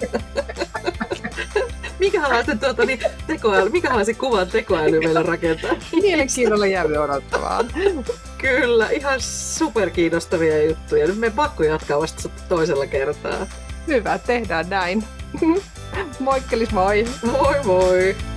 Minkälaisen, tuota, niin, tekoäly, minkälaisen kuvan tekoäly meillä rakentaa? Mielenkiinnolla jäämme odottamaan. Kyllä, ihan superkiinnostavia juttuja. Nyt me pakko jatkaa vasta toisella kertaa. Hyvä, tehdään näin. Moikkelis moi! Moi moi!